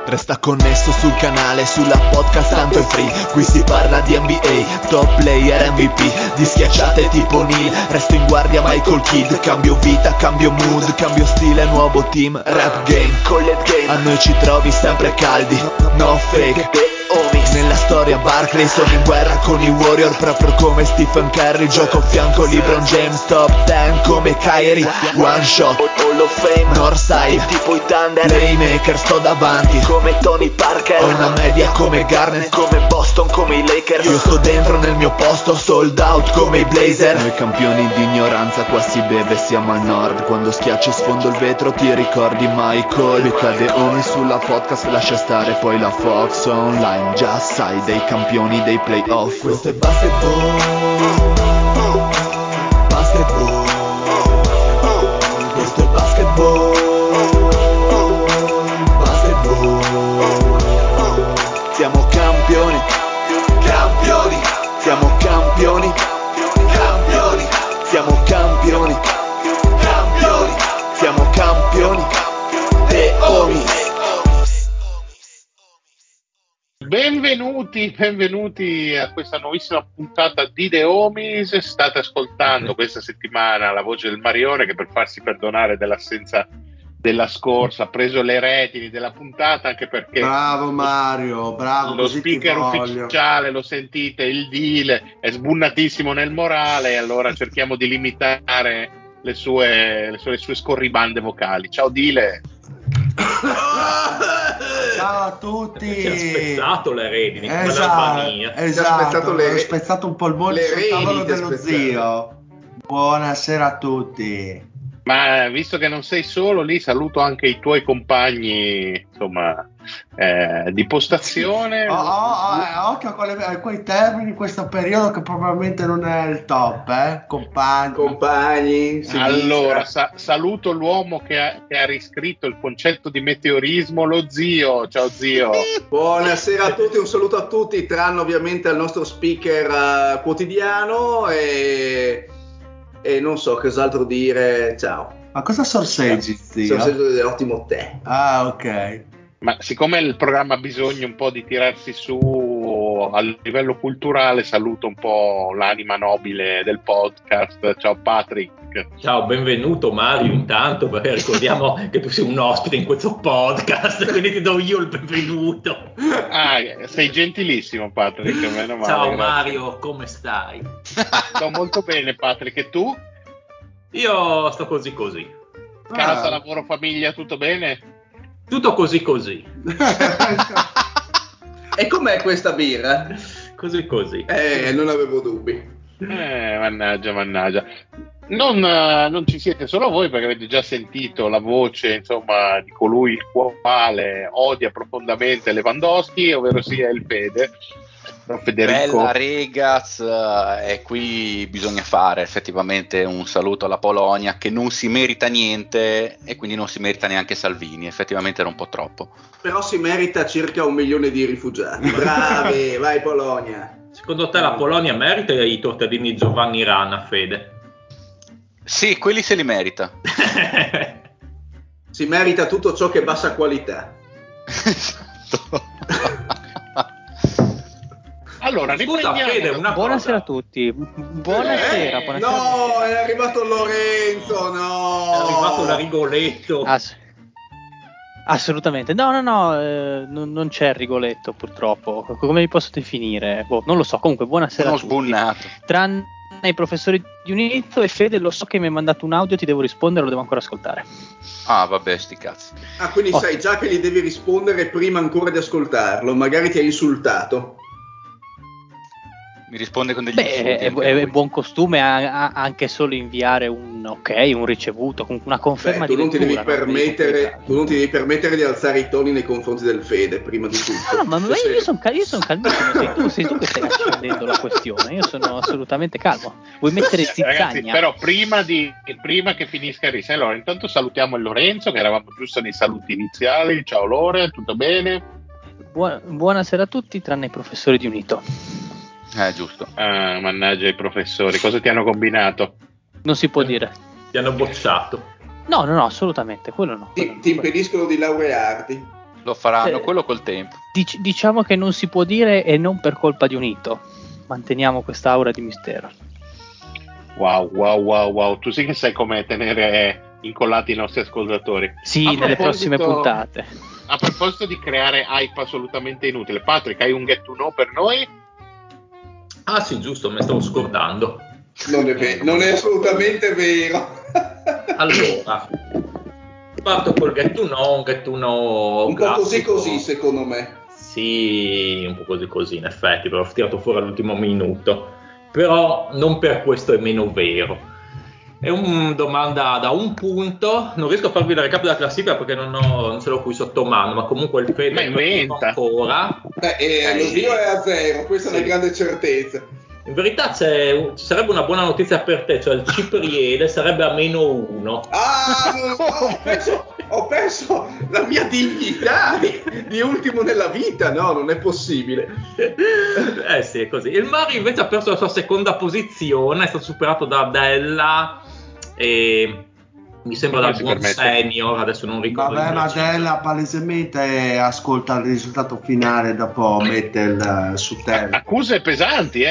Resta connesso sul canale, sulla podcast tanto è free. Qui si parla di NBA, top player MVP, di schiacciate tipo Neil. Resto in guardia Michael Kidd. Cambio vita, cambio mood, cambio stile, nuovo team. Rap game, collet game, a noi ci trovi sempre caldi. No fake, nella storia Barkley, sono in guerra con i Warrior, proprio come Stephen Curry. Gioco a fianco LeBron James, top 10 come Kyrie. One shot, Hall of Fame, Northside, tipo i Thunder. Playmaker, sto davanti come Tony Parker. Ho una media come Garnett, come Boston, come i Lakers. Io sto dentro nel mio posto, sold out come i Blazer. Noi campioni di ignoranza, qua si beve, siamo al nord. Quando schiaccio e sfondo il vetro ti ricordi Michael. Mi cade ogni sulla podcast, lascia stare poi la Fox online. Già sai, dei campioni dei playoff. Questo è basketball, basketball. Questo è basketball, basketball. Siamo campioni, campioni. Siamo campioni, campioni. Siamo campioni, campioni. Siamo campioni, The Homies. Benvenuti a questa nuovissima puntata di The Homies. State ascoltando questa settimana la voce del Marione, che per farsi perdonare dell'assenza della scorsa ha preso le retini della puntata, anche perché bravo Mario, bravo, lo speaker ufficiale, lo sentite, il Dile è sbunnatissimo nel morale, allora cerchiamo di limitare le sue scorribande vocali. Ciao Dile. Ciao a tutti. Si è spezzato le redini, esatto, ho spezzato un po' il bollo sul tavolo dello zio. Buonasera a tutti. Ma visto che non sei solo lì, saluto anche i tuoi compagni, insomma, di postazione. Occhio a quei termini in questo periodo, che probabilmente non è il top, compagni. Allora, saluto l'uomo che ha riscritto il concetto di meteorismo, lo zio. Ciao zio. Buonasera a tutti, un saluto a tutti, tranne ovviamente al nostro speaker quotidiano e non so cos'altro dire. Ciao. Ma cosa sorseggi, zio? Sorseggio dell'ottimo tè. Ah, ok. Ma siccome il programma ha bisogno un po' di tirarsi su a livello culturale, saluto un po' l'anima nobile del podcast. Ciao Patrick. Ciao, benvenuto Mario intanto, perché ricordiamo che tu sei un ospite in questo podcast, quindi ti do io il benvenuto. Sei gentilissimo Patrick, meno male. Ciao grazie. Mario, come stai? Sto molto bene Patrick, e tu? Io sto così. Casa, lavoro, famiglia, tutto bene? Tutto così. E com'è questa birra? Così. Non avevo dubbi. Mannaggia. Non ci siete solo voi, perché avete già sentito la voce, insomma, di colui il quale odia profondamente Lewandowski, ovvero sia il Fede. Federico. Bella ragazz, e qui bisogna fare effettivamente un saluto alla Polonia, che non si merita niente e quindi non si merita neanche Salvini, effettivamente era un po' troppo. Però si merita circa 1 milione di rifugiati. Bravi, vai Polonia. Secondo te la Polonia merita i tortellini Giovanni Rana, Fede? Sì, quelli se li merita. Si merita tutto ciò che è bassa qualità. Allora, scusa Fede, buonasera a tutti. Buonasera. No, è arrivato Lorenzo, no. È arrivato la Rigoletto. Assolutamente. No, non c'è Rigoletto purtroppo. Come vi posso definire? Non lo so. Comunque, buonasera a tutti. Sbunnato. Tranne i professori di Unito e Fede, lo so che mi hai mandato un audio, ti devo rispondere, lo devo ancora ascoltare. Ah, vabbè, sti cazzi. Quindi sai già che gli devi rispondere prima ancora di ascoltarlo. Magari ti ha insultato. Mi risponde con degli insulti. È buon costume anche solo inviare un ricevuto, con una conferma di lettura. Tu non ti devi permettere di alzare i toni nei confronti del Fede, prima di tutto. No, ma io sono calmissimo, sei tu che stai accendendo la questione, io sono assolutamente calmo. Vuoi mettere zizzagna? Ragazzi, però prima che finisca il rischio, allora intanto salutiamo il Lorenzo, che eravamo giusto nei saluti iniziali. Ciao Lore, tutto bene? Buonasera a tutti, tranne i professori di Unito. Giusto. Mannaggia i professori, cosa ti hanno combinato? Non si può dire. Ti hanno bocciato. No, assolutamente, quello no. Ti impediscono di laurearti. Lo faranno, quello col tempo. Diciamo che non si può dire e non per colpa di Unito. Manteniamo quest'aura di mistero. Wow. Tu sì che sai come tenere incollati i nostri ascoltatori. Sì, nelle prossime puntate. A proposito di creare hype assolutamente inutile, Patrick, hai un get to know per noi? Ah sì, giusto, me stavo scordando. Non è assolutamente vero. Allora, parto col get to know, un get to know un classico. po' così secondo me. Sì, un po' così in effetti, però ho tirato fuori all'ultimo minuto. Però non per questo è meno vero. È una domanda da un punto, non riesco a farvi la recap della classifica perché non ce l'ho qui sotto mano, ma comunque il Fede è ancora. Lo zio è a 0, questa è una grande certezza. In verità ci sarebbe una buona notizia per te, cioè il Cipriede sarebbe a -1. Ho perso la mia dignità di ultimo nella vita, no, non è possibile. Sì, è così. Il Mario invece ha perso la sua seconda posizione, è stato superato da Della e mi sembra da buon senior, adesso non ricordo. Vabbè, ma Della palesemente ascolta il risultato finale, dopo mette il su terra. Accuse pesanti,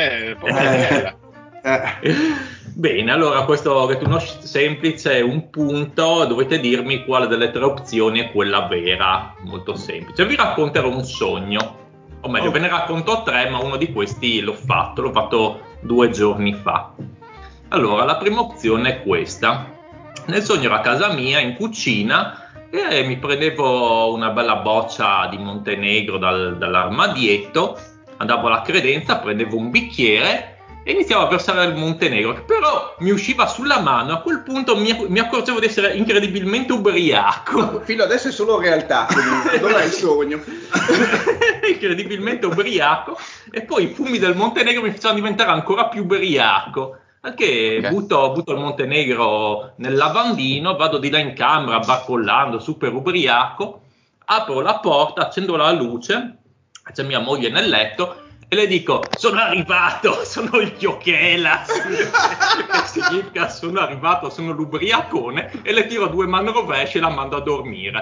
Bene, allora questo che tu non semplice è un punto, dovete dirmi quale delle tre opzioni è quella vera, molto semplice. Vi racconterò un sogno, o meglio, ve ne racconto 3, ma uno di questi l'ho fatto 2 giorni fa. Allora, la prima opzione è questa. Nel sogno ero a casa mia, in cucina, e mi prendevo una bella boccia di Montenegro dall'armadietto, andavo alla credenza, prendevo un bicchiere e iniziavo a versare il Montenegro, che però mi usciva sulla mano. A quel punto mi accorgevo di essere incredibilmente ubriaco. Fino adesso è solo realtà, non è il sogno. Incredibilmente ubriaco, e poi i fumi del Montenegro mi facevano diventare ancora più ubriaco. Perché butto il Montenegro nel lavandino, vado di là in camera barcollando, super ubriaco, apro la porta, accendo la luce, c'è mia moglie nel letto e le dico: sono arrivato, sono il Chiochelas, che significa sono arrivato, sono l'ubriacone, e le tiro 2 mani rovesce e la mando a dormire.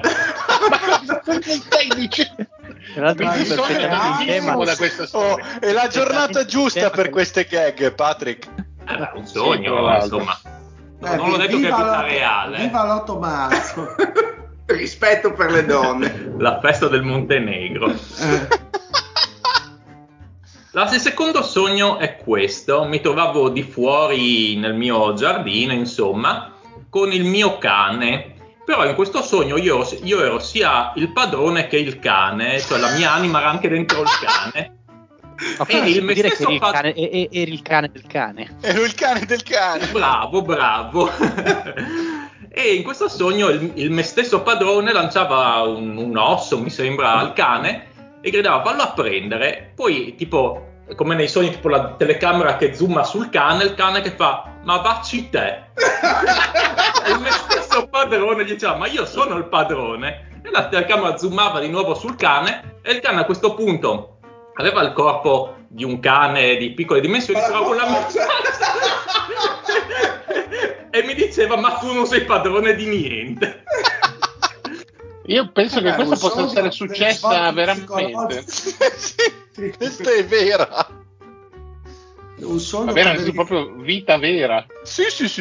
È la giornata giusta per queste gag, Patrick. Un sogno, insomma. Non l'ho detto che è vita reale. Viva l'8 marzo. Rispetto per le donne. La festa del Montenegro. Il secondo sogno è questo. Mi trovavo di fuori nel mio giardino, insomma, con il mio cane. Però in questo sogno io ero sia il padrone che il cane, cioè la mia anima era anche dentro il cane. Ma e il dire che eri il cane del cane. Ero il cane del cane. Bravo. E in questo sogno il me stesso padrone lanciava un osso, mi sembra, al cane e gridava: fallo a prendere. Poi, tipo, come nei sogni, tipo la telecamera che zooma sul cane, il cane che fa: ma vacci te. E il me stesso padrone gli diceva: ma io sono il padrone. E la telecamera zoomava di nuovo sul cane, e il cane a questo punto aveva il corpo di un cane di piccole dimensioni, però con la e mi diceva: ma tu non sei padrone di niente. Io penso che questa possa essere successa veramente. Sì, questa è vera. Un sogno proprio vita vera. Sì.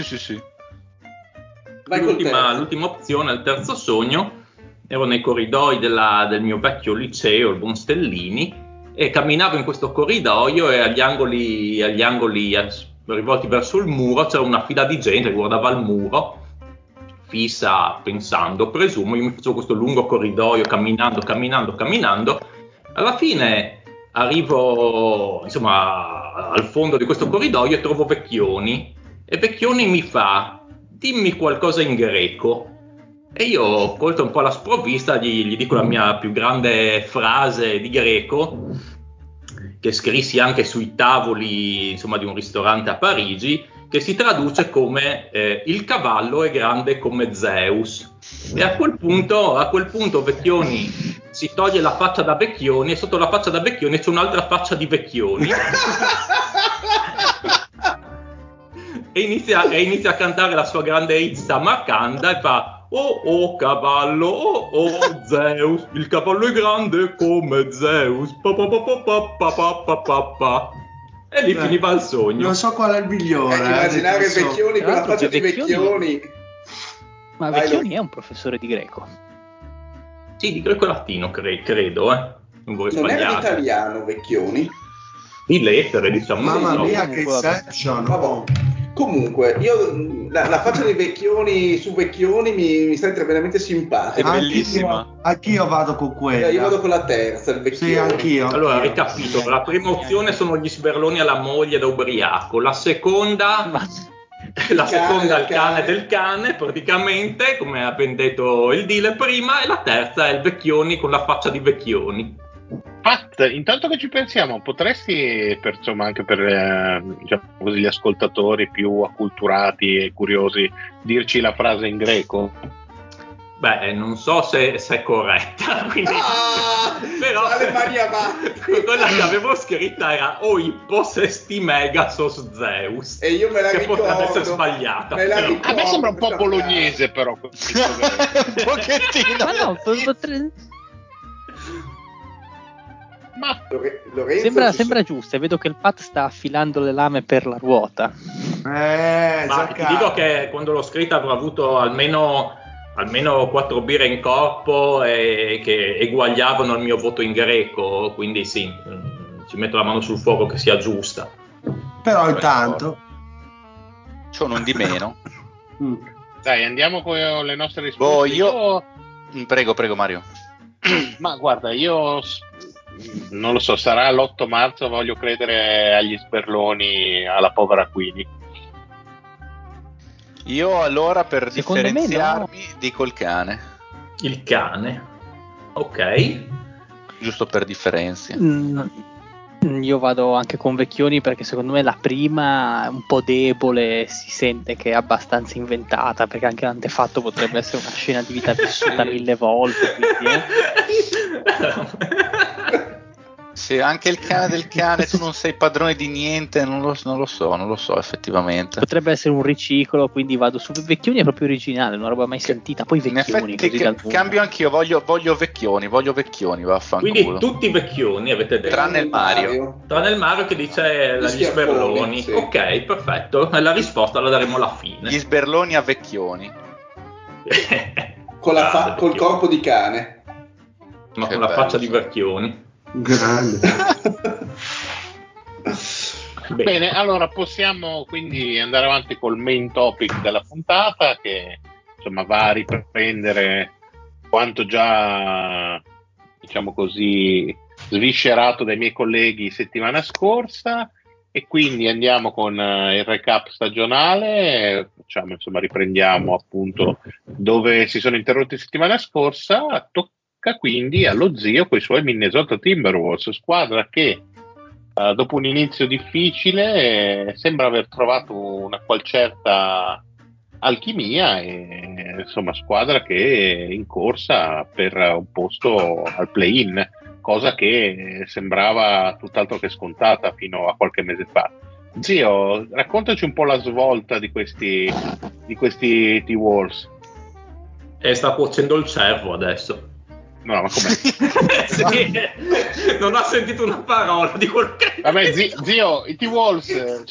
L'ultima opzione, il terzo sogno, ero nei corridoi del mio vecchio liceo, il Buon Stellini, e camminavo in questo corridoio e agli angoli rivolti verso il muro c'era una fila di gente che guardava il muro fissa, pensando, presumo. Io mi facevo questo lungo corridoio camminando. Alla fine arrivo, insomma, al fondo di questo corridoio e trovo Vecchioni, e Vecchioni mi fa: dimmi qualcosa in greco. E io, colto un po' alla sprovvista, gli dico la mia più grande frase di greco, che scrissi anche sui tavoli, insomma, di un ristorante a Parigi, che si traduce come il cavallo è grande come Zeus. E a quel punto Vecchioni si toglie la faccia da Vecchioni, e sotto la faccia da Vecchioni c'è un'altra faccia di Vecchioni. E inizia a cantare la sua grande hit Samarcanda e fa: Oh cavallo, oh Zeus, il cavallo è grande come Zeus. Pa, pa, pa, pa, pa, pa, pa, pa, pa. E lì finiva il sogno. Non so qual è il migliore. Immaginare Vecchioni con la faccia di Vecchioni. Ma Vecchioni è un professore di greco. Sì, di greco e latino, credo, Non vorrei Non era sbagliare. italiano Vecchioni? Di lettere, diciamo. Mamma non so. mia, che Inception. Vabbè. Comunque, io la faccia di Vecchioni su Vecchioni mi sta veramente simpatica. È bellissima. Anch'io vado con quella. Io vado con la terza, il Vecchioni. Sì, anch'io. Allora, ricapitolo. La prima opzione sono gli sberloni alla moglie da ubriaco. La seconda... La seconda il cane del cane, praticamente, come ha ben detto il dealer prima, e la terza è il Vecchioni con la faccia di Vecchioni. Pat, intanto che ci pensiamo, potresti, insomma, anche per diciamo così, gli ascoltatori più acculturati e curiosi, dirci la frase in greco? Beh, non so se è corretta, quindi... però le mani avanti. Quella che avevo scritta era o ippos esti megasos Zeus, e io me la che ricordo, potrebbe essere sbagliata. A me sembra un po' bolognese, però. Un pochettino. Ma no, Ma sembra giusto. Vedo che il Pat sta affilando le lame per la ruota. Ma ti dico che quando l'ho scritta avrò avuto almeno 4 birre in corpo e che eguagliavano il mio voto in greco, quindi sì, ci metto la mano sul fuoco che sia giusta. Però intanto c'ho non di meno. Dai, andiamo con le nostre risposte. Prego Mario. Ma guarda, io non lo so, sarà l'8 marzo, voglio credere agli sberloni alla povera Queenie. Io allora per Secondo differenziarmi dico il cane. Il cane, ok. Giusto per differenze. Io vado anche con Vecchioni perché secondo me la prima è un po' debole, si sente che è abbastanza inventata, perché anche l'antefatto potrebbe essere una scena di vita vissuta 1000 volte, quindi, Sì, anche il cane del cane, tu non sei padrone di niente, non lo so effettivamente. Potrebbe essere un riciclo, quindi vado su Vecchioni, è proprio originale, una roba mai sentita. Poi Vecchioni, in effetti, così cambio anch'io, voglio Vecchioni, vaffanculo. Quindi tutti Vecchioni avete detto. Tranne il Mario. Tranne il Mario che dice gli sberloni. Sì. Ok, perfetto. La risposta la daremo alla fine. Gli sberloni a Vecchioni. Col corpo di cane. Ma con la faccia di Vecchioni. Grande. Bene, allora possiamo quindi andare avanti col main topic della puntata, che insomma va a riprendere quanto già, diciamo così, sviscerato dai miei colleghi settimana scorsa, e quindi andiamo con il recap stagionale, riprendiamo appunto dove si sono interrotti settimana scorsa. Tocca quindi allo zio con i suoi Minnesota Timberwolves, squadra che dopo un inizio difficile sembra aver trovato una qual certa alchimia, e insomma squadra che è in corsa per un posto al play-in, cosa che sembrava tutt'altro che scontata fino a qualche mese fa. Zio, raccontaci un po' la svolta di questi T-Wolves. Sta cuocendo il cervo adesso. No, ma com'è? Sì, non ha sentito una parola di quel che... Vabbè, zio, i T-Wolves...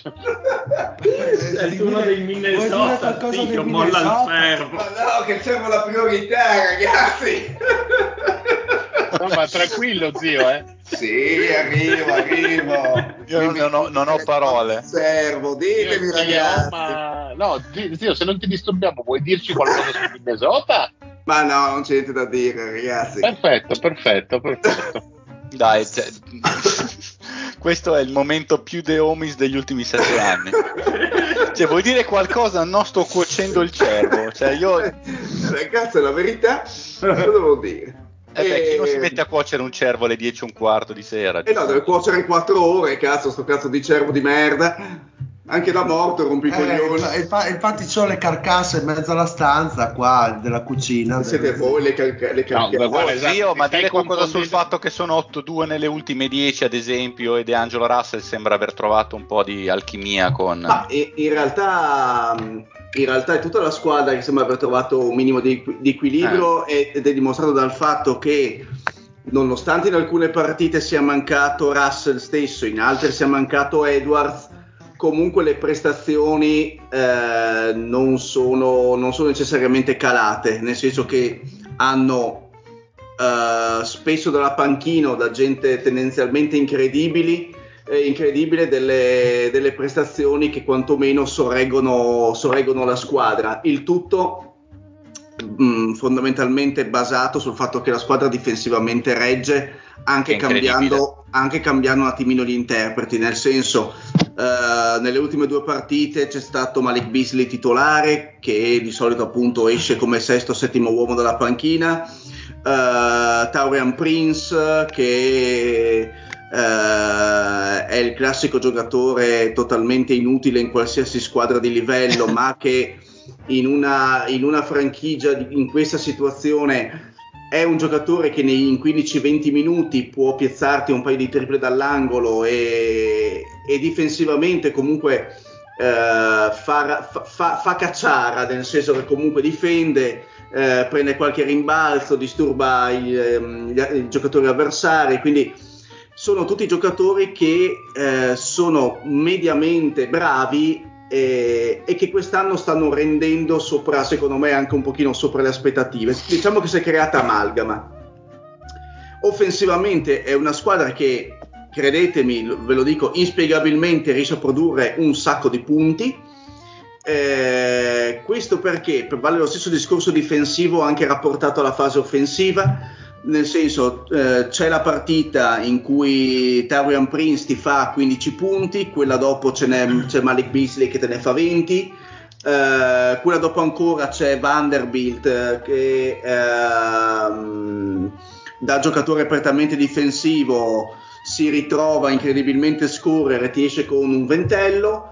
È uno dei Minnesota, zio, molla il cervo. Ma no, che c'è la priorità, ragazzi! No, ma tranquillo, zio, Sì, arrivo. Io non ho parole. Servo, ditemi, ragazzi. No, zio, se non ti disturbiamo, vuoi dirci qualcosa su Minnesota? Ma no, non c'è niente da dire, ragazzi. Perfetto. Dai, questo è il momento più The Homies degli ultimi 7 anni. Cioè, vuoi dire qualcosa? No, sto cuocendo il cervo. Cioè, io... Ragazzi, la verità, cosa devo dire? Chi non si mette a cuocere un cervo alle 10:15 di sera? No, deve cuocere in 4 ore, cazzo, sto cazzo di cervo di merda. Anche da morto rompi i coglioni. Infatti c'ho le carcasse in mezzo alla stanza qua della cucina. Siete voi le carcasse. No, guarda, Zio, ma stai dire qualcosa sul confondendo- fatto che sono 8-2 nelle ultime 10, ad esempio, e De Angelo Russell sembra aver trovato un po' di alchimia con... Ma in realtà è tutta la squadra che sembra aver trovato un minimo di equilibrio ed è dimostrato dal fatto che nonostante in alcune partite sia mancato Russell stesso, in altre sia mancato Edwards, comunque le prestazioni non sono necessariamente calate, nel senso che hanno spesso dalla panchina da gente tendenzialmente incredibile delle prestazioni che quantomeno sorreggono la squadra. Il tutto fondamentalmente basato sul fatto che la squadra difensivamente regge anche cambiando un attimino gli interpreti, nel senso nelle ultime 2 partite c'è stato Malik Beasley titolare, che di solito appunto esce come sesto o settimo uomo dalla panchina, Taurean Prince che è il classico giocatore totalmente inutile in qualsiasi squadra di livello, ma che in una franchigia in questa situazione è un giocatore che in 15-20 minuti può piazzarti un paio di triple dall'angolo e difensivamente comunque fa cacciara, nel senso che comunque difende, prende qualche rimbalzo, disturba i giocatori avversari, quindi sono tutti giocatori che sono mediamente bravi e che quest'anno stanno rendendo sopra, secondo me, anche un pochino sopra le aspettative. Diciamo che si è creata amalgama. Offensivamente è una squadra che, credetemi, ve lo dico, inspiegabilmente riesce a produrre un sacco di punti. Questo perché vale lo stesso discorso difensivo anche rapportato alla fase offensiva. Nel senso, c'è la partita in cui Taurean Prince ti fa 15 punti, quella dopo c'è Malik Beasley che te ne fa 20, quella dopo ancora c'è Vanderbilt che da giocatore prettamente difensivo si ritrova incredibilmente scorrere, ti esce con un ventello.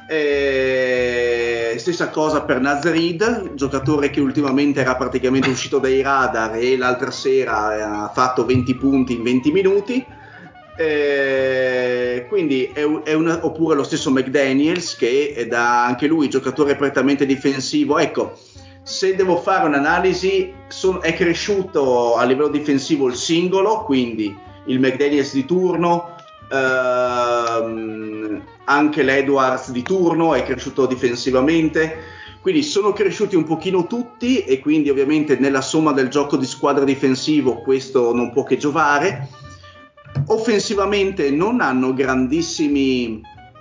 Stessa cosa per Naz Reid, giocatore che ultimamente era praticamente uscito dai radar e l'altra sera ha fatto 20 punti in 20 minuti. Quindi oppure lo stesso McDaniels, che è anche lui giocatore prettamente difensivo. Ecco, se devo fare un'analisi, è cresciuto a livello difensivo il singolo, quindi il McDaniels di turno, anche l'Edwards di turno è cresciuto difensivamente, quindi sono cresciuti un pochino tutti e quindi ovviamente nella somma del gioco di squadra difensivo questo non può che giovare. Offensivamente non hanno grandissimi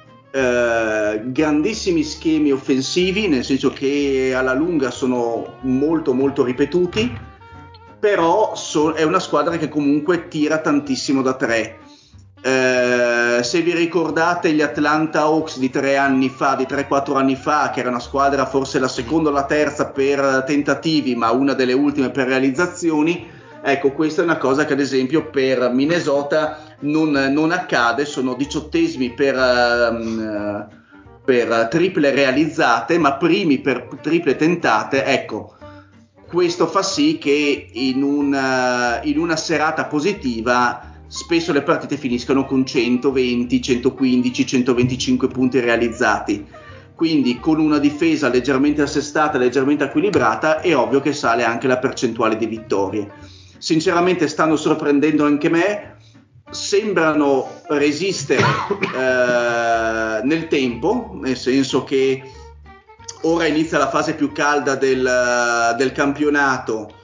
schemi offensivi, nel senso che alla lunga sono molto molto ripetuti, però è una squadra che comunque tira tantissimo da 3. Se vi ricordate gli Atlanta Hawks di 3-4 anni fa, che era una squadra forse la seconda o la terza per tentativi ma una delle ultime per realizzazioni, ecco, questa è una cosa che ad esempio per Minnesota non accade. Sono 18esimi per triple realizzate ma primi per triple tentate. Ecco, questo fa sì che in una serata positiva spesso le partite finiscono con 120, 115, 125 punti realizzati. Quindi con una difesa leggermente assestata, leggermente equilibrata, è ovvio che sale anche la percentuale di vittorie. Sinceramente stanno sorprendendo anche me, sembrano resistere nel tempo, nel senso che ora inizia la fase più calda del campionato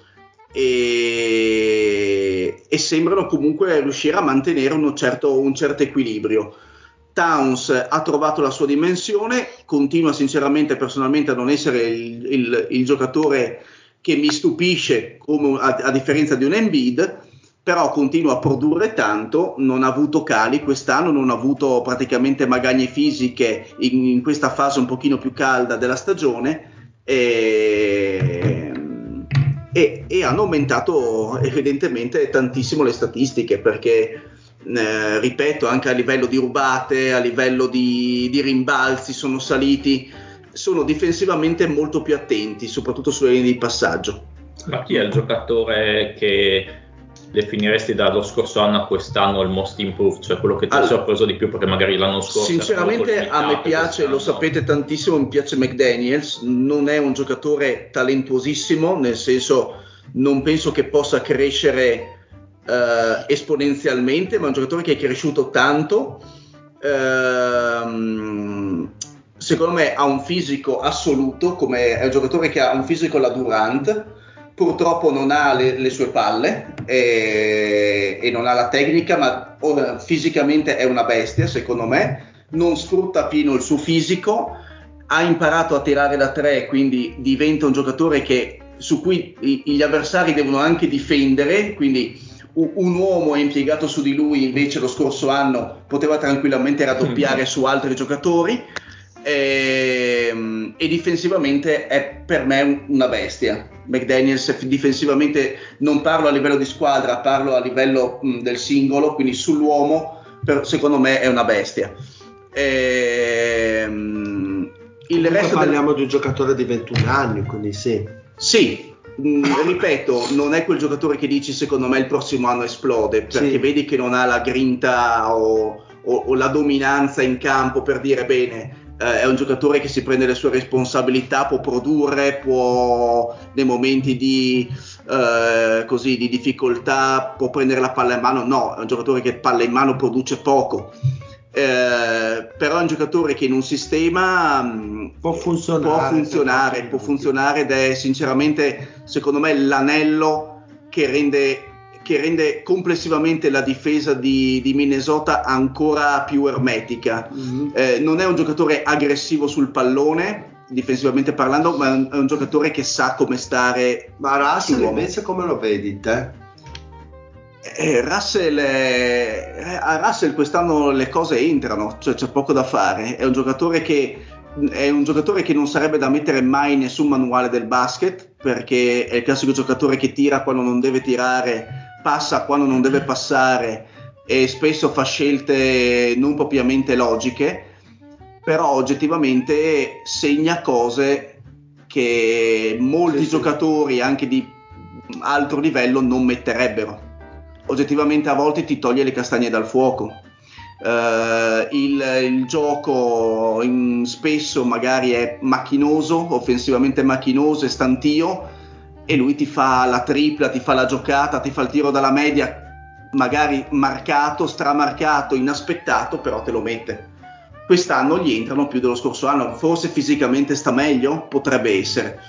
e sembrano comunque riuscire a mantenere un certo equilibrio. Towns ha trovato la sua dimensione, continua sinceramente personalmente a non essere il giocatore che mi stupisce come a differenza di un Embiid, però continua a produrre tanto, non ha avuto cali quest'anno, non ha avuto praticamente magagne fisiche in questa fase un pochino più calda della stagione e hanno aumentato evidentemente tantissimo le statistiche, perché ripeto, anche a livello di rubate, a livello di rimbalzi sono saliti, sono difensivamente molto più attenti, soprattutto sulle linee di passaggio. Ma chi è il giocatore che definiresti dallo scorso anno a quest'anno il most improved, cioè quello che ti ha sorpreso di più, perché magari l'anno scorso sinceramente a me piace, lo sapete tantissimo, mi piace McDaniels, non è un giocatore talentuosissimo, nel senso non penso che possa crescere esponenzialmente, ma è un giocatore che è cresciuto tanto, secondo me ha un fisico assoluto, è un giocatore che ha un fisico alla Durant, purtroppo non ha le sue palle e non ha la tecnica, ma fisicamente è una bestia, secondo me, non sfrutta pieno il suo fisico, ha imparato a tirare da tre, quindi diventa un giocatore su cui gli avversari devono anche difendere, quindi un uomo è impiegato su di lui, invece lo scorso anno poteva tranquillamente raddoppiare su altri giocatori, e difensivamente è per me una bestia. McDaniels difensivamente, non parlo a livello di squadra, parlo a livello del singolo, quindi sull'uomo, secondo me è una bestia. Il resto parliamo di un giocatore di 21 anni, quindi sì, ripeto, non è quel giocatore che dici secondo me il prossimo anno esplode, perché vedi che non ha la grinta o la dominanza in campo per dire bene, è un giocatore che si prende le sue responsabilità, può produrre, può nei momenti di difficoltà può prendere la palla in mano. No, è un giocatore che palla in mano produce poco, però è un giocatore che in un sistema può funzionare ed è sinceramente secondo me l'anello che rende complessivamente la difesa di Minnesota ancora più ermetica. Non è un giocatore aggressivo sul pallone difensivamente parlando, ma è un giocatore che sa come stare. Ma Russell invece come lo vedi te? A Russell quest'anno le cose entrano, cioè c'è poco da fare, è un giocatore che non sarebbe da mettere mai in nessun manuale del basket, perché è il classico giocatore che tira quando non deve tirare, passa quando non deve passare e spesso fa scelte non propriamente logiche, però oggettivamente segna cose che molti giocatori anche di alto livello non metterebbero. Oggettivamente a volte ti toglie le castagne dal fuoco. Il gioco spesso magari è macchinoso, offensivamente macchinoso e stantio, e lui ti fa la tripla, ti fa la giocata, ti fa il tiro dalla media, magari marcato, stramarcato, inaspettato, però te lo mette. Quest'anno gli entrano più dello scorso anno, forse fisicamente sta meglio, potrebbe essere.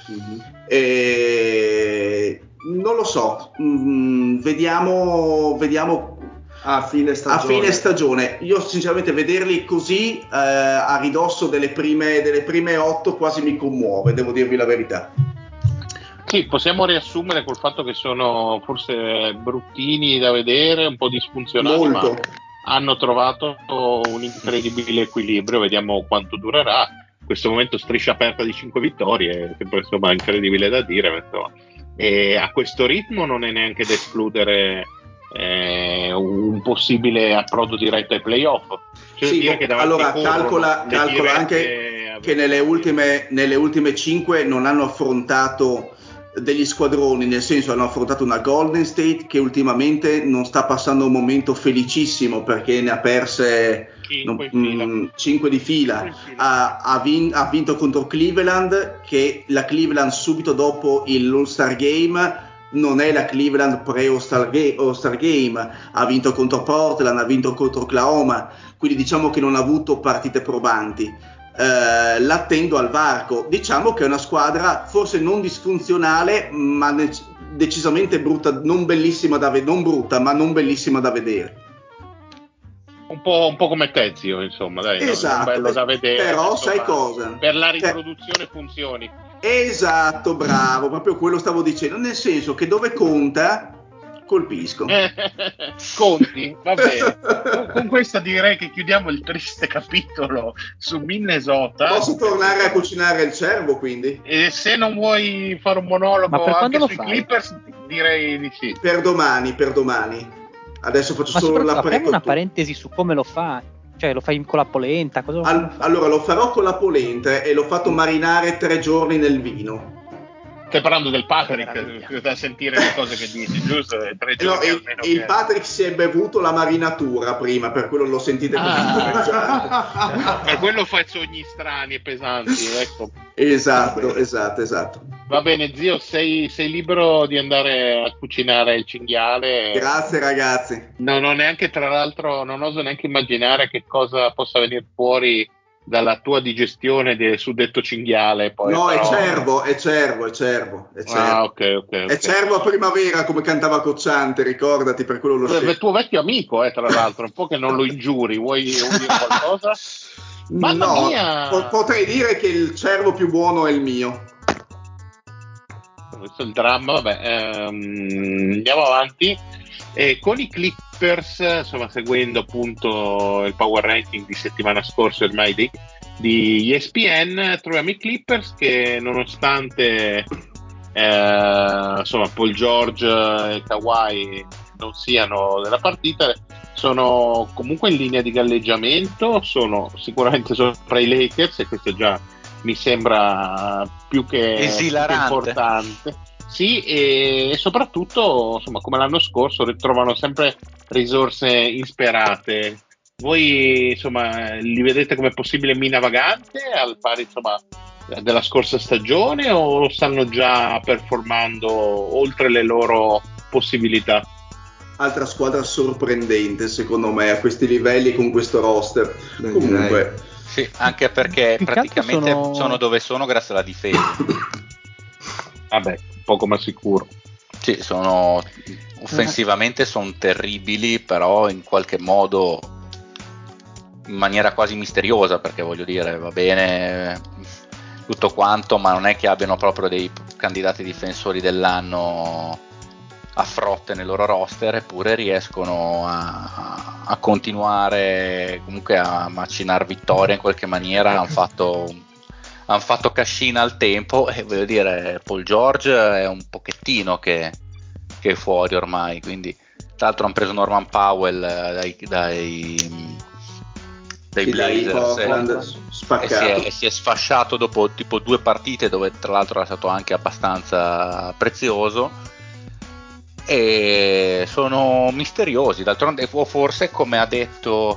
Non lo so, vediamo a fine stagione. Io sinceramente vederli così a ridosso delle prime 8 quasi mi commuove, devo dirvi la verità. Sì, possiamo riassumere col fatto che sono forse bruttini da vedere, un po' disfunzionali, molto. Ma hanno trovato un incredibile equilibrio, vediamo quanto durerà. In questo momento striscia aperta di 5 vittorie, sempre insomma incredibile da dire, ma insomma. E a questo ritmo non è neanche da escludere un possibile approdo diretto ai playoff. Cioè sì, dire che allora calcola anche che nelle ultime 5 non hanno affrontato degli squadroni, nel senso hanno affrontato una Golden State che ultimamente non sta passando un momento felicissimo, perché ne ha perse 5 di fila. Ha vinto contro Cleveland, che la Cleveland subito dopo l'All-Star Game non è la Cleveland pre-All-Star Game, ha vinto contro Portland, ha vinto contro Oklahoma, quindi diciamo che non ha avuto partite probanti. L'attendo al varco. Diciamo che è una squadra forse non disfunzionale, ma decisamente brutta, non brutta, ma non bellissima da vedere. Un po' come Tezio, insomma, dai, esatto, non bello da vedere. Però insomma, sai cosa? Per la riproduzione funzioni. Esatto, bravo, proprio quello stavo dicendo, nel senso che dove conta colpisco. Conti, va bene. Con questo direi che chiudiamo il triste capitolo su Minnesota. Posso tornare a cucinare il cervo, quindi? E se non vuoi fare un monologo anche sui Clippers, direi di sì. Per domani. Adesso faccio Ma solo la apriamo una pre-cottura. parentesi su come lo fa. Cioè, lo fai con la polenta? Allora, lo farò con la polenta e l'ho fatto marinare 3 giorni nel vino. Stai parlando del Patrick, da sentire le cose che dici, giusto? 3 No, giorni almeno il Patrick si è bevuto la marinatura prima, per quello lo sentite così spreggiato. Per quello fai sogni strani e pesanti, ecco. Esatto. Va bene, zio, sei libero di andare a cucinare il cinghiale. Grazie ragazzi. No, neanche, tra l'altro, non oso neanche immaginare che cosa possa venire fuori dalla tua digestione del suddetto cinghiale. Poi, No, però... è cervo. Ah, ok. È cervo a primavera, come cantava Cocciante, ricordati, per quello lo scelgo. Il tuo vecchio amico, tra l'altro, un po' che non lo ingiuri, vuoi dire qualcosa? Mamma mia! Potrei dire che il cervo più buono è il mio. Questo è il dramma, vabbè, andiamo avanti. Con i Clippers, insomma, seguendo appunto il power ranking di settimana scorsa ormai di ESPN, troviamo i Clippers che nonostante insomma Paul George e Kawhi non siano della partita, sono comunque in linea di galleggiamento, sono sicuramente sopra i Lakers, e questo già mi sembra più che importante. Sì, e soprattutto, insomma, come l'anno scorso, ritrovano sempre risorse insperate. Voi, insomma, li vedete come possibile mina vagante al pari, insomma, della scorsa stagione, o stanno già performando oltre le loro possibilità? Altra squadra sorprendente, secondo me, a questi livelli con questo roster. Comunque, sì, anche perché praticamente sono dove sono grazie alla difesa. Vabbè, poco ma sicuro. Sì, offensivamente sono terribili, però in qualche modo in maniera quasi misteriosa, perché voglio dire, va bene tutto quanto, ma non è che abbiano proprio dei candidati difensori dell'anno a frotte nel loro roster, eppure riescono a continuare comunque a macinare vittorie in qualche maniera. Hanno fatto cascina al tempo, e voglio dire, Paul George è un pochettino che è fuori ormai, quindi tra l'altro hanno preso Norman Powell dai Blazers, e si è sfasciato dopo tipo 2 partite, dove tra l'altro era stato anche abbastanza prezioso, e sono misteriosi. D'altronde, forse, come ha detto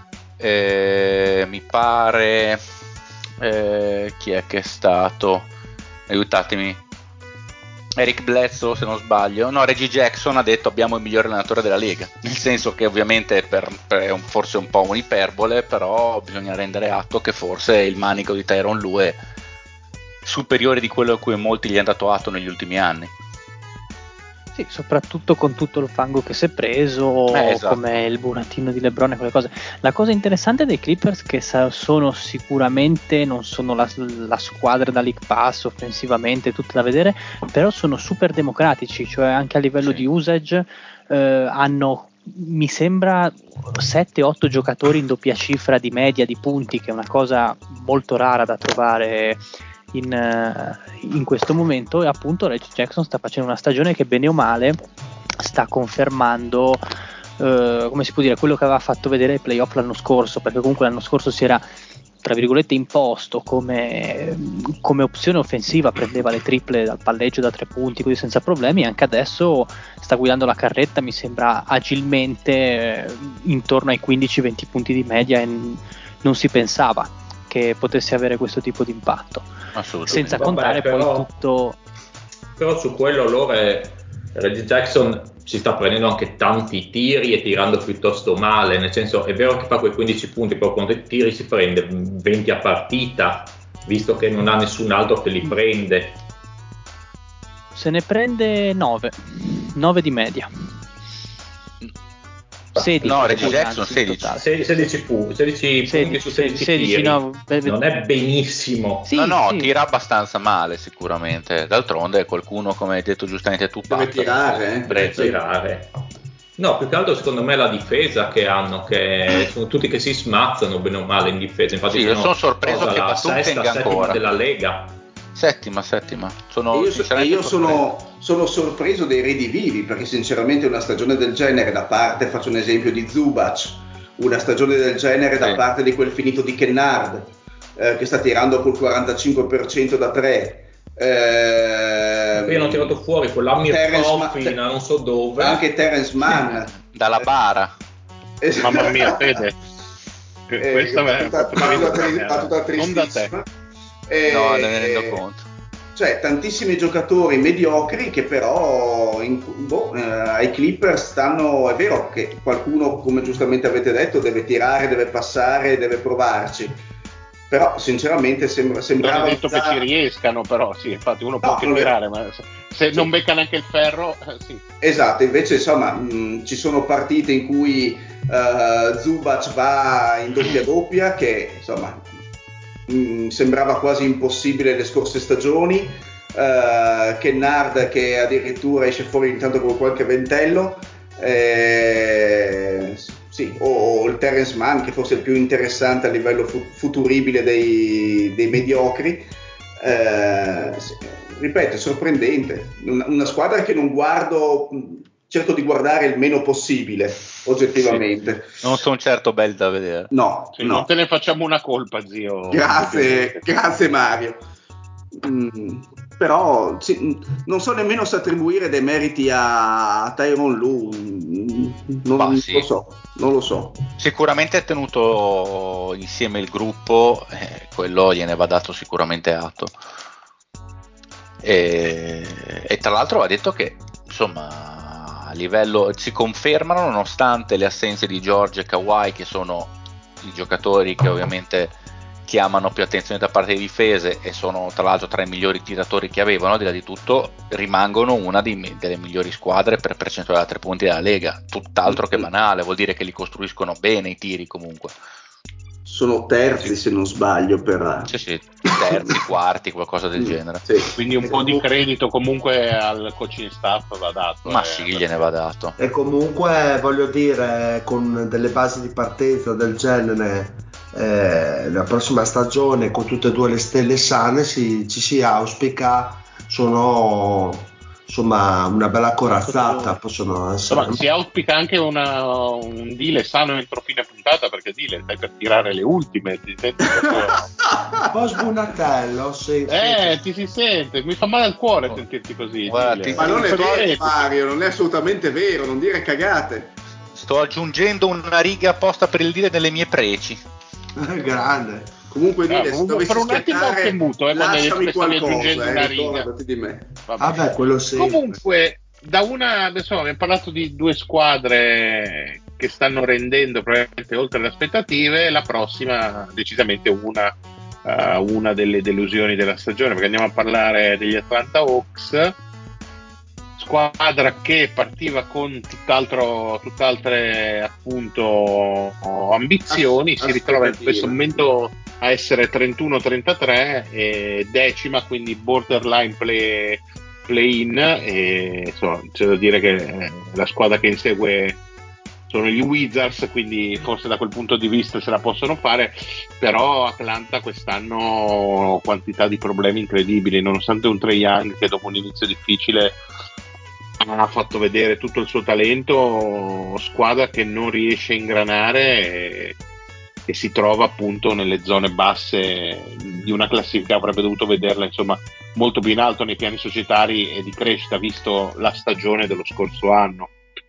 mi pare chi è che è stato, aiutatemi, Eric Bledsoe, se non sbaglio, no, Reggie Jackson ha detto abbiamo il migliore allenatore della Lega, nel senso che ovviamente forse un po' un'iperbole, però bisogna rendere atto che forse il manico di Tyronn Lue è superiore di quello a cui molti gli hanno dato atto negli ultimi anni. Sì, soprattutto con tutto il fango che si è preso, esatto, come il burattino di LeBron e quelle cose. La cosa interessante dei Clippers è che sono sicuramente, non sono la squadra da League Pass offensivamente, tutte da vedere, però sono super democratici, cioè anche a livello di usage hanno, mi sembra, 7-8 giocatori in doppia cifra di media di punti, che è una cosa molto rara da trovare in questo momento. E appunto Reggie Jackson sta facendo una stagione che bene o male sta confermando come si può dire, quello che aveva fatto vedere ai playoff l'anno scorso, perché comunque l'anno scorso si era tra virgolette imposto come opzione offensiva, prendeva le triple dal palleggio da 3 punti così senza problemi, e anche adesso sta guidando la carretta, mi sembra agilmente intorno ai 15-20 punti di media, e non si pensava che potesse avere questo tipo di impatto. Senza contare poi tutto. Però su quello allora Reggie Jackson si sta prendendo anche tanti tiri e tirando piuttosto male, nel senso, è vero che fa quei 15 punti, però quando tiri si prende 20 a partita, visto che non ha nessun altro che li prende. Se ne prende 9 di media. 16, no, Reggie Jackson 16 punti su 16 tiri. No, non è benissimo. Sì, no, tira abbastanza male sicuramente. D'altronde è qualcuno, come hai detto giustamente tu, deve tirare. No, più che altro secondo me la difesa che hanno, che sono tutti che si smazzano bene o male in difesa. Infatti io sono sorpreso che la Batum sesta, tenga settima ancora della Lega. Settima. Io sono sorpreso dei redivivi, perché sinceramente una stagione del genere da parte, faccio un esempio di Zubac, una stagione del genere da parte di quel finito di Kennard, che sta tirando col 45% da 3. Appena ho tirato fuori quell'Amir Profina, non so dove. Anche Terence Mann. Dalla bara. Mamma mia, Fede. Questa battuta tristissima. No, me ne rendo conto. Cioè, tantissimi giocatori mediocri che però ai Clippers stanno. È vero che qualcuno, come giustamente avete detto, deve tirare, deve passare, deve provarci. Però sinceramente sembrava. Non è detto che ci riescano, però sì, infatti uno può anche tirare, ma se non becca neanche il ferro, sì. Esatto, invece insomma ci sono partite in cui Zubac va in doppia, che insomma sembrava quasi impossibile le scorse stagioni, Kennard che addirittura esce fuori intanto con qualche ventello, sì, o il Terence Mann, che forse è il più interessante a livello futuribile dei mediocri. Ripeto, è sorprendente, una squadra che non guardo, cerco di guardare il meno possibile oggettivamente. Sì, non sono certo belli da vedere. No, sì, no. Non te ne facciamo una colpa, zio. Grazie Mario. Però sì, non so nemmeno se attribuire dei meriti a Tyronn Lue, non lo so. Sicuramente ha tenuto insieme il gruppo, quello gliene va dato sicuramente atto. E tra l'altro ha detto che insomma a livello si confermano, nonostante le assenze di George e Kawhi, che sono i giocatori che ovviamente chiamano più attenzione da parte delle difese e sono tra l'altro tra i migliori tiratori che avevano, al di là di tutto rimangono una delle migliori squadre per percentuale da 3 punti della Lega, tutt'altro che banale, vuol dire che li costruiscono bene i tiri comunque. Sono terzi, se non sbaglio, sì, terzi, quarti, qualcosa del genere. Sì. Quindi un po' di credito comunque al coaching staff va dato. Ma sì, gliene va dato. E comunque voglio dire, con delle basi di partenza del genere, la prossima stagione con tutte e due le stelle sane ci si auspica, sono insomma una bella corazzata, possono essere. Insomma, si auspica anche un deal sano entro fine puntata, perché deal stai per tirare le ultime, ti senti un po' sbunatello, sì. Ti si sente, mi fa male al cuore sentirti così. Ma non è vero, Mario, non è assolutamente vero, non dire cagate. Sto aggiungendo una riga apposta per il deal nelle mie preci. Grande. Comunque dire, se dovessi per un attimo che muto, lasciami qualcosa, ricordati di me. Vabbè, quello sì. Comunque, adesso abbiamo parlato di due squadre che stanno rendendo probabilmente oltre le aspettative, la prossima decisamente una delle delusioni della stagione, perché andiamo a parlare degli Atlanta Hawks, squadra che partiva con tutt'altre appunto ambizioni, si ritrova in questo momento a essere 31-33 e decima, quindi borderline play-in, e insomma c'è da dire che la squadra che insegue sono gli Wizards, quindi forse da quel punto di vista se la possono fare, però Atlanta quest'anno quantità di problemi incredibili, nonostante un Trae Young che dopo un inizio difficile ha fatto vedere tutto il suo talento, squadra che non riesce a ingranare e si trova appunto nelle zone basse di una classifica, avrebbe dovuto vederla insomma molto più in alto nei piani societari e di crescita, visto la stagione dello scorso anno.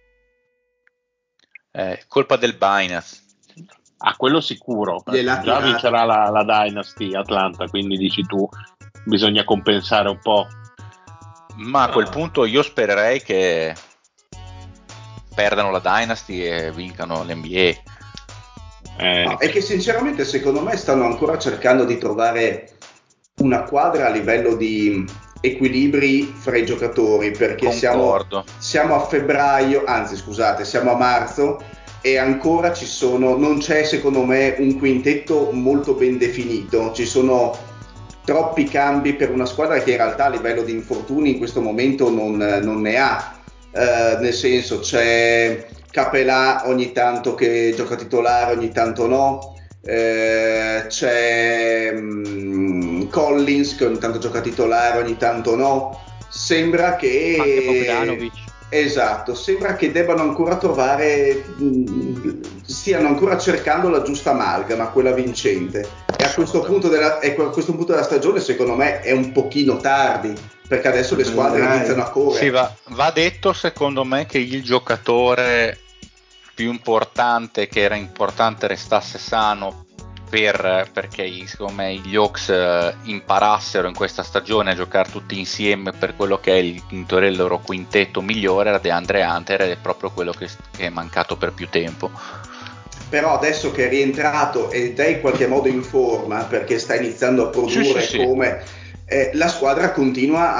Colpa del Binance. Quello sicuro, già vincerà la Dynasty Atlanta, quindi dici tu bisogna compensare un po'. Ma a quel punto io spererei che perdano la Dynasty e vincano l'NBA. È che sinceramente secondo me stanno ancora cercando di trovare una quadra a livello di equilibri fra i giocatori, perché siamo a febbraio, anzi scusate, siamo a marzo e ancora non c'è secondo me un quintetto molto ben definito, ci sono troppi cambi per una squadra che in realtà a livello di infortuni in questo momento non ne ha, nel senso c'è Capelà ogni tanto che gioca titolare, ogni tanto no, c'è Collins che ogni tanto gioca titolare, ogni tanto no, sembra che anche Bogdanovic. Esatto, sembra che debbano ancora trovare, stiano ancora cercando la giusta amalgama, quella vincente, e a questo punto della stagione secondo me è un pochino tardi, perché adesso le squadre iniziano a correre. Sì, va detto secondo me che il giocatore più importante, che era importante restasse sano perché secondo me gli Hawks imparassero in questa stagione a giocare tutti insieme per quello che è in teoria il loro quintetto migliore, era DeAndre Hunter, ed è proprio quello che è mancato per più tempo. Però adesso che è rientrato ed è in qualche modo in forma, perché sta iniziando a produrre sì. come la squadra continua a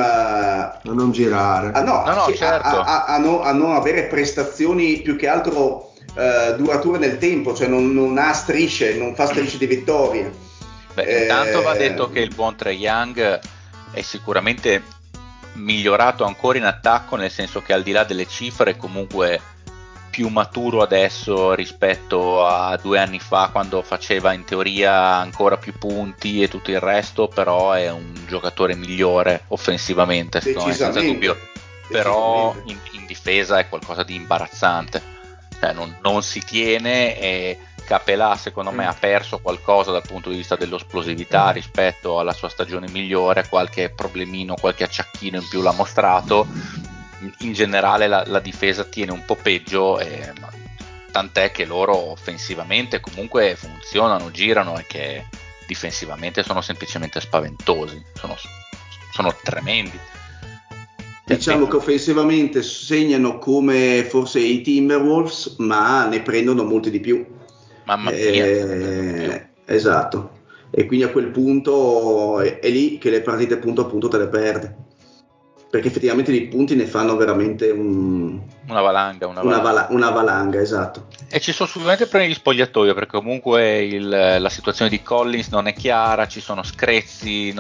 non girare, certo. a non avere prestazioni più che altro durature nel tempo, cioè non ha strisce, non fa strisce di vittorie. Intanto va detto che il buon Trae Young è sicuramente migliorato ancora in attacco, nel senso che al di là delle cifre è comunque più maturo adesso rispetto a 2 anni fa, quando faceva in teoria ancora più punti e tutto il resto, però è un giocatore migliore offensivamente, senza dubbio. Però in difesa è qualcosa di imbarazzante, cioè non si tiene, e Capelà secondo me ha perso qualcosa dal punto di vista dell'esplosività rispetto alla sua stagione migliore, qualche problemino, qualche acciacchino in più l'ha mostrato. In generale la difesa tiene un po' peggio, tant'è che loro offensivamente comunque funzionano, girano, e che difensivamente sono semplicemente spaventosi, sono tremendi. Diciamo che offensivamente segnano come forse i Timberwolves, ma ne prendono molti di più. Mamma mia. Esatto. E quindi a quel punto è lì che le partite punto a punto te le perde, perché effettivamente i punti ne fanno veramente una valanga, esatto. E ci sono sicuramente problemi di spogliatoio, perché comunque la situazione di Collins non è chiara, ci sono screzi,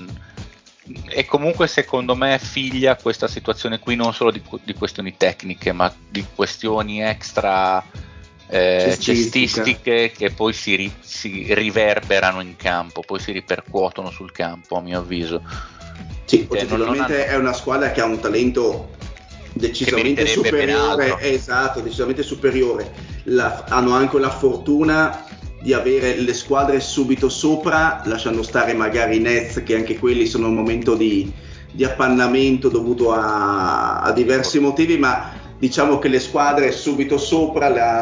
e comunque secondo me figlia questa situazione qui non solo di questioni tecniche, ma di questioni extra cestistiche che poi si riverberano in campo, poi si ripercuotono sul campo, a mio avviso. Sì, oggettivamente è una squadra che ha un talento decisamente superiore, esatto, decisamente superiore. Hanno anche la fortuna di avere le squadre subito sopra, lasciando stare magari i Nets, che anche quelli sono un momento di appannamento dovuto a diversi motivi, ma diciamo che le squadre subito sopra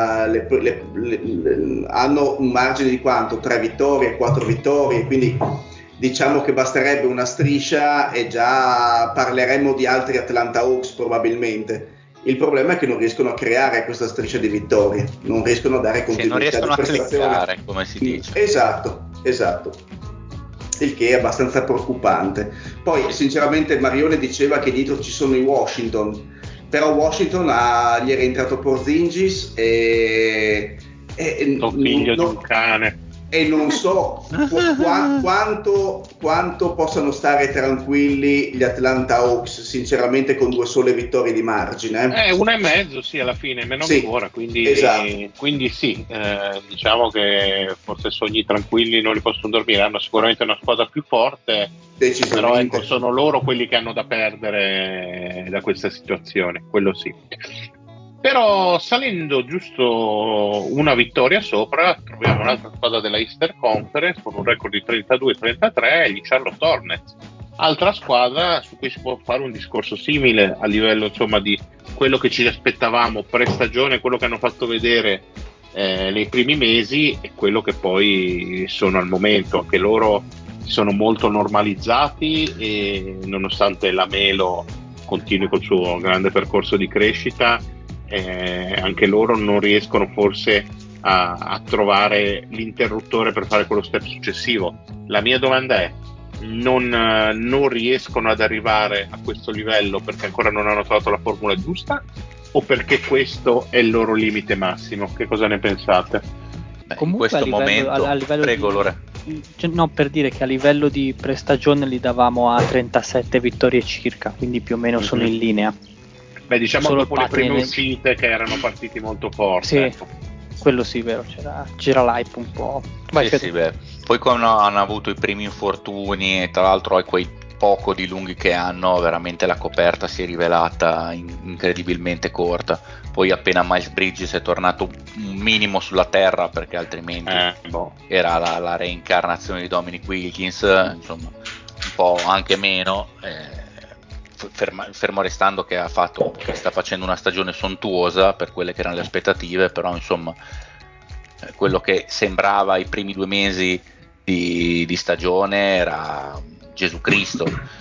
hanno un margine di quanto? 3 vittorie, 4 vittorie, quindi diciamo che basterebbe una striscia e già parleremmo di altri Atlanta Hawks probabilmente. Il problema è che non riescono a creare questa striscia di vittorie, non riescono a dare continuità di prestazione. Non riescono a cliccare, come si dice. Esatto. Il che è abbastanza preoccupante. Poi sinceramente Marione diceva che dietro ci sono i Washington, però Washington gli è rientrato Porzingis e figlio di un cane, e non so quanto possano stare tranquilli gli Atlanta Hawks, sinceramente, con 2 sole vittorie di margine. 1,5 sì, alla fine, meno ancora, quindi, esatto. Quindi sì, diciamo che forse sogni tranquilli non li possono dormire, hanno sicuramente una squadra più forte, però ecco, sono loro quelli che hanno da perdere da questa situazione, quello sì. Però salendo giusto una vittoria sopra troviamo un'altra squadra della Eastern Conference con un record di 32-33, gli Charlotte Hornets, altra squadra su cui si può fare un discorso simile a livello insomma di quello che ci aspettavamo pre-stagione, quello che hanno fatto vedere nei primi mesi e quello che poi sono al momento. Anche loro si sono molto normalizzati e nonostante la Melo continui col suo grande percorso di crescita, anche loro non riescono forse a trovare l'interruttore per fare quello step successivo. La mia domanda è: non riescono ad arrivare a questo livello perché ancora non hanno trovato la formula giusta, o perché questo è il loro limite massimo? Che cosa ne pensate? Comunque in questo momento a livello prego Lore. No, per dire che a livello di prestagione li davamo a 37 vittorie circa, quindi più o meno sono in linea. Beh, diciamo solo dopo le prime uscite che erano partiti molto forti. Sì. Ecco. quello sì, vero, c'era l'hype un po'. Sì, beh. Poi quando hanno avuto i primi infortuni e tra l'altro quei poco di lunghi che hanno, veramente la coperta si è rivelata incredibilmente corta. Poi appena Miles Bridges è tornato un minimo sulla terra, perché altrimenti era la reincarnazione di Dominic Wilkins, insomma un po' anche meno, fermo restando che sta facendo una stagione sontuosa per quelle che erano le aspettative, però insomma quello che sembrava i primi 2 mesi di stagione era Gesù Cristo,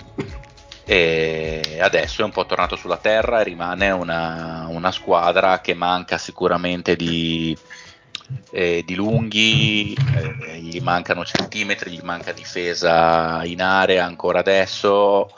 e adesso è un po' tornato sulla terra e rimane una squadra che manca sicuramente di lunghi, gli mancano centimetri, gli manca difesa in area ancora adesso,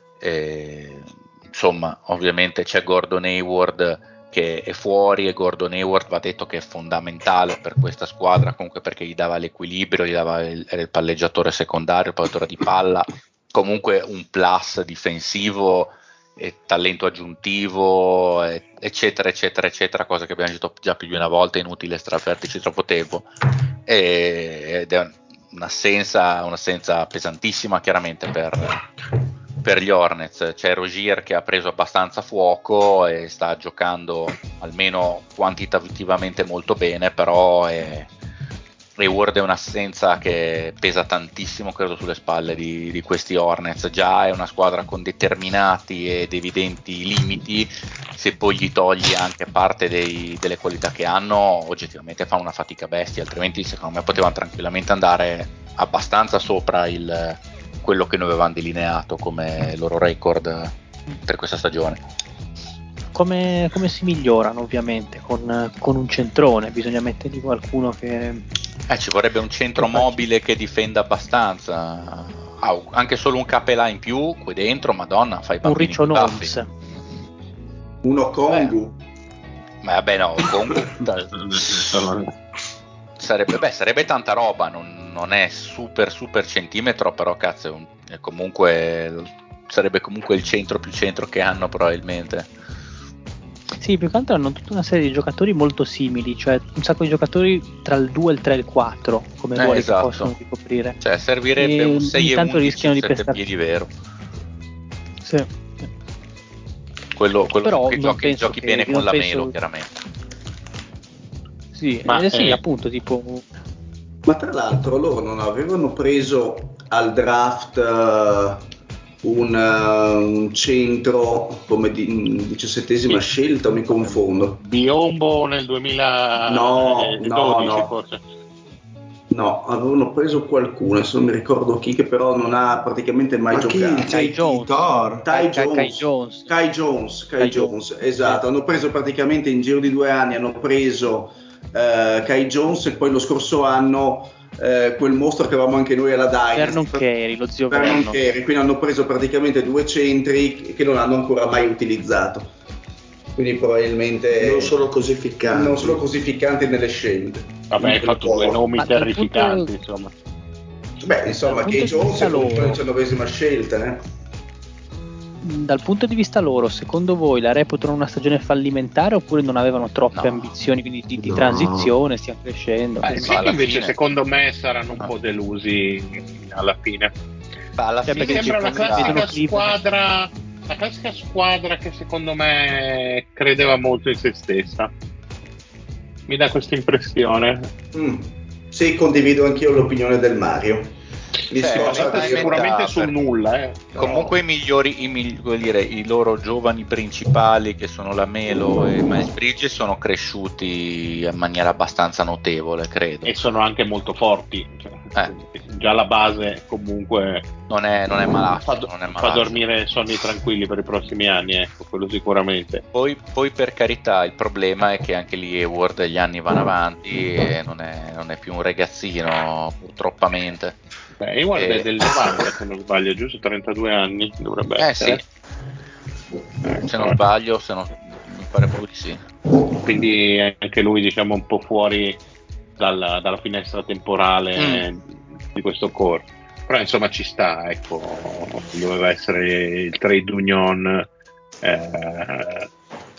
insomma ovviamente c'è Gordon Hayward che è fuori, e Gordon Hayward va detto che è fondamentale per questa squadra, comunque perché gli dava l'equilibrio, era il palleggiatore secondario, il palleggiatore di palla, comunque un plus difensivo e talento aggiuntivo, eccetera eccetera eccetera, cosa che abbiamo detto già più di una volta, è inutile strafertici troppo tempo, ed è un'assenza pesantissima chiaramente per gli Hornets. C'è Rozier che ha preso abbastanza fuoco e sta giocando almeno quantitativamente molto bene, però Hayward è un'assenza che pesa tantissimo, credo, sulle spalle di questi Hornets. Già è una squadra con determinati ed evidenti limiti, se poi gli togli anche parte delle qualità che hanno, oggettivamente fa una fatica bestia, altrimenti secondo me potevano tranquillamente andare abbastanza sopra quello che noi avevamo delineato come loro record per questa stagione. Come si migliorano ovviamente con un centrone, bisogna mettergli qualcuno che ci vorrebbe un centro mobile che difenda abbastanza, anche solo un capelà in più qui dentro, madonna, fai bambini un più Riccio baffi. Uno Kongu. Ma vabbè, no, Kongu sarebbe tanta roba, non è super centimetro, però cazzo sarebbe comunque il centro più centro che hanno probabilmente. Sì, più che altro hanno tutta una serie di giocatori molto simili, cioè un sacco di giocatori tra il 2, il 3 e il 4 come ruoli, esatto, che possono ricoprire. Cioè servirebbe un 6 e 11, rischiano di 7 piedi vero. Sì. Quello però che giochi bene con la Melo, chiaramente. Sì, sì, appunto, tipo. Ma tra l'altro loro non avevano preso al draft un centro come 17esima scelta, o mi confondo? Biombo nel 2012 forse. No, avevano preso qualcuno, adesso non mi ricordo chi, che però non ha praticamente mai giocato. Kai Jones, esatto. Hanno preso praticamente in giro di 2 anni, hanno preso Kai Jones, e poi lo scorso anno quel mostro che avevamo anche noi alla Dynasty, Vernon Carey, lo zio Vernon Carey. Quindi hanno preso praticamente 2 centri che non hanno ancora mai utilizzato, quindi probabilmente non sono così ficcanti nelle scelte. Vabbè, hai fatto 2 nomi terrificanti, insomma. Beh, insomma, Kai Jones è comunque la 19esima scelta, Dal punto di vista loro, secondo voi la reputano una stagione fallimentare oppure non avevano troppe ambizioni, quindi di transizione, stiano crescendo? Sì, invece secondo me saranno un po' delusi alla fine. Alla fine mi sembra la classica squadra che secondo me credeva molto in se stessa. Mi dà questa impressione. Sì, condivido anch'io l'opinione del Mario. Sicuramente sul nulla. Comunque i loro giovani principali, che sono la Melo e Miles Bridges, sono cresciuti in maniera abbastanza notevole, credo. E sono anche molto forti. Già la base comunque non è malato. Fa dormire sonni tranquilli per i prossimi anni, ecco, quello sicuramente. Poi per carità, il problema è che anche lì Hayward gli anni vanno avanti e non è più un ragazzino, purtroppamente. Hayward è del 90, se non sbaglio, giusto? 32 anni dovrebbe essere. Sì. Se non sbaglio, mi pare proprio di sì. Quindi anche lui, diciamo, un po' fuori dalla finestra temporale di questo core. Però insomma ci sta, ecco, doveva essere il trade union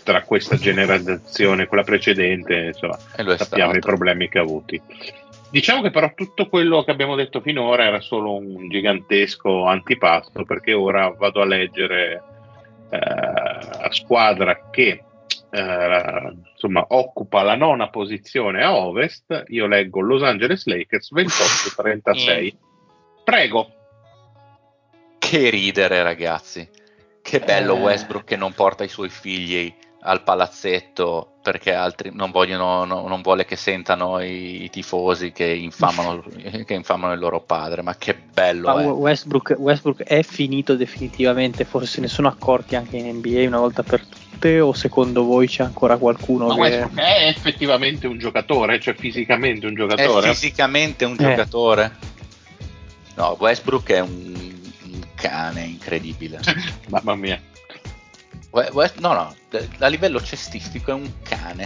tra questa generazione e quella precedente, insomma, sappiamo i problemi che ha avuti. Diciamo che però tutto quello che abbiamo detto finora era solo un gigantesco antipasto, perché ora vado a leggere la squadra che insomma occupa la 9ª posizione a Ovest. Io leggo Los Angeles Lakers 28-36. Prego. Che ridere, ragazzi. Che bello Westbrook che non porta i suoi figli al palazzetto perché altri non vuole che sentano i tifosi che infamano il loro padre. Ma che bello. Ma Westbrook è finito definitivamente, forse se ne sono accorti anche in NBA una volta per tutte, o secondo voi c'è ancora qualcuno ma che Westbrook è effettivamente un giocatore, cioè fisicamente un giocatore? È fisicamente un giocatore? No, Westbrook è un cane incredibile. Mamma mia. No, a livello cestistico è un cane.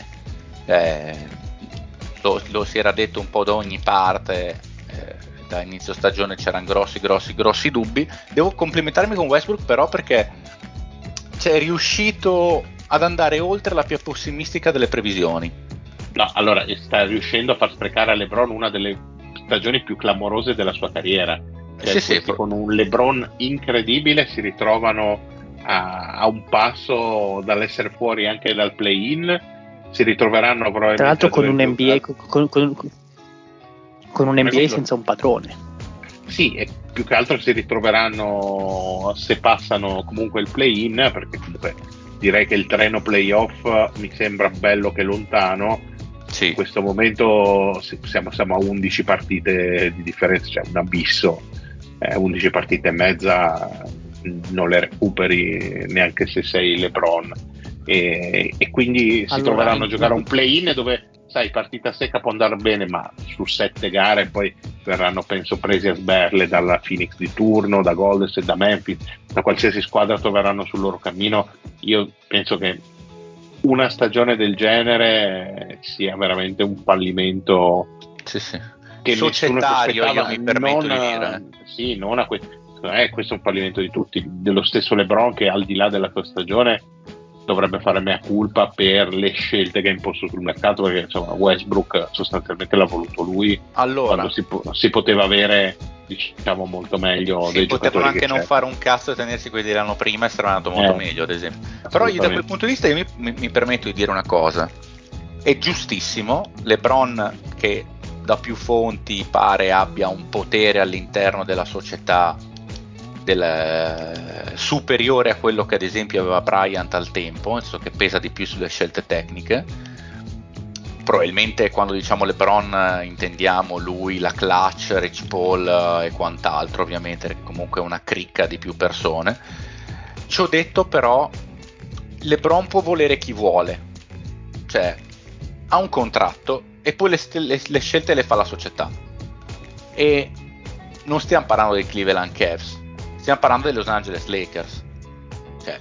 Lo si era detto un po' da ogni parte. Da inizio stagione c'erano grossi dubbi. Devo complimentarmi con Westbrook però perché è riuscito ad andare oltre la più pessimistica delle previsioni. No, allora sta riuscendo a far sprecare a LeBron una delle stagioni più clamorose della sua carriera. Sì, con un LeBron incredibile si ritrovano a un passo dall'essere fuori anche dal play-in. Si ritroveranno probabilmente tra l'altro con un NBA con un NBA senza un padrone. Sì, e più che altro si ritroveranno se passano comunque il play-in, perché comunque direi che il treno playoff mi sembra bello che lontano. Sì. In questo momento siamo a 11 partite di differenza, cioè un abisso. 11 partite e mezza non le recuperi neanche se sei LeBron, e quindi si troveranno a giocare un play-in dove sai, partita secca può andare bene, ma su 7 gare poi verranno penso presi a sberle dalla Phoenix di turno, da Golden State, da Memphis, da qualsiasi squadra troveranno sul loro cammino. Io penso che una stagione del genere sia veramente un fallimento. Sì. Che societario, io mi permetto di dire. Sì, non a questo è un fallimento di tutti, dello stesso LeBron, che al di là della sua stagione dovrebbe fare mea culpa per le scelte che ha imposto sul mercato, perché insomma Westbrook sostanzialmente l'ha voluto lui, quando si poteva avere, diciamo, molto meglio dei giocatori. Potevano anche che non fare un cazzo e tenersi quelli dell'anno prima e sarebbe andato molto meglio, ad esempio. Però io da quel punto di vista io mi permetto di dire una cosa: è giustissimo LeBron, che da più fonti pare abbia un potere all'interno della società superiore a quello che ad esempio aveva Bryant al tempo, nel senso che pesa di più sulle scelte tecniche. Probabilmente quando diciamo LeBron intendiamo lui, la clutch, Rich Paul e quant'altro, ovviamente, che comunque è una cricca di più persone. Ciò detto, però, LeBron può volere chi vuole, cioè ha un contratto e poi le scelte le fa la società, e non stiamo parlando dei Cleveland Cavs, stiamo parlando dei Los Angeles Lakers, cioè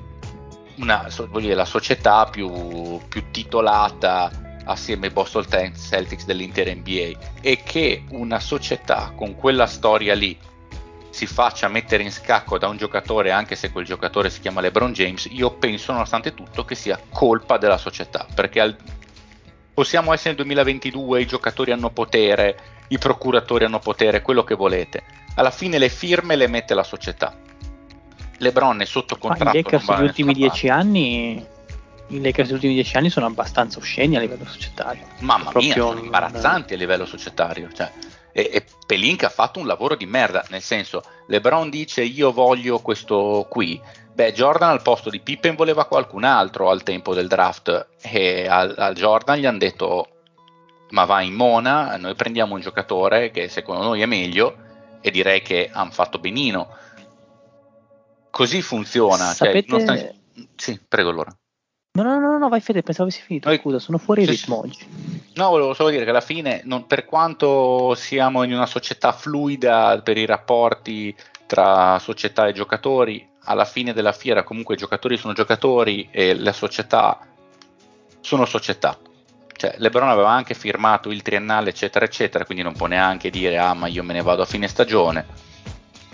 la società più titolata assieme ai Boston Celtics dell'intera NBA, e che una società con quella storia lì si faccia mettere in scacco da un giocatore, anche se quel giocatore si chiama LeBron James, io penso nonostante tutto che sia colpa della società, perché possiamo essere nel 2022, i giocatori hanno potere, i procuratori hanno potere, quello che volete, alla fine le firme le mette la società. LeBron è sotto contratto. I Lakers degli ultimi 10 anni sono abbastanza osceni a livello societario. Mamma mia, sono imbarazzanti a livello societario, cioè, e Pelinka ha fatto un lavoro di merda, nel senso, LeBron dice io voglio questo qui. Beh, Jordan al posto di Pippen voleva qualcun altro al tempo del draft, e al Jordan gli hanno detto ma vai in Mona, noi prendiamo un giocatore che secondo noi è meglio, e direi che hanno fatto benino. Così funziona. Sapete... Sì, prego allora. No, vai Fede, pensavo avessi finito, scusa, sono fuori ritmo oggi. No, volevo solo dire che alla fine, per quanto siamo in una società fluida per i rapporti tra società e giocatori, alla fine della fiera comunque i giocatori sono giocatori e le società sono società. Cioè, LeBron aveva anche firmato il triennale eccetera eccetera, quindi non può neanche dire ma io me ne vado a fine stagione.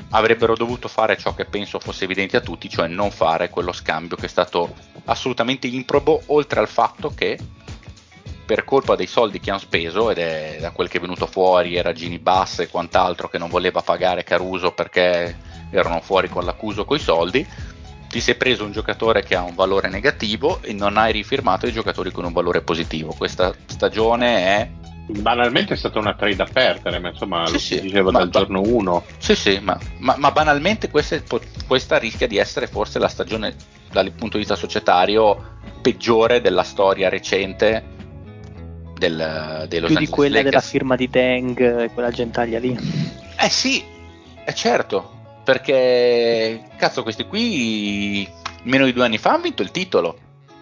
avrebbero dovuto fare ciò che penso fosse evidente a tutti, cioè non fare quello scambio che è stato assolutamente improbo, oltre al fatto che per colpa dei soldi che hanno speso, ed è da quel che è venuto fuori, era Gini Bass e quant'altro che non voleva pagare Caruso perché erano fuori con l'accuso coi soldi, ti sei preso un giocatore che ha un valore negativo e non hai rifirmato i giocatori con un valore positivo. Questa stagione è... Banalmente è stata una trade a perdere, ma insomma Sì, lo sì, si diceva dal giorno 1. Sì, ma banalmente questa rischia di essere forse la stagione dal punto di vista societario peggiore della storia recente dei Los più Angeles di quella Lakers. della firma di Deng e quella gentaglia lì. Sì, è certo, perché cazzo questi qui meno di 2 anni fa hanno vinto il titolo.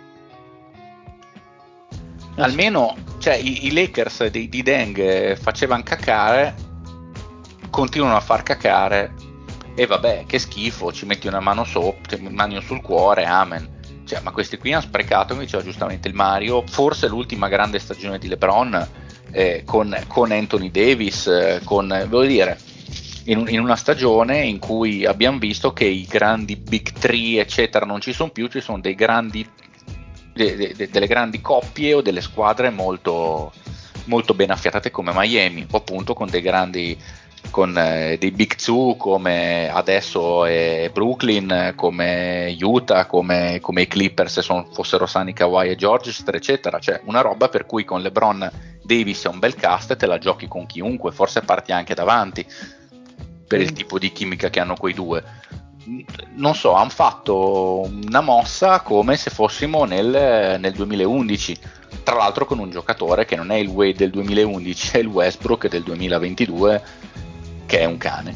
Almeno, cioè, i Lakers di Deng facevano cacare, continuano a far cacare, e vabbè, che schifo, ci metti una mano sopra, mano sul cuore, amen. Cioè, ma questi qui hanno sprecato, come diceva giustamente il Mario, forse l'ultima grande stagione di LeBron, con Anthony Davis, voglio dire, in una stagione in cui abbiamo visto che i grandi Big Three eccetera non ci sono più, ci sono dei grandi delle grandi coppie o delle squadre molto, molto ben affiatate come Miami, o appunto con dei grandi, con dei Big Two come adesso è Brooklyn, come Utah, come i Clippers se fossero sani Kawhi e George, eccetera. Cioè una roba per cui con LeBron Davis è un bel cast e te la giochi con chiunque, forse parti anche davanti per il tipo di chimica che hanno quei due. Non so, hanno fatto una mossa come se fossimo nel 2011, tra l'altro con un giocatore che non è il Wade del 2011, è il Westbrook del 2022, che è un cane.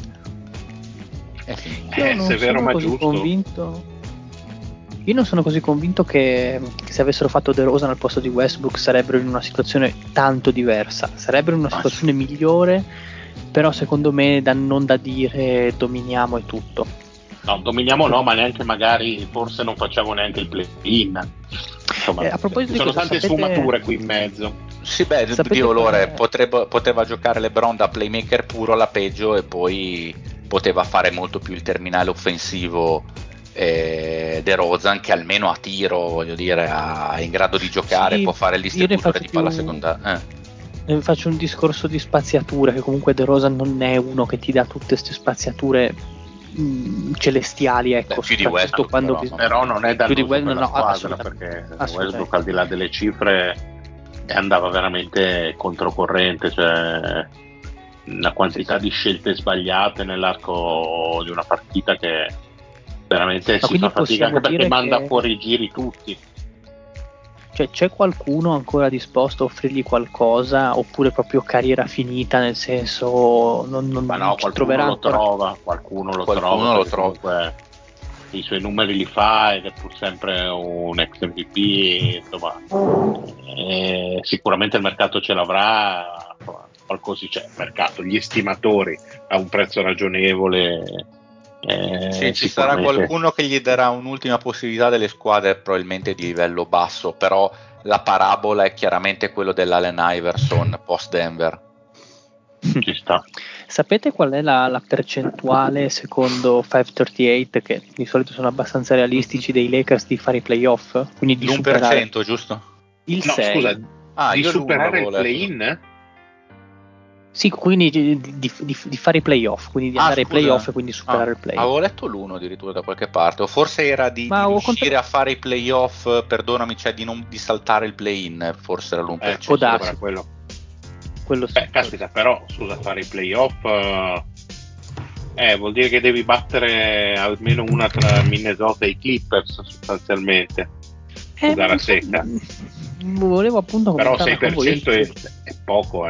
Io non sono così convinto. Io non sono così convinto che se avessero fatto DeRozan al posto di Westbrook sarebbero in una situazione tanto diversa, sarebbero in una situazione migliore, però secondo me non da dire dominiamo e tutto. No, dominiamo no, ma neanche magari, forse non facciamo neanche il play-in. Insomma, a proposito ci sono tante sfumature qui in mezzo. Sì, beh, Dio Lore, poteva giocare LeBron da playmaker puro alla peggio e poi poteva fare molto più il terminale offensivo DeRozan, che almeno a tiro, voglio dire, è in grado di giocare, sì, può fare il distributore di palla secondaria. Faccio un discorso di spaziatura, che comunque DeRozan non è uno che ti dà tutte queste spaziature celestiali, ecco. Più di Westbrook, però non è dannoso per la squadra, assolutamente, perché Westbrook, al di là delle cifre, andava veramente controcorrente, cioè una quantità di scelte sbagliate nell'arco di una partita che veramente si fa fatica, anche perché manda fuori i giri tutti. Cioè, c'è qualcuno ancora disposto a offrirgli qualcosa, oppure proprio carriera finita, nel senso ma no, ci troverà ancora? Qualcuno lo trova. Comunque i suoi numeri li fa ed è pur sempre un ex MVP, insomma, sicuramente il mercato ce l'avrà, qualcosa c'è, il mercato, gli estimatori a un prezzo ragionevole. Sì, ci sarà qualcuno che gli darà un'ultima possibilità delle squadre probabilmente di livello basso, però la parabola è chiaramente quello dell'Allen Iverson post Denver. Ci sta. Sapete qual è la percentuale secondo 538, che di solito sono abbastanza realistici, dei Lakers di fare i playoff? Quindi di l'1%, superare giusto? Il 6. Scusa, di superare il play-in? Sì, quindi di fare i playoff, quindi di andare ai playoff e quindi superare il play-in. Avevo letto l'1 addirittura da qualche parte, o forse era di riuscire a fare i playoff, perdonami, cioè di saltare il play-in, forse era l'1%. Può darsi. Quello sì. Caspita, però, scusa, fare i playoff vuol dire che devi battere almeno una tra Minnesota e i Clippers, sostanzialmente. Gara secca. Volevo appunto però 6% è poco,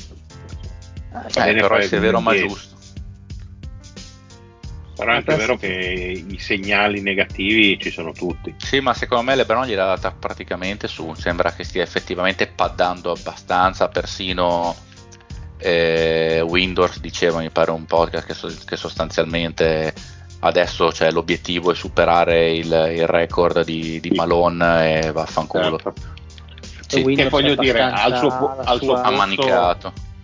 però è severo ma giusto. Però è anche vero che i segnali negativi ci sono tutti. Sì, ma secondo me LeBron gliel'ha data praticamente su. Sembra che stia effettivamente paddando abbastanza. Persino Windhorst diceva, mi pare un podcast, che sostanzialmente adesso l'obiettivo è superare il record di Malone e vaffanculo. Sì, che voglio dire, al suo posto,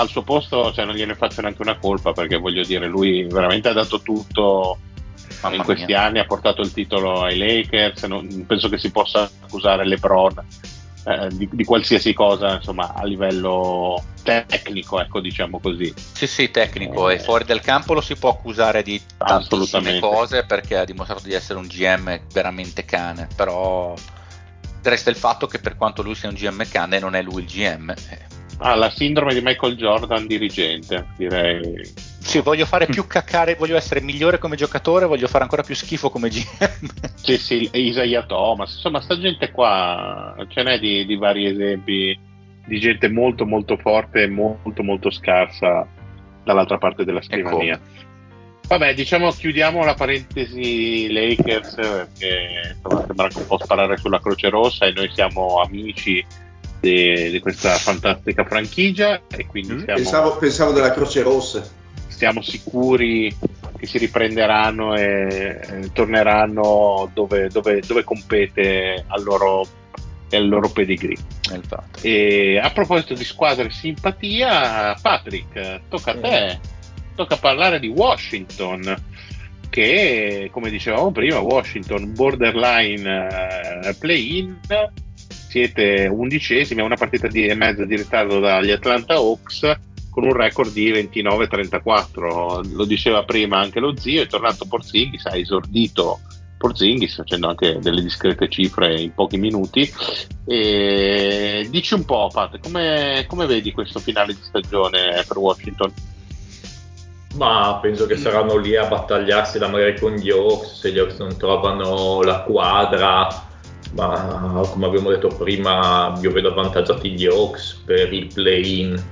al suo posto, cioè, non gliene faccio neanche una colpa, perché voglio dire, lui veramente ha dato tutto in questi anni, ha portato il titolo ai Lakers, non penso che si possa accusare LeBron di qualsiasi cosa, insomma, a livello tecnico, ecco, diciamo così. Sì, tecnico, e fuori dal campo lo si può accusare di tantissime cose, perché ha dimostrato di essere un GM veramente cane, però resta il fatto che per quanto lui sia un GM cane, non è lui il GM. La sindrome di Michael Jordan dirigente, direi. Sì, voglio fare più caccare, voglio essere migliore come giocatore, voglio fare ancora più schifo come GM. Sì, Isaiah Thomas, insomma, sta gente qua, ce n'è di vari esempi di gente molto molto forte e molto molto scarsa dall'altra parte della scrivania. Vabbè, diciamo, chiudiamo la parentesi Lakers, perché insomma, sembra un po' sparare sulla Croce Rossa, e noi siamo amici di questa fantastica franchigia, e quindi pensavo della Croce Rossa. Siamo sicuri che si riprenderanno e torneranno dove compete al loro pedigree. E a proposito di squadre e simpatia, Patrick, tocca a te, tocca parlare di Washington, che, come dicevamo prima, Washington borderline play-in, siete 11esimi, a una partita e mezza di ritardo dagli Atlanta Hawks, con un record di 29-34. Lo diceva prima anche lo zio, è tornato Porzingis, ha esordito Porzingis facendo anche delle discrete cifre in pochi minuti. E dici un po', Pat, come vedi questo finale di stagione per Washington? Ma penso che saranno lì a battagliarsi da magari con gli Hawks, se gli Hawks non trovano la quadra, ma come abbiamo detto prima io vedo avvantaggiati gli Hawks per il play-in.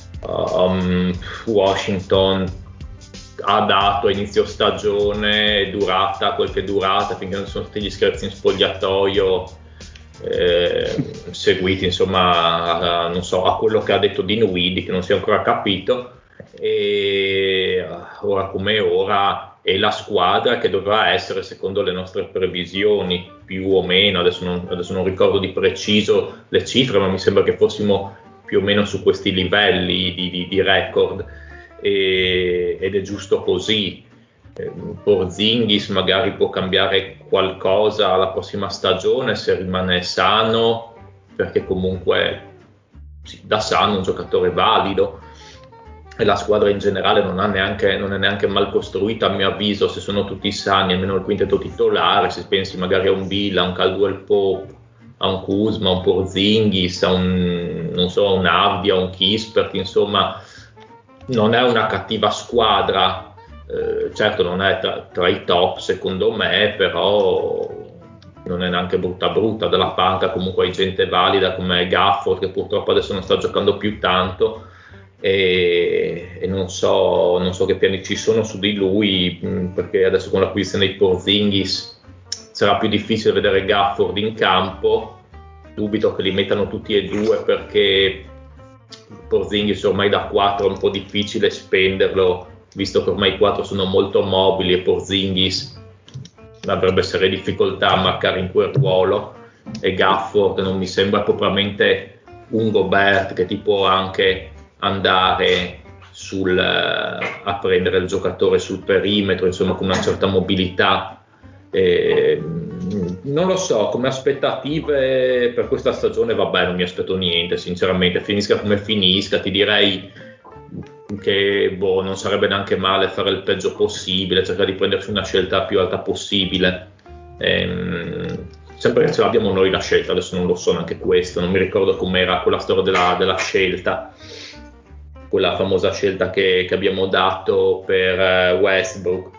Washington ha dato a inizio stagione durata quel che è durata, finché non sono stati gli scherzi in spogliatoio seguiti, insomma, non so, a quello che ha detto Dinwiddie, che non si è ancora capito, e ora come ora è la squadra che dovrà essere, secondo le nostre previsioni, più o meno, adesso non ricordo di preciso le cifre, ma mi sembra che fossimo più o meno su questi livelli di record, ed è giusto così. Porzingis magari può cambiare qualcosa la prossima stagione se rimane sano, perché comunque da sano è un giocatore valido, e la squadra in generale non è neanche mal costruita, a mio avviso. Se sono tutti sani, almeno il quintetto titolare, se pensi magari a un Bill, a un Caldwell Pope, a un Kuzma, a un Porzingis, a un Avdia, a un Kispert, insomma non è una cattiva squadra, certo non è tra i top secondo me, però non è neanche brutta. Dalla panca comunque hai gente valida come Gafford, che purtroppo adesso non sta giocando più tanto, e non so che piani ci sono su di lui, perché adesso con l'acquisizione dei Porzingis sarà più difficile vedere Gafford in campo. Dubito che li mettano tutti e due, perché Porzingis ormai da 4 è un po' difficile spenderlo, visto che ormai i 4 sono molto mobili, e Porzingis avrebbe serie difficoltà a marcare in quel ruolo, e Gafford non mi sembra propriamente un Gobert che ti può anche andare a prendere il giocatore sul perimetro, insomma, con una certa mobilità. Non lo so, come aspettative per questa stagione, vabbè, non mi aspetto niente, sinceramente. Finisca come finisca, ti direi che non sarebbe neanche male fare il peggio possibile, cercare di prendersi una scelta più alta possibile, sempre che ce l'abbiamo noi la scelta. Adesso non lo so neanche questo, non mi ricordo com'era quella storia della scelta, quella famosa scelta che abbiamo dato per Westbrook.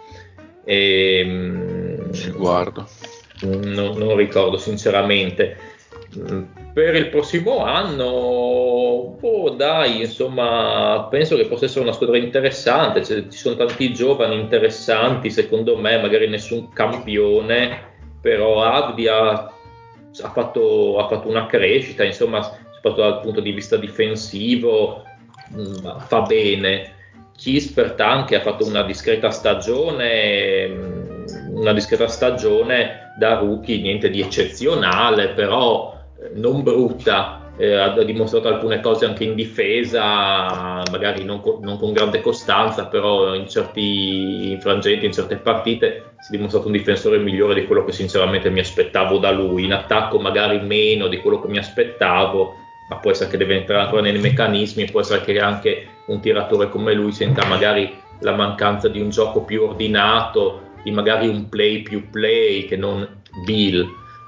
Ci guardo. Non ricordo sinceramente. Per il prossimo anno, dai, insomma, penso che possa essere una squadra interessante. Ci sono tanti giovani interessanti, secondo me, magari nessun campione, però Avdia ha fatto una crescita, insomma, soprattutto dal punto di vista difensivo, fa bene. Kispert anche ha fatto una discreta stagione da rookie, niente di eccezionale, però non brutta. ha dimostrato alcune cose anche in difesa, magari non con grande costanza, però in certi frangenti, in certe partite si è dimostrato un difensore migliore di quello che sinceramente mi aspettavo da lui. In attacco magari meno di quello che mi aspettavo, ma può essere che deve entrare ancora nei meccanismi, può essere che anche un tiratore come lui senta magari la mancanza di un gioco più ordinato, di magari un play più play che non Bill.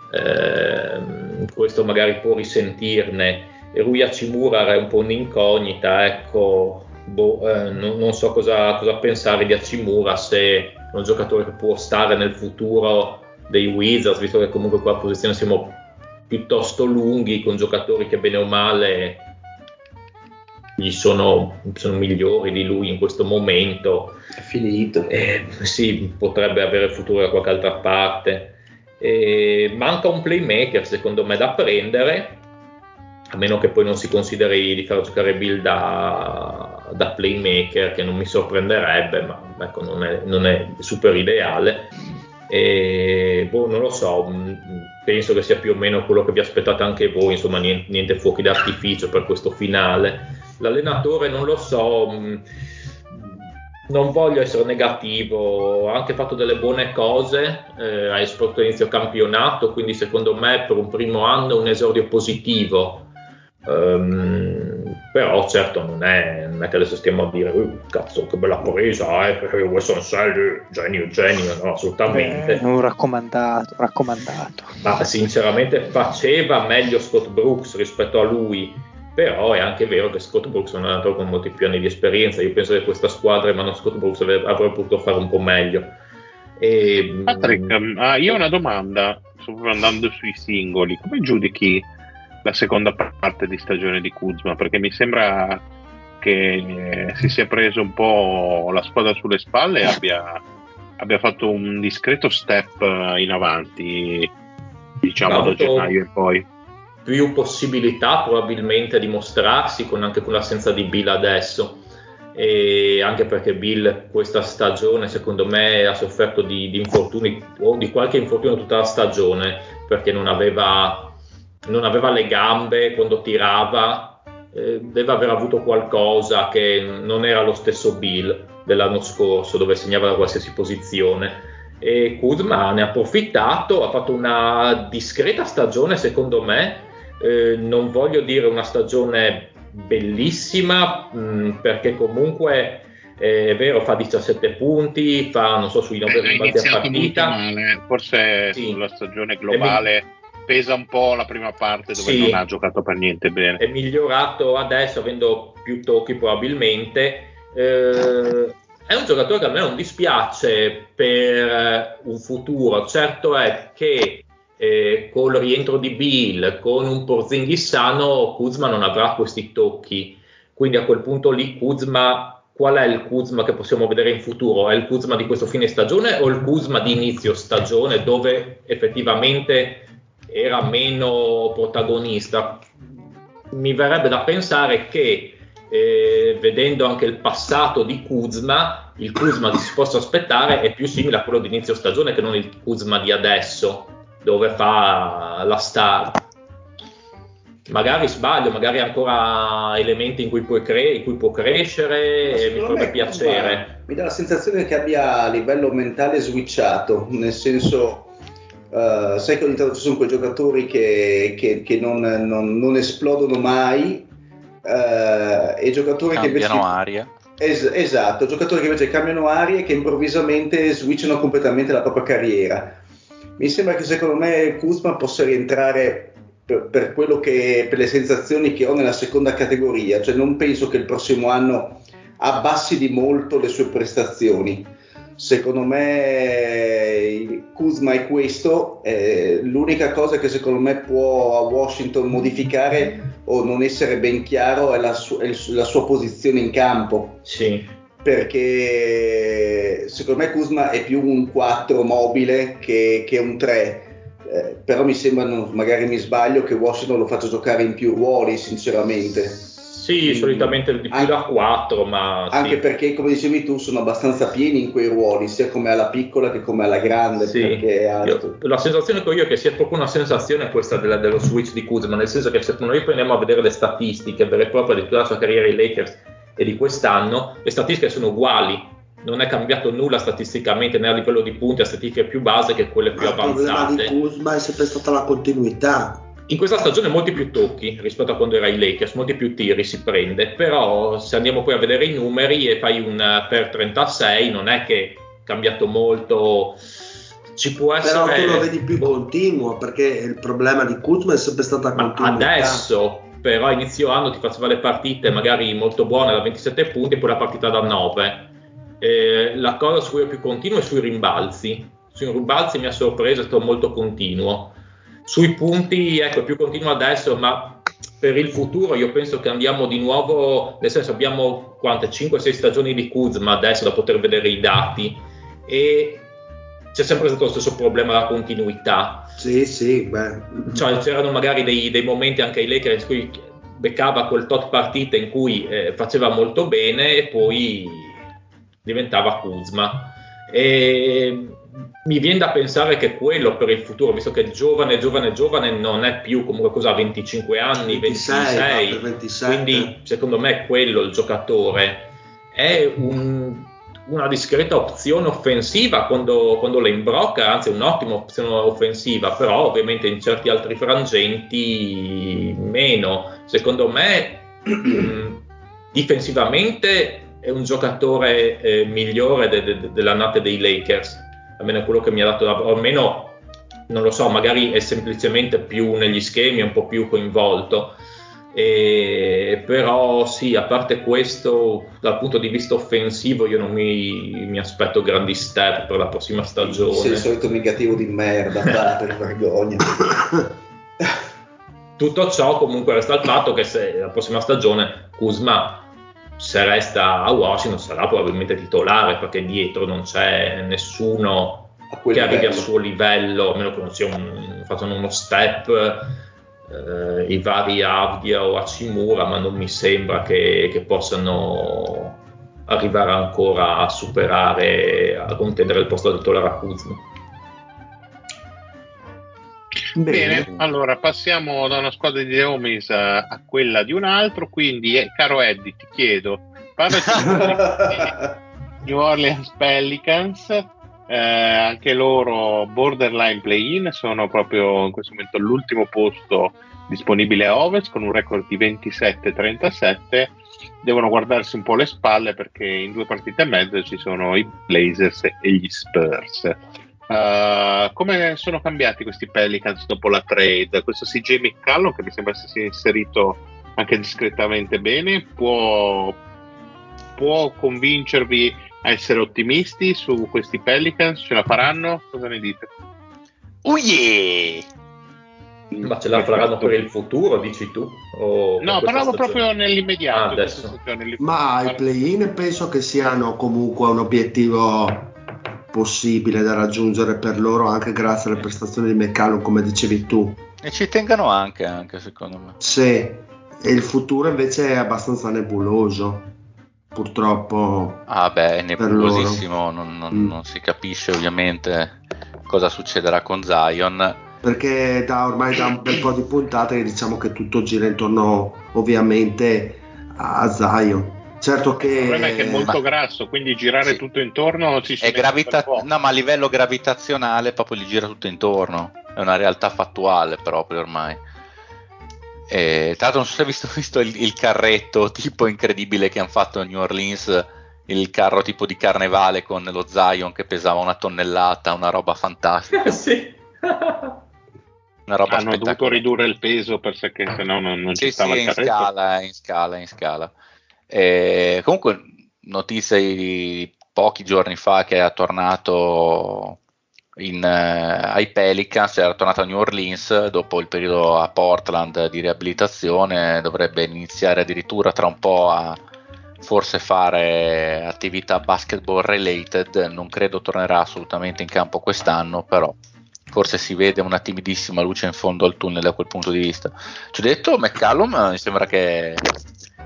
Questo magari può risentirne. E Rui Hachimura è un po' un'incognita, ecco, non so cosa pensare di Hachimura, se è un giocatore che può stare nel futuro dei Wizards, visto che comunque qua a posizione siamo piuttosto lunghi, con giocatori che bene o male gli sono migliori di lui in questo momento. È finito. Sì, potrebbe avere futuro da qualche altra parte. Manca un playmaker secondo me da prendere, a meno che poi non si consideri di far giocare Bill da playmaker, che non mi sorprenderebbe, ma ecco, non è super ideale. Non lo so, penso che sia più o meno quello che vi aspettate anche voi, insomma niente fuochi d'artificio per questo finale. L'allenatore non lo so, non voglio essere negativo, ha anche fatto delle buone cose, ha esportato inizio campionato, quindi secondo me per un primo anno è un esordio positivo. Però certo non è che adesso stiamo a dire cazzo che bella presa, Wesson Sally, genio, no, assolutamente. Un raccomandato. Ma sinceramente faceva meglio Scott Brooks rispetto a lui, però è anche vero che Scott Brooks è un allenatore con molti più anni di esperienza. Io penso che questa squadra, ma non Scott Brooks, avrebbe potuto fare un po' meglio. Patrick, io ho una domanda, sto proprio andando sui singoli, come giudichi la seconda parte di stagione di Kuzma? Perché mi sembra che si sia preso un po' la squadra sulle spalle e abbia fatto un discreto step in avanti, diciamo, da gennaio in poi. Più possibilità probabilmente di mostrarsi anche con l'assenza di Bill adesso, e anche perché Bill questa stagione secondo me ha sofferto di infortuni o di qualche infortunio tutta la stagione, perché non aveva le gambe quando tirava, deve aver avuto qualcosa che non era lo stesso Bill dell'anno scorso, dove segnava da qualsiasi posizione. E Kuzma ne ha approfittato, ha fatto una discreta stagione secondo me, non voglio dire una stagione bellissima, perché comunque è vero, fa 17 punti, fa non so sui 9 rimbalzi a partita, male. Forse sì, sulla stagione globale pesa un po' la prima parte dove non ha giocato per niente bene. È migliorato adesso avendo più tocchi probabilmente. È un giocatore che a me non dispiace per un futuro. Certo è che col rientro di Bill, con un Porzingis sano, Kuzma non avrà questi tocchi, quindi a quel punto lì Kuzma, qual è il Kuzma che possiamo vedere in futuro? È il Kuzma di questo fine stagione o il Kuzma di inizio stagione, dove effettivamente era meno protagonista? Mi verrebbe da pensare che vedendo anche il passato di Kuzma, il Kuzma che si possa aspettare è più simile a quello di inizio stagione che non il Kuzma di adesso, dove fa la star. Magari sbaglio, magari ancora elementi in cui può crescere, e mi farebbe piacere. Mi dà la sensazione che abbia a livello mentale switchato, nel senso, sai che ogni tanto ci sono quei giocatori che non esplodono mai, e giocatori cambiano che invece aria. Esatto, giocatori che invece cambiano aria e che improvvisamente switchano completamente la propria carriera. Mi sembra che secondo me Kuzma possa rientrare per quello che, per le sensazioni che ho nella seconda categoria, cioè non penso che il prossimo anno abbassi di molto le sue prestazioni. Secondo me Kuzma è questo, l'unica cosa che secondo me può a Washington modificare o non essere ben chiaro è la sua posizione in campo. Sì. Perché secondo me Kuzma è più un 4 mobile che un 3, però mi sembra, magari mi sbaglio, che Washington lo faccia giocare in più ruoli sinceramente. Sì, solitamente di più da 4, ma anche sì. perché, come dicevi tu, sono abbastanza pieni in quei ruoli, sia come alla piccola che come alla grande. Sì. Perché La sensazione che ho io è che sia proprio una sensazione questa dello switch di Kuzma, nel senso che se noi prendiamo a vedere le statistiche vere e proprie di tutta la sua carriera ai Lakers e di quest'anno, le statistiche sono uguali, non è cambiato nulla statisticamente né a livello di punti, a statistiche più base che quelle più avanzate. Il problema di Kuzma è sempre stata la continuità. In questa stagione molti più tocchi rispetto a quando era ai Lakers, molti più tiri si prende, però se andiamo poi a vedere i numeri e fai un per 36 non è che è cambiato molto, ci può essere... Però tu lo vedi più continuo, perché il problema di Kuzma è sempre stata la continuità. Adesso però a inizio anno ti faceva le partite magari molto buone da 27 punti e poi la partita da 9. La cosa su cui è più continuo è sui rimbalzi mi ha sorpreso, è stato molto continuo. Sui punti, ecco, è più continuo adesso, ma per il futuro io penso che andiamo di nuovo, nel senso abbiamo 5-6 stagioni di Kuzma adesso da poter vedere i dati e c'è sempre stato lo stesso problema della continuità. Sì, beh. Cioè, c'erano magari dei momenti anche ai Lakers in cui beccava quel tot partita in cui faceva molto bene e poi diventava Kuzma. E mi viene da pensare che quello per il futuro, visto che giovane non è più comunque cosa, 25 anni, 26, 27. Quindi secondo me è quello il giocatore. È una discreta opzione offensiva quando la imbrocca, anzi un'ottima opzione offensiva, però ovviamente in certi altri frangenti meno. Secondo me difensivamente è un giocatore migliore dell'annata dei Lakers, almeno quello che mi ha dato, o almeno non lo so, magari è semplicemente più negli schemi, è un po' più coinvolto. Però sì, a parte questo, dal punto di vista offensivo io non mi aspetto grandi step per la prossima stagione. Sei il solito negativo di merda, per vergogna. Tutto ciò comunque resta il fatto che se la prossima stagione Kuzma, se resta a Washington, sarà probabilmente titolare, perché dietro non c'è nessuno che arrivi al suo livello, a meno che non facciano uno step i vari Avdia o Hachimura, ma non mi sembra che possano arrivare ancora a superare, a contendere il posto da titolare a Kuzma. Bene, allora passiamo da una squadra di The Homies a quella di un altro, quindi caro Eddie ti chiedo, parlaci di New Orleans Pelicans. Anche loro borderline play-in, sono proprio in questo momento all'ultimo posto disponibile a Ovest con un record di 27-37. Devono guardarsi un po' le spalle perché in 2 partite e mezzo ci sono i Blazers e gli Spurs. Come sono cambiati questi Pelicans dopo la trade? Questo CJ McCollum, che mi sembra essersi inserito anche discretamente bene, può convincervi a essere ottimisti su questi Pelicans? Ce la faranno? Cosa ne dite? Ma ce la faranno per il futuro, dici tu? No, parlavo proprio nell'immediato. Adesso. Ma i play-in penso che siano comunque un obiettivo possibile da raggiungere per loro, anche grazie alle prestazioni di McCallum, come dicevi tu. E ci tengano anche secondo me. Sì, e il futuro invece è abbastanza nebuloso, purtroppo. È nebulosissimo, non si capisce ovviamente cosa succederà con Zion. Perché ormai da un bel po' di puntate diciamo che tutto gira intorno ovviamente a Zion. Certo che il problema è che è molto grasso, quindi girare tutto intorno no, ma a livello gravitazionale proprio gli gira tutto intorno, è una realtà fattuale proprio ormai. Tra l'altro non so se hai visto il carretto tipo incredibile che hanno fatto a New Orleans, il carro tipo di carnevale con lo Zion che pesava 1 tonnellata, una roba fantastica. Sì. Una roba hanno dovuto ridurre il peso perché sennò non ci stava il carretto. in scala. Comunque notizia di pochi giorni fa che era tornato ai Pelicans, era tornato a New Orleans dopo il periodo a Portland di riabilitazione, dovrebbe iniziare addirittura tra un po' a forse fare attività basketball related, non credo tornerà assolutamente in campo quest'anno, però forse si vede una timidissima luce in fondo al tunnel da quel punto di vista. Ci ho detto McCallum, mi sembra che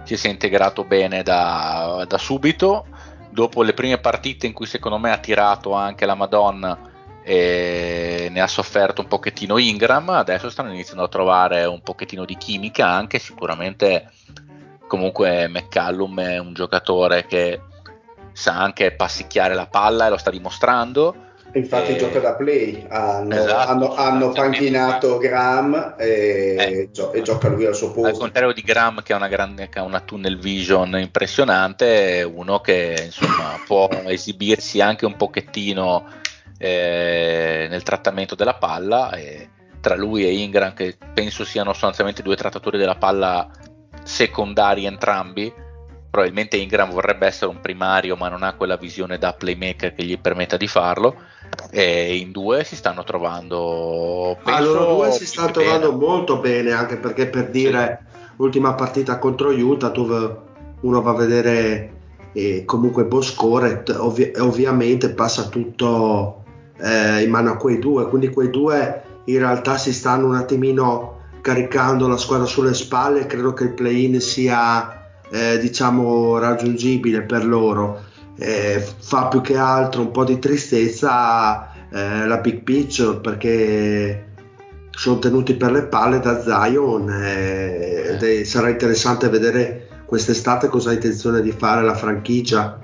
si è integrato bene da subito. Dopo le prime partite in cui secondo me ha tirato anche la Madonna e ne ha sofferto un pochettino Ingram, adesso stanno iniziando a trovare un pochettino di chimica anche. Sicuramente comunque McCallum è un giocatore che sa anche passicchiare la palla e lo sta dimostrando. Infatti gioca da play, hanno Esatto, panchinato Graham e gioca lui al suo posto. Al contrario di Graham che ha una tunnel vision impressionante, uno che insomma può esibirsi anche un pochettino nel trattamento della palla, e tra lui e Ingram, che penso siano sostanzialmente due trattatori della palla secondari entrambi. Probabilmente Ingram vorrebbe essere un primario, ma non ha quella visione da playmaker che gli permetta di farlo, e in due si stanno trovando, penso, loro due si stanno trovando molto bene, anche perché, per dire, l'ultima partita contro Utah, dove uno va a vedere comunque Boscoret, ovviamente passa tutto in mano a quei due, quindi quei due in realtà si stanno un attimino caricando la squadra sulle spalle. Credo che il play-in sia diciamo raggiungibile per loro. Fa più che altro un po' di tristezza la big picture, perché sono tenuti per le palle da Zion, ed sarà interessante vedere quest'estate cosa ha intenzione di fare la franchigia.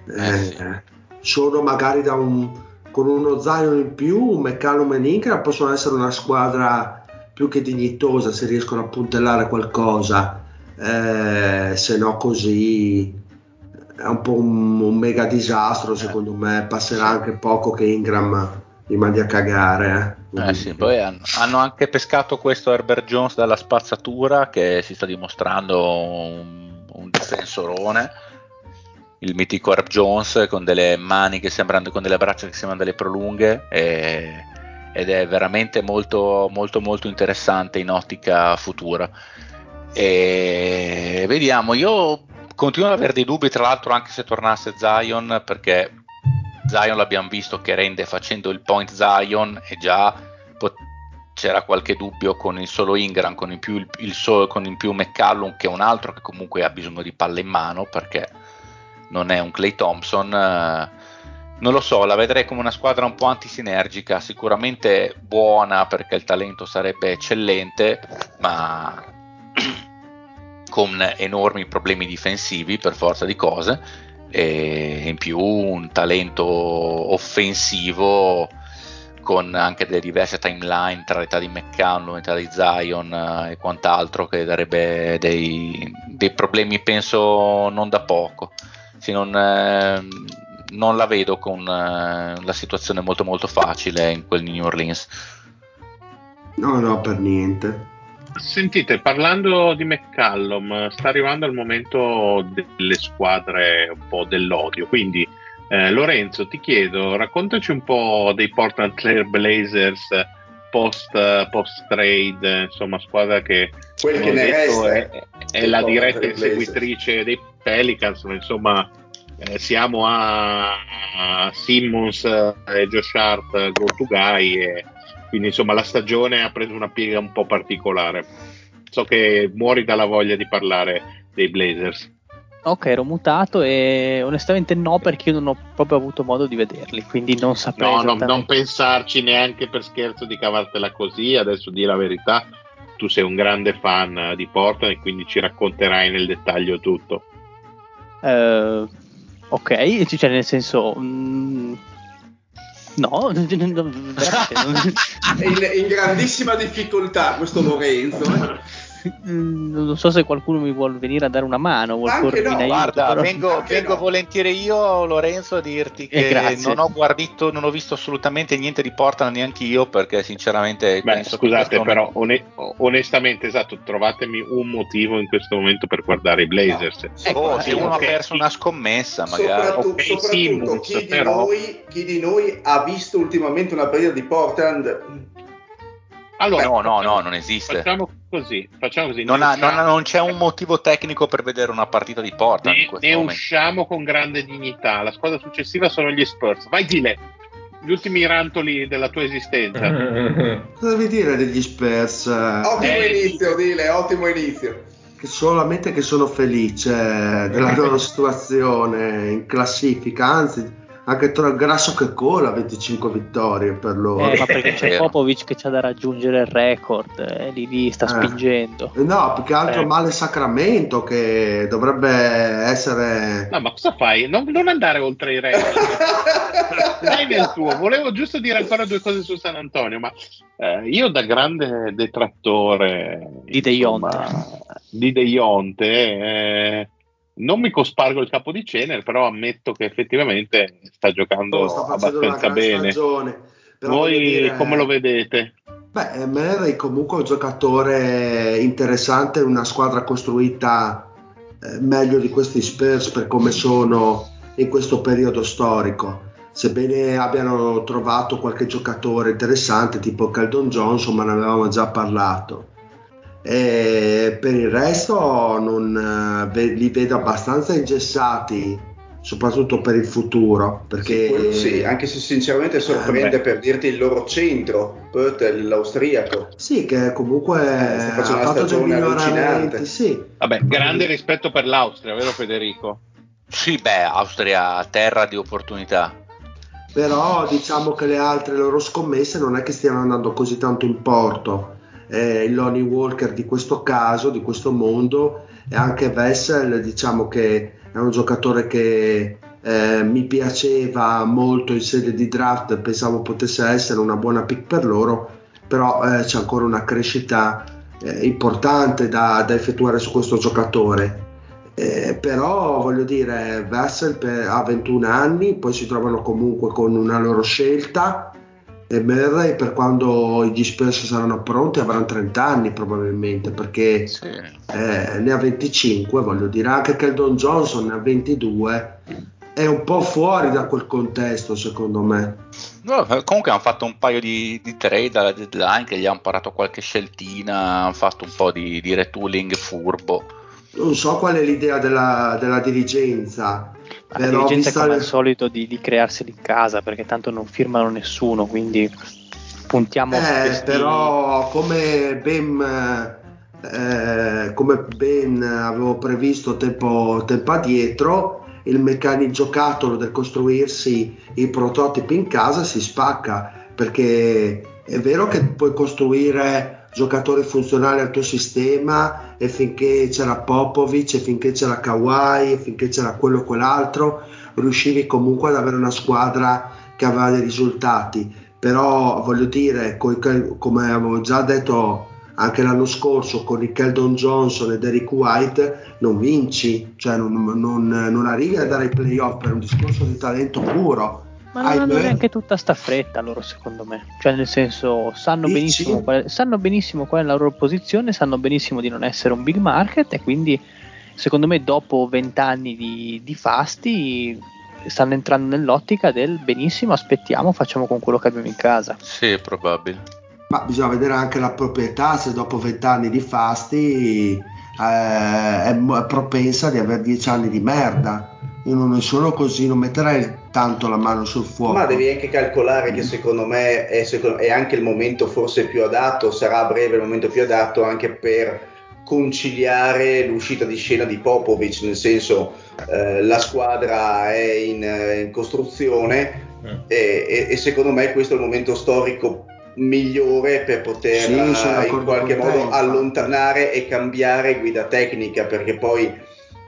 Sono magari con uno Zion in più, McCallum e Ingram possono essere una squadra più che dignitosa se riescono a puntellare qualcosa. Se no così è un po' un mega disastro. Secondo me passerà anche poco che Ingram li mandi a cagare. Sì, poi hanno anche pescato questo Herbert Jones dalla spazzatura, che si sta dimostrando un difensorone, il mitico Herb Jones, con delle mani che sembrano, con delle braccia che sembrano delle prolunghe, ed è veramente molto molto molto interessante in ottica futura. E vediamo, io continuo ad avere dei dubbi, tra l'altro, anche se tornasse Zion, perché Zion l'abbiamo visto che rende facendo il point Zion, e già c'era qualche dubbio con il solo Ingram, con in più McCallum, che è un altro che comunque ha bisogno di palla in mano, perché non è un Klay Thompson. Non lo so, la vedrei come una squadra un po' antisinergica, sicuramente buona perché il talento sarebbe eccellente, ma con enormi problemi difensivi per forza di cose, e in più un talento offensivo con anche delle diverse timeline tra l'età di McCallum, l'età di Zion e quant'altro, che darebbe dei problemi, penso, non da poco. Non la vedo con la situazione molto molto facile in quel New Orleans. No, per niente. Sentite, parlando di McCallum, sta arrivando il momento delle squadre un po' dell'odio, quindi Lorenzo, ti chiedo, raccontaci un po' dei Portland Trail Blazers post trade, insomma, squadra che quel che ne resta è la diretta inseguitrice dei Pelicans, ma insomma siamo a Simmons e Josh Hart go to guy, e quindi insomma la stagione ha preso una piega un po' particolare. So che muori dalla voglia di parlare dei Blazers. Ok, ero mutato e onestamente no, perché io non ho proprio avuto modo di vederli, quindi non saprei esattamente. Non pensarci neanche per scherzo di cavartela così. Adesso di la verità, tu sei un grande fan di Portland e quindi ci racconterai nel dettaglio tutto. Ok, cioè nel senso no, veramente in grandissima difficoltà questo Lorenzo. Non so se qualcuno mi vuole venire a dare una mano, vuol corrermi in aiuto. Guarda, vengo volentieri io, Lorenzo, a dirti che non ho visto assolutamente niente di Portland, neanche io, perché sinceramente penso scusate, che però onestamente, esatto, trovatemi un motivo in questo momento per guardare i Blazers. Se uno ha perso una scommessa, magari. Soprattutto chi di noi ha visto ultimamente una partita di Portland? Allora, no, non esiste. Facciamo così. Non c'è un motivo tecnico per vedere una partita di Portland in questo momento. Usciamo con grande dignità. La squadra successiva sono gli Spurs. Vai, Dile, gli ultimi rantoli della tua esistenza. Cosa devi dire degli Spurs? Ottimo inizio, Dile, ottimo inizio. solamente che sono felice della loro situazione in classifica, anzi anche tra il grasso che cola, 25 vittorie per loro. Ma perché c'è Popovic che c'ha da raggiungere il record, lì sta spingendo. No, più che altro male Sacramento che dovrebbe essere... No, ma cosa fai? Non andare oltre i record. Dai nel tuo. Volevo giusto dire ancora due cose su San Antonio, ma io da grande detrattore di De Jonte, non mi cospargo il capo di cenere, però ammetto che effettivamente sta giocando sta facendo abbastanza una gran bene. stagione. Però Voi come lo vedete? Beh, Murray comunque è un giocatore interessante, una squadra costruita meglio di questi Spurs per come sono in questo periodo storico. Sebbene abbiano trovato qualche giocatore interessante tipo Keldon Johnson, ma ne avevamo già parlato. E per il resto li vedo abbastanza ingessati, soprattutto per il futuro, perché sì, quello sì, anche se sinceramente sorprende per dirti il loro centro, Pöttl, l'austriaco, sì, che comunque sta facendo ha una fatto dei stagione miglioramenti, allucinante. sì. Vabbè, grande rispetto per l'Austria, vero Federico? Sì, Austria, terra di opportunità. Però diciamo che le altre loro scommesse non è che stiano andando così tanto in porto. Il Lonnie Walker di questo caso, di questo mondo, e anche Wessel, diciamo che è un giocatore che mi piaceva molto in sede di draft, pensavo potesse essere una buona pick per loro, però c'è ancora una crescita importante da effettuare su questo giocatore. Però voglio dire, Wessel ha 21 anni, poi si trovano comunque con una loro scelta, e Murray per quando gli Spurs saranno pronti avranno 30 anni probabilmente, perché Sì. ne ha 25, voglio dire, anche Keldon Johnson ne ha 22, è un po' fuori da quel contesto secondo me. No, comunque hanno fatto un paio di trade alla deadline, che gli hanno parato qualche sceltina, hanno fatto un po' di retooling furbo. Non so qual è l'idea della dirigenza. La dirigenza è come al solito di crearseli in casa, perché tanto non firmano nessuno, quindi puntiamo su questi... Però come ben avevo previsto tempo addietro, il meccanismo giocattolo del costruirsi i prototipi in casa si spacca, perché è vero che puoi costruire giocatori funzionali al tuo sistema, e finché c'era Popovic, e finché c'era Kawhi, e finché c'era quello o quell'altro, riuscivi comunque ad avere una squadra che aveva dei risultati. Però voglio dire, come avevo già detto anche l'anno scorso, con i Keldon Johnson e Derrick White non vinci, cioè non arrivi a dare i playoff per un discorso di talento puro. Ma non hanno neanche tutta sta fretta loro, secondo me, cioè nel senso sanno benissimo qual è la loro posizione, sanno benissimo di non essere un big market, e quindi secondo me dopo 20 anni di fasti stanno entrando nell'ottica del benissimo, aspettiamo, facciamo con quello che abbiamo in casa. Sì, probabile. Ma bisogna vedere anche la proprietà, se dopo 20 anni di fasti è propensa di avere 10 anni di merda. Io non sono così, non metterei tanto la mano sul fuoco. Ma devi anche calcolare che secondo me è anche il momento forse più adatto, sarà a breve il momento più adatto anche per conciliare l'uscita di scena di Popovic, nel senso la squadra è in costruzione e secondo me questo è il momento storico migliore per poter in qualche modo allontanare e cambiare guida tecnica, perché poi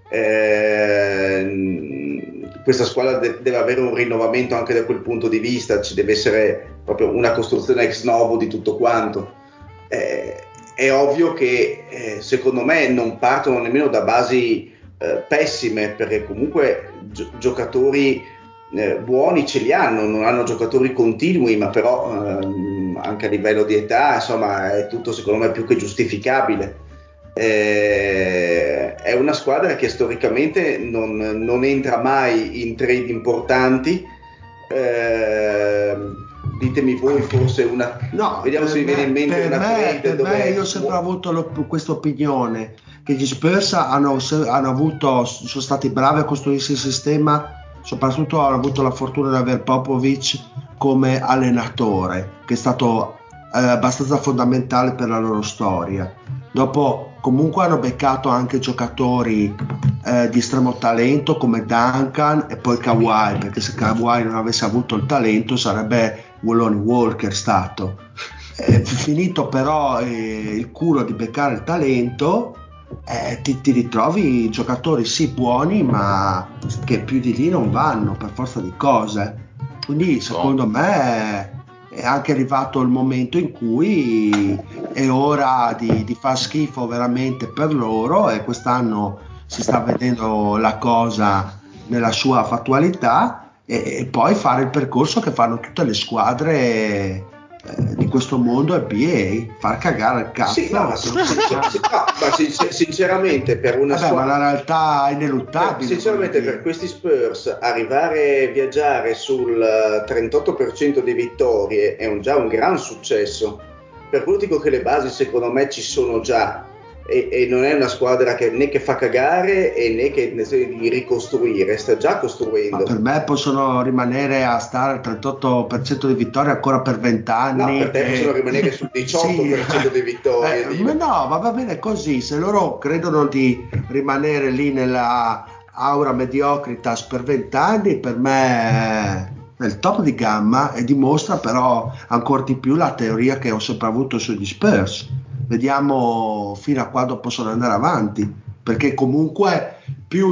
questa squadra deve avere un rinnovamento anche da quel punto di vista, ci deve essere proprio una costruzione ex novo di tutto quanto. È ovvio che secondo me non partono nemmeno da basi pessime, perché comunque giocatori buoni ce li hanno, non hanno giocatori continui, ma però anche a livello di età insomma è tutto secondo me più che giustificabile. È una squadra che storicamente non entra mai in trade importanti. Ditemi voi forse una. No, vediamo se mi viene in mente una trade dove io ho sempre avuto questa opinione che gli Spurs sono stati bravi a costruirsi il sistema, soprattutto hanno avuto la fortuna di avere Popovic come allenatore, che è stato abbastanza fondamentale per la loro storia. Dopo comunque hanno beccato anche giocatori di estremo talento come Duncan e poi Kawhi, perché se Kawhi non avesse avuto il talento sarebbe Lonnie Walker stato. Finito però il culo di beccare il talento, ti ritrovi giocatori sì buoni, ma che più di lì non vanno per forza di cose. Quindi secondo me è anche arrivato il momento in cui è ora di far schifo veramente per loro, e quest'anno si sta vedendo la cosa nella sua fattualità, e poi fare il percorso che fanno tutte le squadre di questo mondo NBA, far cagare il cazzo. Sì, no, sinceramente per una squadra, ma la realtà è ineluttabile. Sinceramente per questi Spurs arrivare a viaggiare sul 38% di vittorie è già un gran successo. Per quello dico che le basi secondo me ci sono già, e non è una squadra che né che fa cagare e né che necessita di ricostruire, sta già costruendo. Ma per me possono rimanere a stare al 38% di vittorie ancora per 20 anni. No, per te possono rimanere sul 18% di vittorie. Ma no, ma va bene così. Se loro credono di rimanere lì nella aura mediocritas per 20 anni, per me è il top di gamma, e dimostra però ancora di più la teoria che ho sempre avuto sugli Spurs. Vediamo fino a quando possono andare avanti, perché comunque più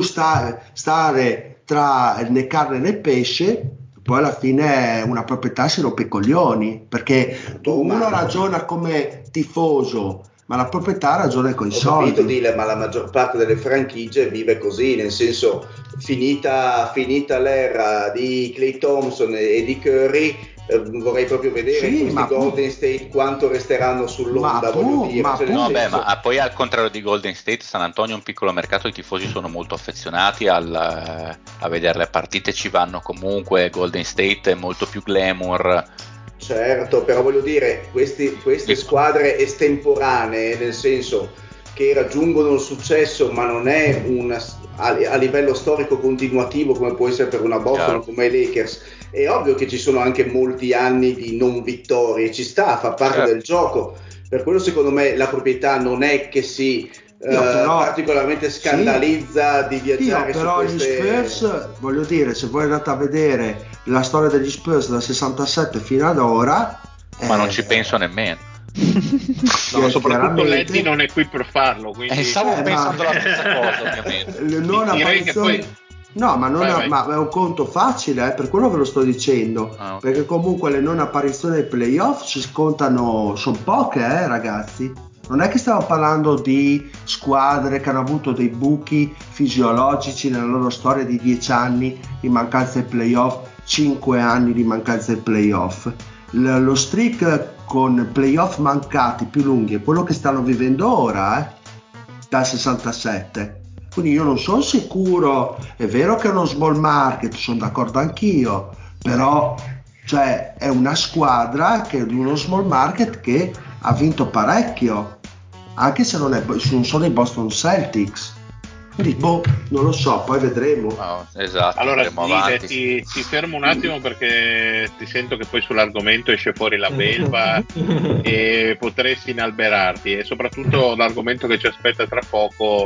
stare tra né carne né pesce, poi alla fine una proprietà si rompe i coglioni, perché uno ragiona come tifoso, ma la proprietà ragiona con i soldi. Capito, Dile, ma la maggior parte delle franchigie vive così, nel senso, finita l'era di Klay Thompson e di Curry, vorrei proprio vedere questi Golden State quanto resteranno sull'onda, voglio dire. Ma poi al contrario di Golden State, San Antonio è un piccolo mercato, i tifosi sono molto affezionati a vedere le partite, ci vanno comunque. Golden State è molto più glamour. Certo, però voglio dire, queste squadre estemporanee, nel senso che raggiungono il successo, ma non è a livello storico continuativo come può essere per una Boston o come i Lakers. È ovvio che ci sono anche molti anni di non vittorie, ci sta, fa parte del gioco. Per quello secondo me la proprietà non è che si particolarmente scandalizza di viaggiare però su queste... gli Spurs, voglio dire, se voi andate a vedere la storia degli Spurs dal 67 fino ad ora, ma non ci penso nemmeno. No, soprattutto Leddy non è qui per farlo, quindi... stavo pensando la stessa cosa, ovviamente. Direi che poi... No, ma è un conto facile, per quello ve lo sto dicendo, perché comunque le non apparizioni ai playoff si scontano, sono poche, ragazzi. Non è che stiamo parlando di squadre che hanno avuto dei buchi fisiologici nella loro storia di 10 anni di mancanza ai playoff, 5 anni di mancanza ai playoff. Lo streak con playoff mancati più lunghi è quello che stanno vivendo ora, dal 67. Quindi io non sono sicuro, è vero che è uno small market, sono d'accordo anch'io, però cioè è una squadra che è di uno small market che ha vinto parecchio, anche se non sono i Boston Celtics. Quindi non lo so, poi vedremo. Esatto. Allora ti fermo un attimo, perché ti sento che poi sull'argomento esce fuori la belva e potresti inalberarti, e soprattutto l'argomento che ci aspetta tra poco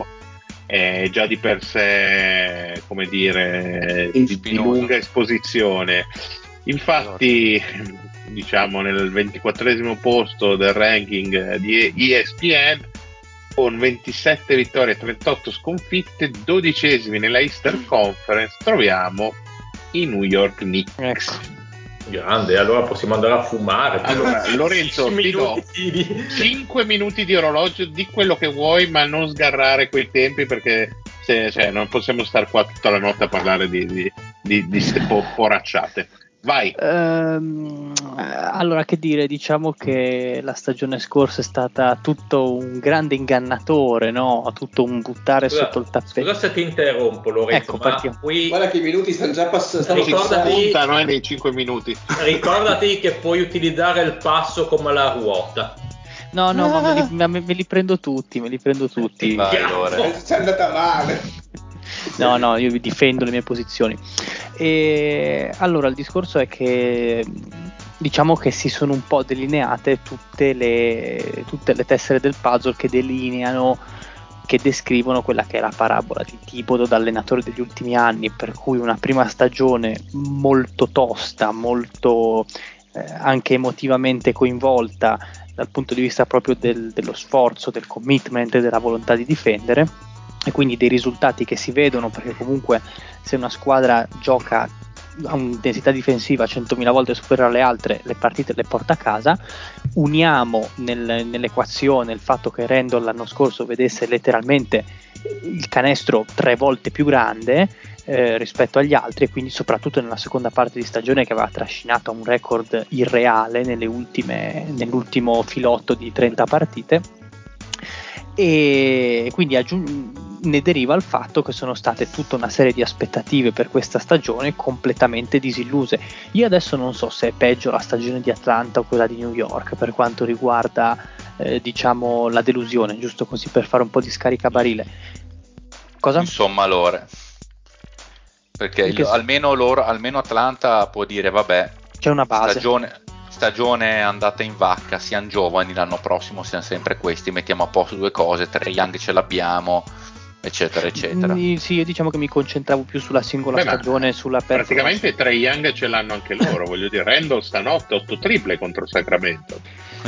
è già di per sé, come dire, di lunga esposizione. Infatti, diciamo, nel 24esimo posto del ranking di ESPN, con 27 vittorie e 38 sconfitte, 12esimi nella Eastern Conference, troviamo i New York Knicks. Grande, allora possiamo andare a fumare. Allora, Lorenzo, ti do 5 minuti di orologio, di quello che vuoi, ma non sgarrare quei tempi, perché non possiamo stare qua tutta la notte a parlare di ste poracciate. Vai. Allora, che dire, diciamo che la stagione scorsa è stata tutto un grande ingannatore, no? Tutto un buttare sotto il tappeto. Scusa se ti interrompo, Lorenzo, ecco, partiamo. Guarda che i minuti stanno già passando. Ricordati nei 5 minuti. Ricordati che puoi utilizzare il passo come la ruota. No, ma me li prendo tutti. Vai, ci è andata male. No, io difendo le mie posizioni. E allora il discorso è che diciamo che si sono un po' delineate tutte le tessere del puzzle che delineano che descrivono quella che è la parabola di Thibodeau da allenatore degli ultimi anni, per cui una prima stagione molto tosta, molto anche emotivamente coinvolta dal punto di vista proprio dello sforzo, del commitment e della volontà di difendere, e quindi dei risultati che si vedono, perché comunque se una squadra gioca a un'intensità difensiva 100.000 volte superiore alle altre, le partite le porta a casa. Uniamo nell'equazione il fatto che Randall l'anno scorso vedesse letteralmente il canestro 3 volte più grande rispetto agli altri, e quindi soprattutto nella seconda parte di stagione che aveva trascinato a un record irreale nell'ultimo filotto di 30 partite, e quindi ne deriva il fatto che sono state tutta una serie di aspettative per questa stagione completamente disilluse. Io adesso non so se è peggio la stagione di Atlanta o quella di New York per quanto riguarda diciamo la delusione, giusto così per fare un po' di scaricabarile. Cosa? Insomma, loro, perché almeno Atlanta può dire vabbè, c'è una base, stagione andata in vacca, siamo giovani, l'anno prossimo siamo sempre questi, mettiamo a posto 2 cose, Trae Young ce l'abbiamo, eccetera eccetera. Sì, io diciamo che mi concentravo più sulla singola stagione, sulla praticamente Trae Young ce l'hanno anche loro, voglio dire, Randall stanotte 8 triple contro il Sacramento.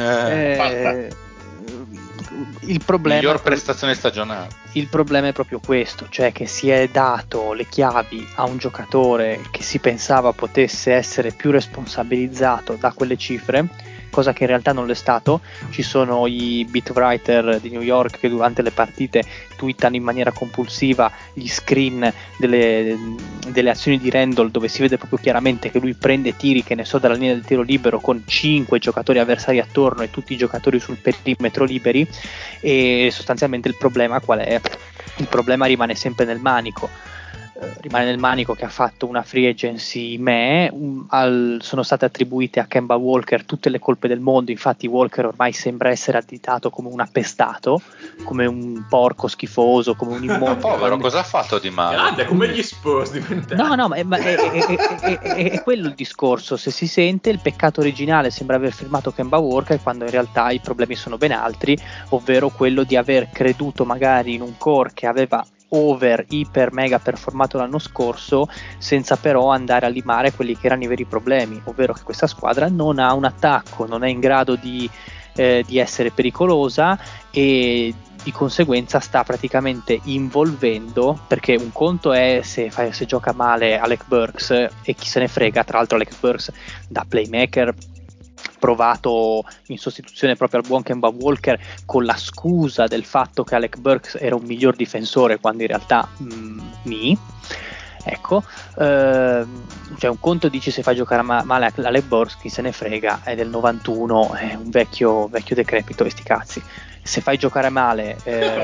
Il problema, miglior prestazione stagionale. Il problema è proprio questo, cioè che si è dato le chiavi a un giocatore che si pensava potesse essere più responsabilizzato da quelle cifre, cosa che in realtà non l'è stato. Ci sono i beat writer di New York che durante le partite twittano in maniera compulsiva gli screen delle azioni di Randall, dove si vede proprio chiaramente che lui prende tiri, che ne so, dalla linea del tiro libero con 5 giocatori avversari attorno e tutti i giocatori sul perimetro liberi, e sostanzialmente il problema qual è? Il problema rimane sempre nel manico. Che ha fatto una free agency sono state attribuite a Kemba Walker tutte le colpe del mondo. Infatti Walker ormai sembra essere additato come un appestato, come un porco schifoso, come un immondo. Povero, cosa ha fatto di male? Grande, come gli Spurs diventati. No, ma è quello il discorso. Se si sente, il peccato originale sembra aver firmato Kemba Walker, quando in realtà i problemi sono ben altri, ovvero quello di aver creduto magari in un core che aveva iper mega performato l'anno scorso, senza però andare a limare quelli che erano i veri problemi, ovvero che questa squadra non ha un attacco, non è in grado di essere pericolosa, e di conseguenza sta praticamente involvendo, perché un conto è se gioca male Alec Burks, e chi se ne frega, tra l'altro Alec Burks da playmaker provato in sostituzione proprio al buon Kemba Walker, con la scusa del fatto che Alec Burks era un miglior difensore, quando in realtà ecco, cioè un conto dici se fai giocare male Alec Burks, chi se ne frega, è del 91, è un vecchio decrepito, e sti cazzi. Se fai giocare male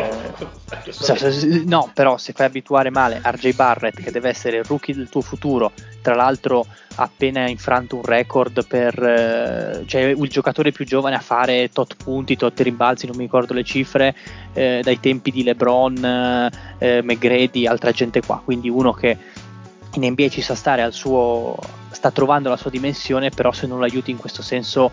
no, però se fai abituare male RJ Barrett, che deve essere il rookie del tuo futuro, tra l'altro appena infranto un record cioè il giocatore più giovane a fare tot punti, tot rimbalzi, non mi ricordo le cifre, dai tempi di LeBron, McGrady, altra gente qua, quindi uno che in NBA ci sa stare sta trovando la sua dimensione, però se non lo aiuti in questo senso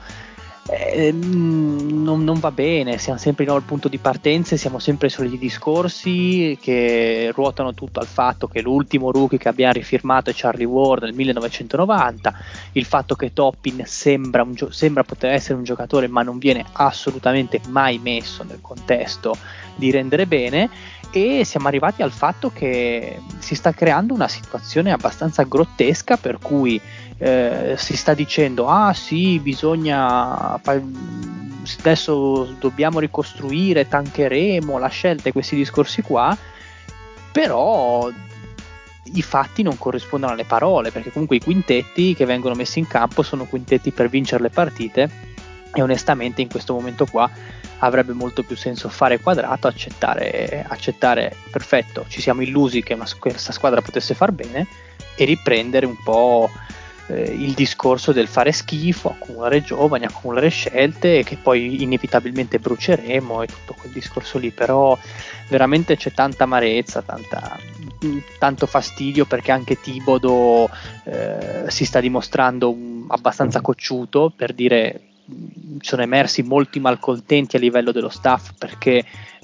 non va bene. Siamo sempre di nuovo al punto di partenza, siamo sempre sui discorsi che ruotano tutto al fatto che l'ultimo rookie che abbiamo rifirmato è Charlie Ward nel 1990, il fatto che Toppin sembra poter essere un giocatore ma non viene assolutamente mai messo nel contesto di rendere bene, e siamo arrivati al fatto che si sta creando una situazione abbastanza grottesca, per cui si sta dicendo sì, bisogna adesso dobbiamo ricostruire, tancheremo la scelta e questi discorsi qua, però i fatti non corrispondono alle parole, perché comunque i quintetti che vengono messi in campo sono quintetti per vincere le partite, e onestamente in questo momento qua avrebbe molto più senso fare quadrato, accettare perfetto, ci siamo illusi che questa squadra potesse far bene, e riprendere un po' il discorso del fare schifo, accumulare giovani, accumulare scelte che poi inevitabilmente bruceremo, e tutto quel discorso lì. Però veramente c'è tanta amarezza, tanto fastidio, perché anche Thibodeau si sta dimostrando abbastanza cocciuto, per dire sono emersi molti malcontenti a livello dello staff, perché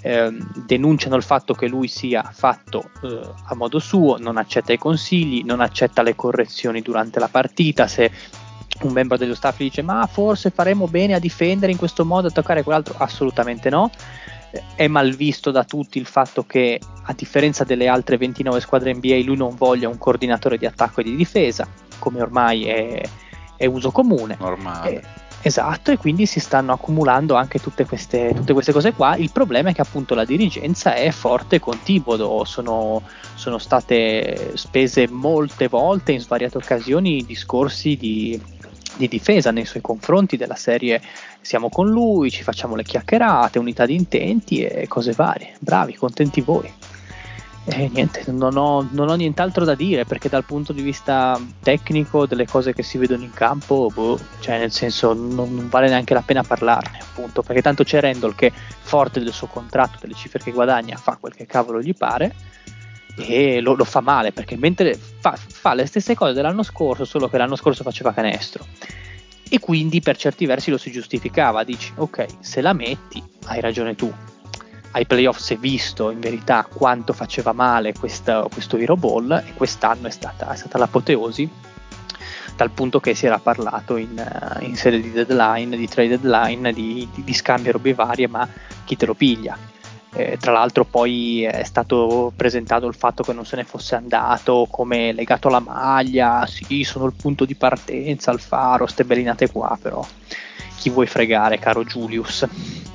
denunciano il fatto che lui sia fatto a modo suo, non accetta i consigli, non accetta le correzioni durante la partita. Se un membro dello staff gli dice ma forse faremo bene a difendere in questo modo, attaccare quell'altro, assolutamente no. È mal visto da tutti il fatto che, a differenza delle altre 29 squadre NBA, lui non voglia un coordinatore di attacco e di difesa, come ormai è uso comune. Normale. Esatto, e quindi si stanno accumulando anche tutte queste cose qua. Il problema è che appunto la dirigenza è forte con Thibodeau, sono state spese molte volte in svariate occasioni discorsi di difesa nei suoi confronti, della serie siamo con lui, ci facciamo le chiacchierate, unità di intenti e cose varie. Bravi, contenti voi. E niente, non ho nient'altro da dire, perché dal punto di vista tecnico delle cose che si vedono in campo, cioè nel senso non vale neanche la pena parlarne, appunto, perché tanto c'è Randall che, forte del suo contratto, delle cifre che guadagna, fa quel che cavolo gli pare e lo fa male, perché mentre fa le stesse cose dell'anno scorso, solo che l'anno scorso faceva canestro, e quindi per certi versi lo si giustificava. Dici ok, se la metti hai ragione tu. Ai playoff si è visto in verità quanto faceva male questo Hero Ball, e quest'anno è stata l'apoteosi, dal punto che si era parlato in sede di deadline, di trade deadline, di scambio robe varie, ma chi te lo piglia? Tra l'altro poi è stato presentato il fatto che non se ne fosse andato come legato alla maglia. Sì, sono il punto di partenza, il faro, ste bellinate qua, però chi vuoi fregare, caro Julius?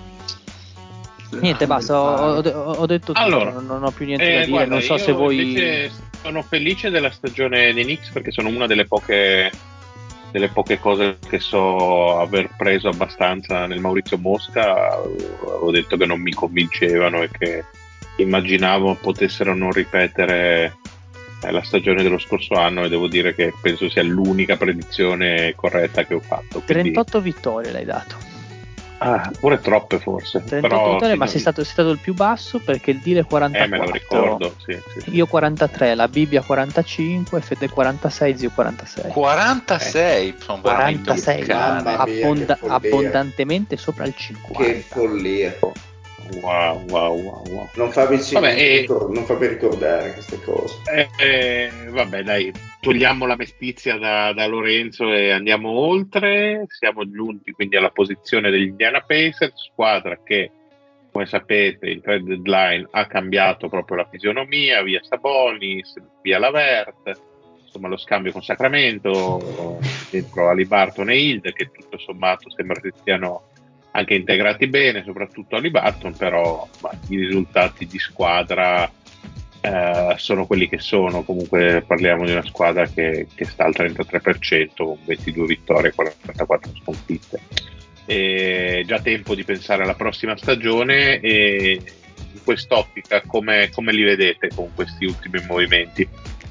Niente, basta, ho detto tutto, allora, non ho più niente da dire. Guarda, non so se voi invece sono felice della stagione dei Knicks, perché sono una delle poche cose che so aver preso abbastanza nel Maurizio Mosca. Ho detto che non mi convincevano e che immaginavo potessero non ripetere la stagione dello scorso anno, e devo dire che penso sia l'unica predizione corretta che ho fatto. 38 vittorie l'hai dato. Pure troppe forse. 38 però, vittorie, sì, ma sei stato il più basso, perché il deal è 44. me lo ricordo, sì. Io 43, la Bibbia 45, Fede 46, Zio 46. 46, sono 46, mamma mia, abbondantemente sopra il 50. Che follia. Wow. Non fa Vabbè, non fa per ricordare queste cose. Vabbè, dai, togliamo la mestizia da Lorenzo e andiamo oltre. Siamo giunti quindi alla posizione degli Indiana Pacers, squadra che, come sapete, il trade deadline ha cambiato proprio la fisionomia, via Sabonis, via Lavert, insomma lo scambio con Sacramento, dentro Haliburton e Hield, che tutto sommato sembra che siano anche integrati bene, soprattutto Haliburton, però i risultati di squadra sono quelli che sono. Comunque parliamo di una squadra che sta al 33% con 22 vittorie e 44 sconfitte. È già tempo di pensare alla prossima stagione, e in quest'ottica come li vedete con questi ultimi movimenti?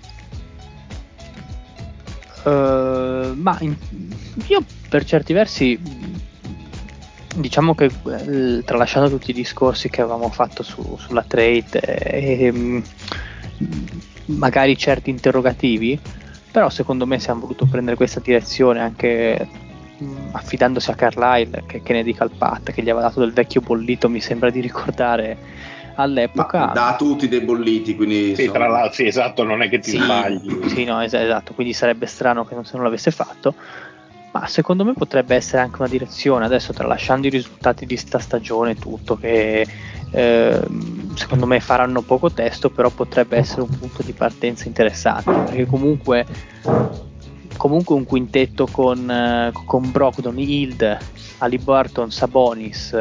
Io per certi versi, diciamo che tralasciando tutti i discorsi che avevamo fatto sulla trade, magari certi interrogativi, però secondo me se hanno voluto prendere questa direzione anche affidandosi a Carlisle, che ne dica il Pat, che gli aveva dato del vecchio bollito, mi sembra di ricordare all'epoca. Ma da tutti dei bolliti, quindi sì, tra l'altro, sì, esatto, non è che ti sbagli. Sì, no, esatto, quindi sarebbe strano che se non l'avesse fatto. Ma secondo me potrebbe essere anche una direzione, adesso tralasciando i risultati di sta stagione, tutto, che secondo me faranno poco testo, però potrebbe essere un punto di partenza interessante, perché comunque un quintetto con Brogdon, Hield, Haliburton, Sabonis,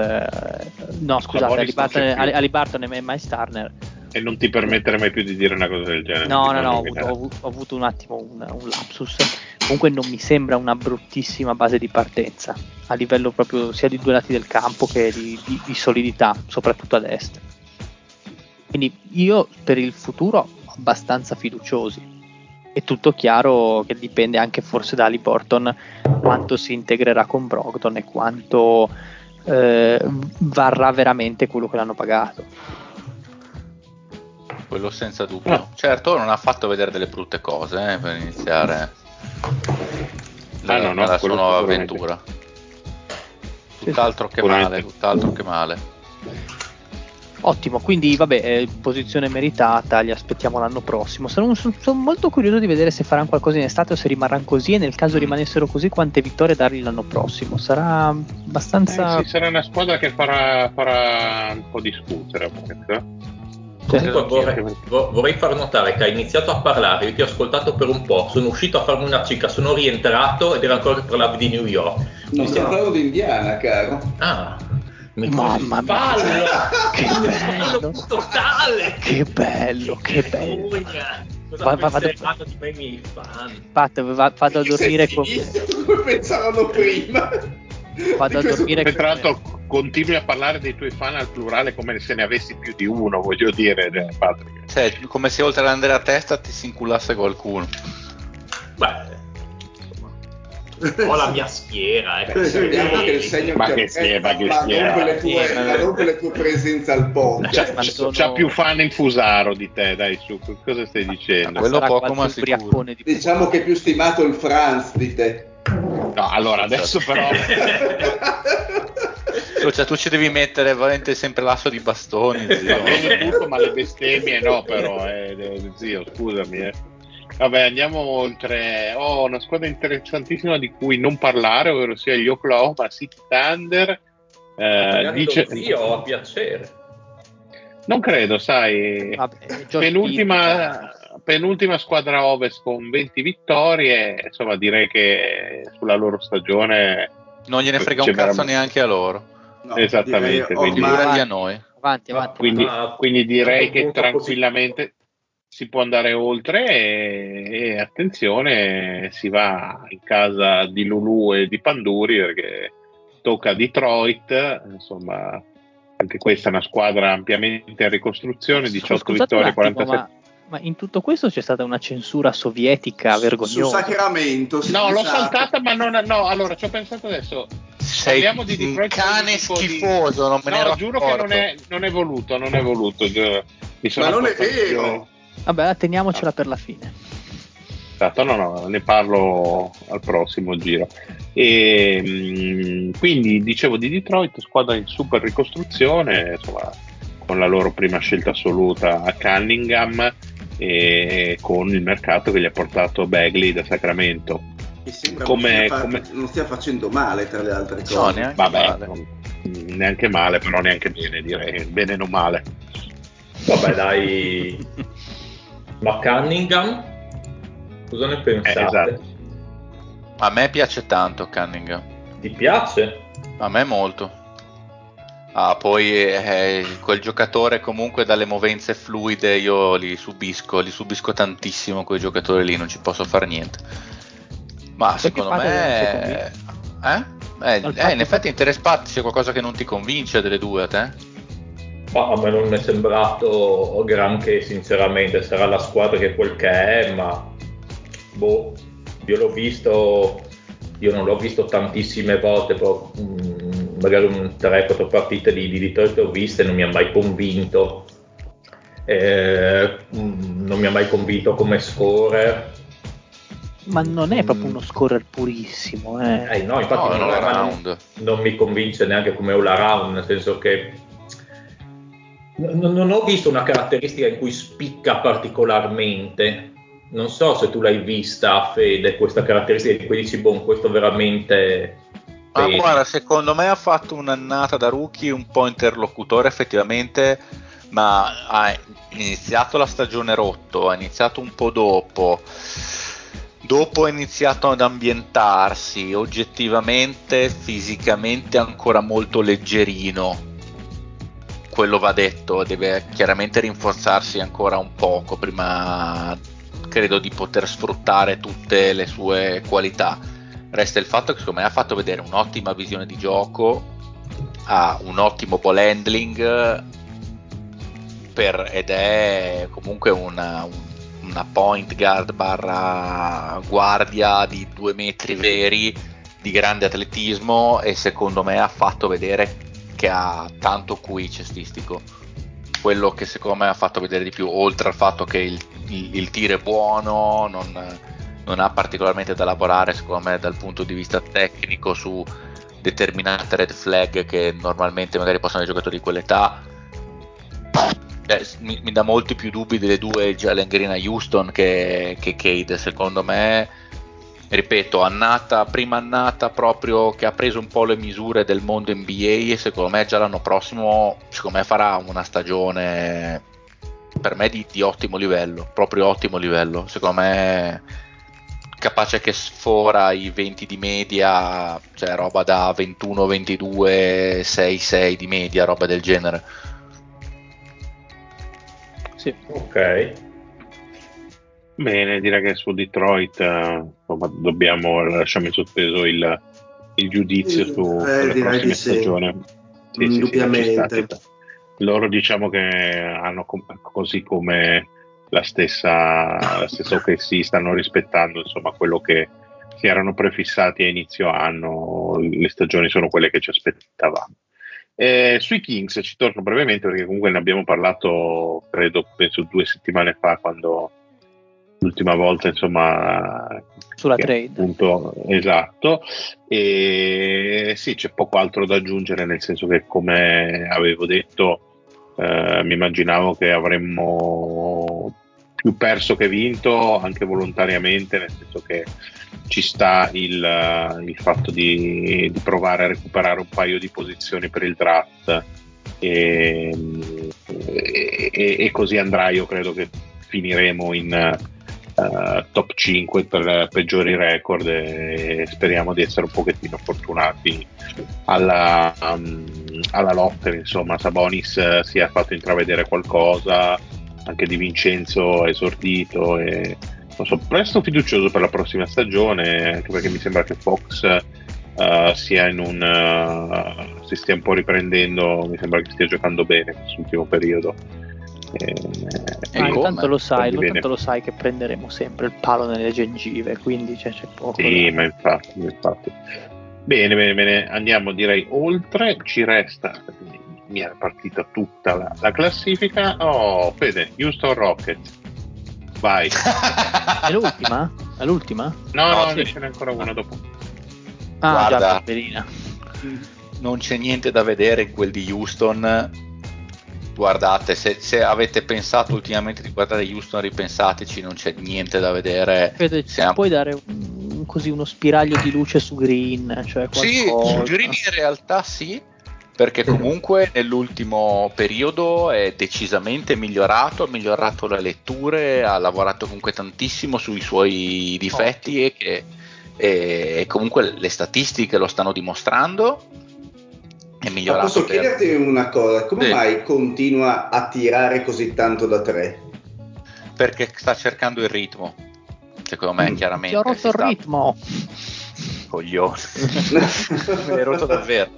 Haliburton e Miles Turner. E non ti permettere mai più di dire una cosa del genere. No, ho avuto un attimo un lapsus. Comunque non mi sembra una bruttissima base di partenza, a livello proprio sia di due lati del campo che di solidità, soprattutto ad est. Quindi io per il futuro abbastanza fiduciosi. È tutto chiaro che dipende anche forse da Haliburton quanto si integrerà con Brogdon e quanto varrà veramente quello che l'hanno pagato. Quello senza dubbio. Certo, non ha fatto vedere delle brutte cose per iniziare la sua nuova avventura. Tutt'altro che male. Ottimo, quindi vabbè, posizione meritata, li aspettiamo l'anno prossimo. Sono molto curioso di vedere se faranno qualcosa in estate o se rimarranno così, e nel caso rimanessero così quante vittorie dargli l'anno prossimo. Sarà abbastanza... Sì, sarà una squadra che farà un po' discutere. Comunque vorrei far notare che hai iniziato a parlare, io ti ho ascoltato per un po', sono uscito a farmi una cicca, sono rientrato ed era ancora che parlavi di New York. Non stiamo parlando di Indiana, caro. Mamma mia, che bello totale, che bello. Cosa penseranno di me i miei fan? Pat, vado a dormire con... Come pensavano prima. Vado a dormire tra l'altro continui a parlare dei tuoi fan al plurale come se ne avessi più di uno, voglio dire, Patrick. Cioè, come se oltre ad andare a testa ti si inculasse qualcuno. Beh, ho la mia schiera, Vediamo che il segno ma che schiera. Non per le tue presenze al podcast. C'ha più fan in Fusaro di te, dai, su, cosa stai dicendo? Quello poco ma sicuro. Diciamo che è più stimato il Franz di te. No, allora adesso però cioè, tu ci devi mettere veramente sempre l'asso di bastoni, zio. Va bene tutto, ma le bestemmie no, però zio, scusami. Vabbè, andiamo oltre. Una squadra interessantissima di cui non parlare, ovvero sia gli Oklahoma City Thunder. Dice zio, a piacere. Non credo, sai. Vabbè, penultima squadra ovest con 20 vittorie, insomma direi che sulla loro stagione non gliene frega un cazzo neanche a loro. No, esattamente, quindi a noi. Avanti. Quindi direi che tranquillamente si può andare oltre e attenzione, si va in casa di Lulu e di Panduri perché tocca a Detroit, insomma anche questa è una squadra ampiamente in ricostruzione, 18 vittorie, 47. Ma in tutto questo c'è stata una censura sovietica vergognosa. Su Sacramento. No, l'ho saltata, ma non. No, allora ci ho pensato adesso. Parliamo di Detroit. Cane schifoso, non me ne ero giuro accorto. che non è voluto. Ma non è vero. Vabbè, teniamocela per la fine. Esatto, no, ne parlo al prossimo giro. E quindi dicevo di Detroit, squadra in super ricostruzione, insomma, con la loro prima scelta assoluta a Cunningham e con il mercato che gli ha portato Bagley da Sacramento. Mi sembra non stia facendo male tra le altre cose. No, neanche male. Neanche male, però neanche bene, direi. Bene non male. Vabbè, dai. Ma Cunningham? Cosa ne pensate? Esatto. A me piace tanto Cunningham. Ti piace? A me molto. Poi quel giocatore comunque dalle movenze fluide io li subisco tantissimo, quei giocatori lì, non ci posso fare niente. Ma secondo me in effetti in Interespazio c'è qualcosa che non ti convince delle due, a te? A me non mi è sembrato granché, sinceramente. Sarà la squadra che quel che è, ma io l'ho visto, io non l'ho visto tantissime volte, però magari 3-4 partite di Detroit ho viste e non mi ha mai convinto. Non mi ha mai convinto come scorer. Ma non è proprio uno scorer purissimo, no, infatti non mi convince neanche come all around, nel senso che non ho visto una caratteristica in cui spicca particolarmente. Non so se tu l'hai vista, Fede, questa caratteristica di cui dici, questo veramente... Ma guarda, secondo me ha fatto un'annata da rookie un po' interlocutore effettivamente, ma ha iniziato la stagione rotto, ha iniziato un po' dopo ha iniziato ad ambientarsi, oggettivamente, fisicamente ancora molto leggerino. Quello va detto, deve chiaramente rinforzarsi ancora un poco prima, credo, di poter sfruttare tutte le sue qualità. Resta il fatto che secondo me ha fatto vedere un'ottima visione di gioco, ha un ottimo ball handling ed è comunque una point guard barra guardia di 2 metri veri, di grande atletismo, e secondo me ha fatto vedere che ha tanto QI cestistico. Quello che secondo me ha fatto vedere di più, oltre al fatto che il tiro è buono, non ha particolarmente da lavorare secondo me dal punto di vista tecnico su determinate red flag che normalmente magari possono avere giocatori di quell'età. Mi dà molti più dubbi delle due Jalen Green a Houston che Cade, secondo me. Ripeto, prima annata proprio che ha preso un po' le misure del mondo NBA, e secondo me già l'anno prossimo farà una stagione per me di ottimo livello, proprio ottimo livello. Secondo me capace che sfora i 20 di media, cioè roba da 21, 22, 6, 6 di media, roba del genere. Sì. Ok. Bene, direi che su Detroit lasciamo in sospeso il giudizio sulle prossime stagioni. Sì, indubbiamente. Loro diciamo che hanno così come la stessa OKC stanno rispettando insomma quello che si erano prefissati a inizio anno. Le stagioni sono quelle che ci aspettavamo. Sui Kings ci torno brevemente perché comunque ne abbiamo parlato penso 2 settimane fa, quando l'ultima volta insomma sulla trade, appunto, esatto. E sì, c'è poco altro da aggiungere, nel senso che, come avevo detto, mi immaginavo che avremmo più perso che vinto, anche volontariamente, nel senso che ci sta il fatto di provare a recuperare un paio di posizioni per il draft, e così andrà. Io credo che finiremo in top 5 per peggiori record, e speriamo di essere un pochettino fortunati alla lotta. Insomma, Sabonis si è fatto intravedere qualcosa, anche Di Vincenzo è esordito, e non so, presto fiducioso per la prossima stagione, anche perché mi sembra che Fox sia si stia un po' riprendendo. Mi sembra che stia giocando bene quest'ultimo periodo. Tanto lo sai che prenderemo sempre il palo nelle gengive, quindi c'è poco. Sì, ma infatti. Bene, andiamo direi oltre. Ci resta, mi è partita tutta la classifica. Oh, Fede, Houston Rockets, vai. È l'ultima? No, sì. ce n'è ancora una dopo. Guarda, già, non c'è niente da vedere in quel di Houston. Guardate, se avete pensato ultimamente di guardare Houston, ripensateci, non c'è niente da vedere. Fede, puoi dare così uno spiraglio di luce su Green, cioè qualcosa? Sì, su Green in realtà sì, perché comunque nell'ultimo periodo è decisamente migliorato, ha migliorato le letture, ha lavorato comunque tantissimo sui suoi difetti, e comunque le statistiche lo stanno dimostrando. È migliorato. Posso chiederti una cosa, come mai continua a tirare così tanto da 3? Perché sta cercando il ritmo, secondo me, chiaramente. Ti ho rotto il ritmo. Coglione. Me l'hai rotto davvero.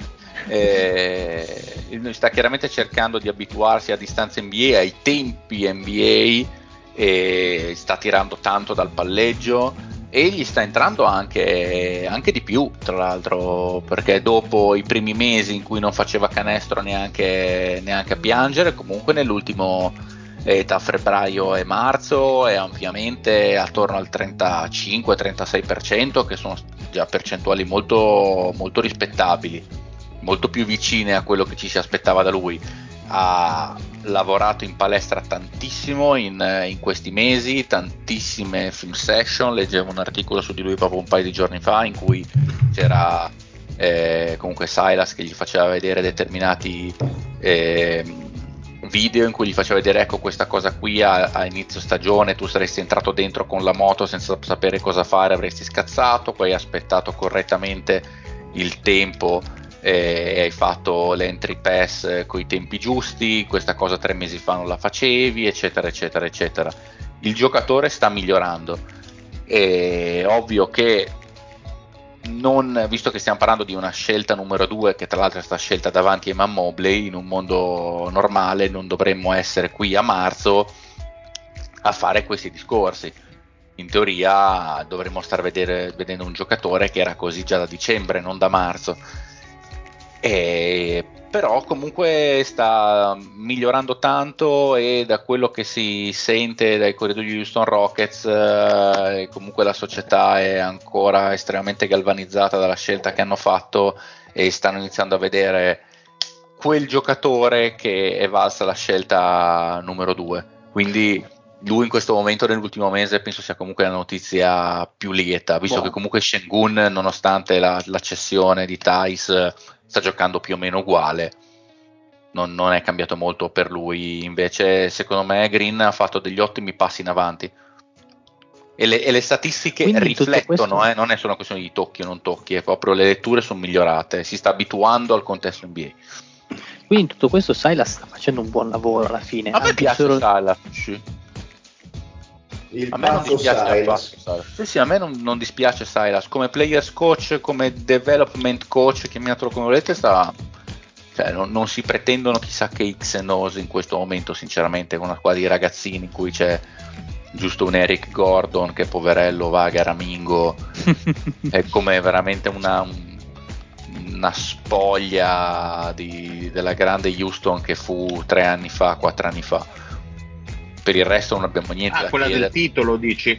Sta chiaramente cercando di abituarsi a distanza NBA, ai tempi NBA, e sta tirando tanto dal palleggio, e gli sta entrando anche di più, tra l'altro, perché dopo i primi mesi in cui non faceva canestro neanche a piangere, comunque nell'ultimo tra febbraio e marzo è ampiamente attorno al 35-36%, che sono già percentuali molto, molto rispettabili, molto più vicine a quello che ci si aspettava da lui. Ha lavorato in palestra tantissimo in questi mesi, tantissime film session. Leggevo un articolo su di lui proprio un paio di giorni fa, in cui c'era comunque Silas che gli faceva vedere determinati video, in cui gli faceva vedere: ecco, questa cosa qui a inizio stagione tu saresti entrato dentro con la moto senza sapere cosa fare, avresti scazzato, poi hai aspettato correttamente il tempo e hai fatto l'entry pass coi tempi giusti, questa cosa 3 mesi fa non la facevi, eccetera eccetera eccetera. Il giocatore sta migliorando. È ovvio che, visto che stiamo parlando di una scelta numero 2, che tra l'altro è stata scelta davanti a Eman Mobley, in un mondo normale non dovremmo essere qui a marzo a fare questi discorsi. In teoria dovremmo stare vedendo un giocatore che era così già da dicembre, non da marzo. Però comunque sta migliorando tanto, e da quello che si sente dai corridoi di Houston Rockets, comunque la società è ancora estremamente galvanizzata dalla scelta che hanno fatto, e stanno iniziando a vedere quel giocatore che è valsa la scelta numero 2. Quindi lui in questo momento, nell'ultimo mese, penso sia comunque la notizia più lieta, visto che comunque Şengün, nonostante la cessione di Thais, sta giocando più o meno uguale. Non è cambiato molto per lui. Invece, secondo me, Green ha fatto degli ottimi passi in avanti. E le statistiche Quindi riflettono, questo... non è solo una questione di tocchi o non tocchi, è proprio le letture sono migliorate, si sta abituando al contesto NBA. Quindi in tutto questo Silas sta facendo un buon lavoro alla fine. A me piace Silas, sì. A me non dispiace affatto. Sì, a me non dispiace Silas come players coach, come development coach, chiamatelo come volete, non si pretendono chissà che X e O's in questo momento, sinceramente, con una squadra di ragazzini in cui c'è giusto un Eric Gordon che poverello vaga ramingo, è come veramente una spoglia della grande Houston che fu 3 anni fa, 4 anni fa. Per il resto non abbiamo niente da quella chiedere. del titolo, dici?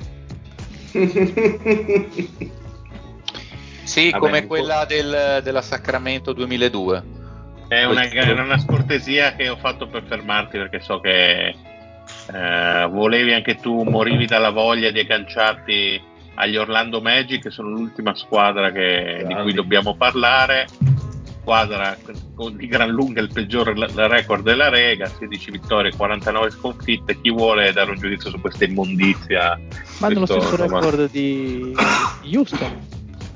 Sì, come quella della Sacramento 2002. È una scortesia che ho fatto per fermarti, perché so che volevi anche tu, morivi dalla voglia di agganciarti agli Orlando Magic, che sono l'ultima squadra di cui dobbiamo parlare. Squadra di gran lunga il peggior record della Lega, 16 vittorie, 49 sconfitte. Chi vuole dare un giudizio su questa immondizia? Ma hanno lo stesso record di Houston.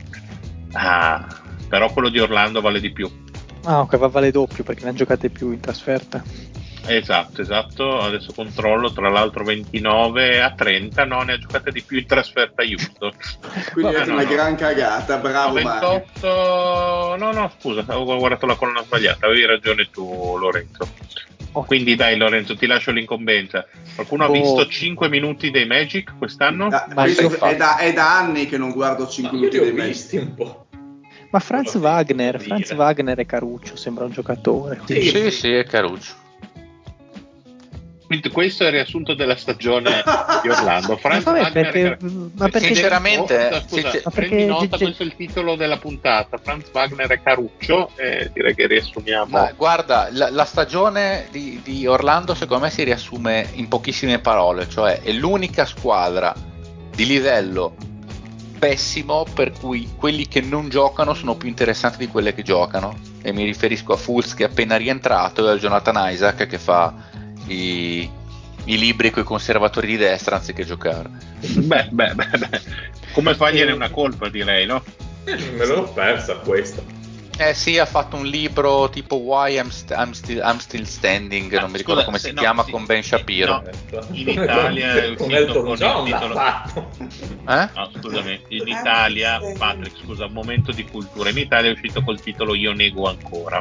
Però quello di Orlando vale di più. Ok, vale doppio perché ne hanno giocate più in trasferta. Esatto, adesso controllo, tra l'altro 29-30, no, ne ha giocate di più in trasferta Houston. Quindi è una gran cagata, bravo 28, no, scusa, avevo guardato la colonna sbagliata, avevi ragione tu, Lorenzo. Quindi dai, Lorenzo, ti lascio l'incombenza. Qualcuno ha visto 5 minuti dei Magic quest'anno? È da anni che non guardo 5 minuti dei Magic. Visti un po'. Ma Franz Wagner è Caruccio, sembra un giocatore. Sì, è Caruccio. Quindi questo è il riassunto della stagione di Orlando. Franz Wagner, perché sinceramente, prendi nota, questo è il titolo della puntata. Franz Wagner e Caruccio, direi che riassumiamo. Guarda, la stagione di Orlando secondo me si riassume in pochissime parole, cioè è l'unica squadra di livello pessimo per cui quelli che non giocano sono più interessanti di quelle che giocano, e mi riferisco a Fultz che è appena rientrato e a Jonathan Isaac che fa i libri coi conservatori di destra anziché giocare. Beh. Come fargliene una colpa, direi, no? Me l'ho persa questa. Sì, ha fatto un libro tipo Why I'm Still Standing, non mi ricordo come si chiama, con Ben Shapiro. In Italia è uscito con il titolo. No, scusami, in Italia, Patrick, scusa, un momento di cultura. In Italia è uscito col titolo Io nego ancora.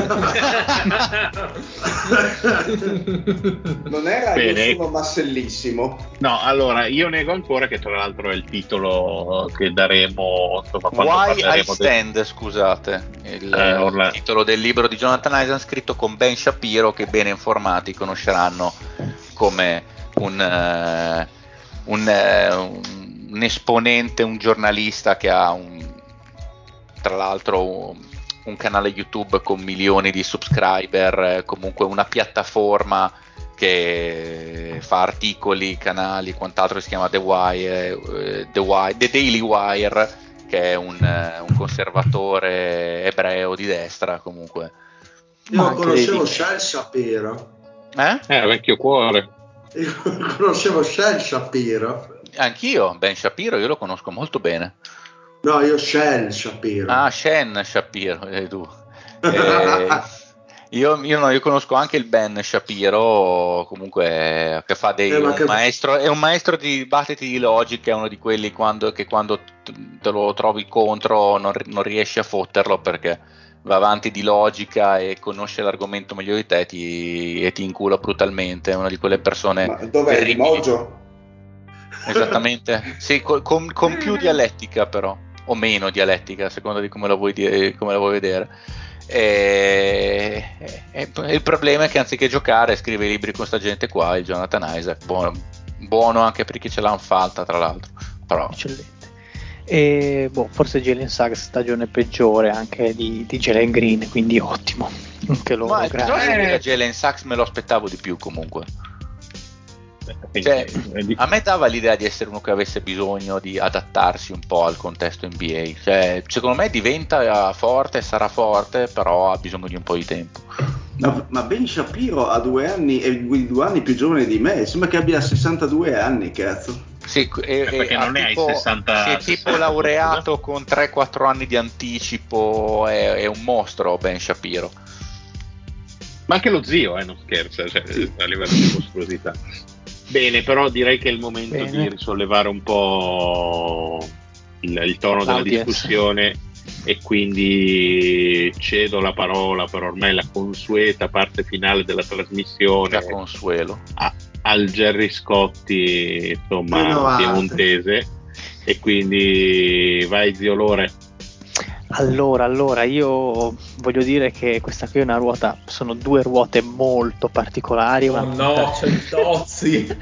Non era Io massellissimo. No, allora, Io nego ancora, che tra l'altro è il titolo che daremo. Why I Stand, scusate. Il titolo del libro di Jonathan Isaac, scritto con Ben Shapiro, che bene informati conosceranno come un esponente, un giornalista che ha tra l'altro un canale YouTube con milioni di subscriber, comunque una piattaforma che fa articoli, canali e quant'altro, si chiama The Daily Wire, che è un conservatore ebreo di destra comunque. Io non conoscevo Shel Shapiro. Vecchio cuore. Io conoscevo Shel Shapiro. Anch'io, Ben Shapiro, io lo conosco molto bene. No, io Shel Shapiro. Shen Shapiro, tu. Io conosco anche il Ben Shapiro, comunque, che fa è un maestro di dibattiti di logica, è uno di quelli che quando te lo trovi contro non riesci a fotterlo perché va avanti di logica e conosce l'argomento meglio di te e ti incula brutalmente. È una di quelle persone. Ma dov'è il Mojo? Esattamente, sì, con più dialettica però, o meno dialettica, a seconda di come la vuoi vedere. E il problema è che anziché giocare scrive libri con sta gente qua, il Jonathan Isaac, buono anche per chi ce l'ha in falta, tra l'altro, però. Eccellente. E forse Jalen Suggs stagione peggiore anche di Jalen Green, quindi ottimo anche loro. Ma da Jalen Suggs me lo aspettavo di più comunque. Cioè, a me dava l'idea di essere uno che avesse bisogno di adattarsi un po' al contesto NBA. Cioè, secondo me diventa forte, sarà forte, però ha bisogno di un po' di tempo. Ma Ben Shapiro ha 2 anni, è 2 anni più giovane di me, sembra che abbia 62 anni, cazzo. Sì, perché non è ai 60. Si è tipo laureato con 3-4 anni di anticipo, è un mostro Ben Shapiro. Ma anche lo zio, non scherza, cioè, a livello di mostruosità. Bene, però direi che è il momento di risollevare un po' il tono della discussione, e quindi cedo la parola per ormai la consueta parte finale della trasmissione. Da consuelo. Al Gerry Scotti, insomma, piemontese, e quindi vai zio Lore. Allora, io voglio dire che questa qui è una ruota, sono 2 ruote molto particolari. C'è il Tozzi!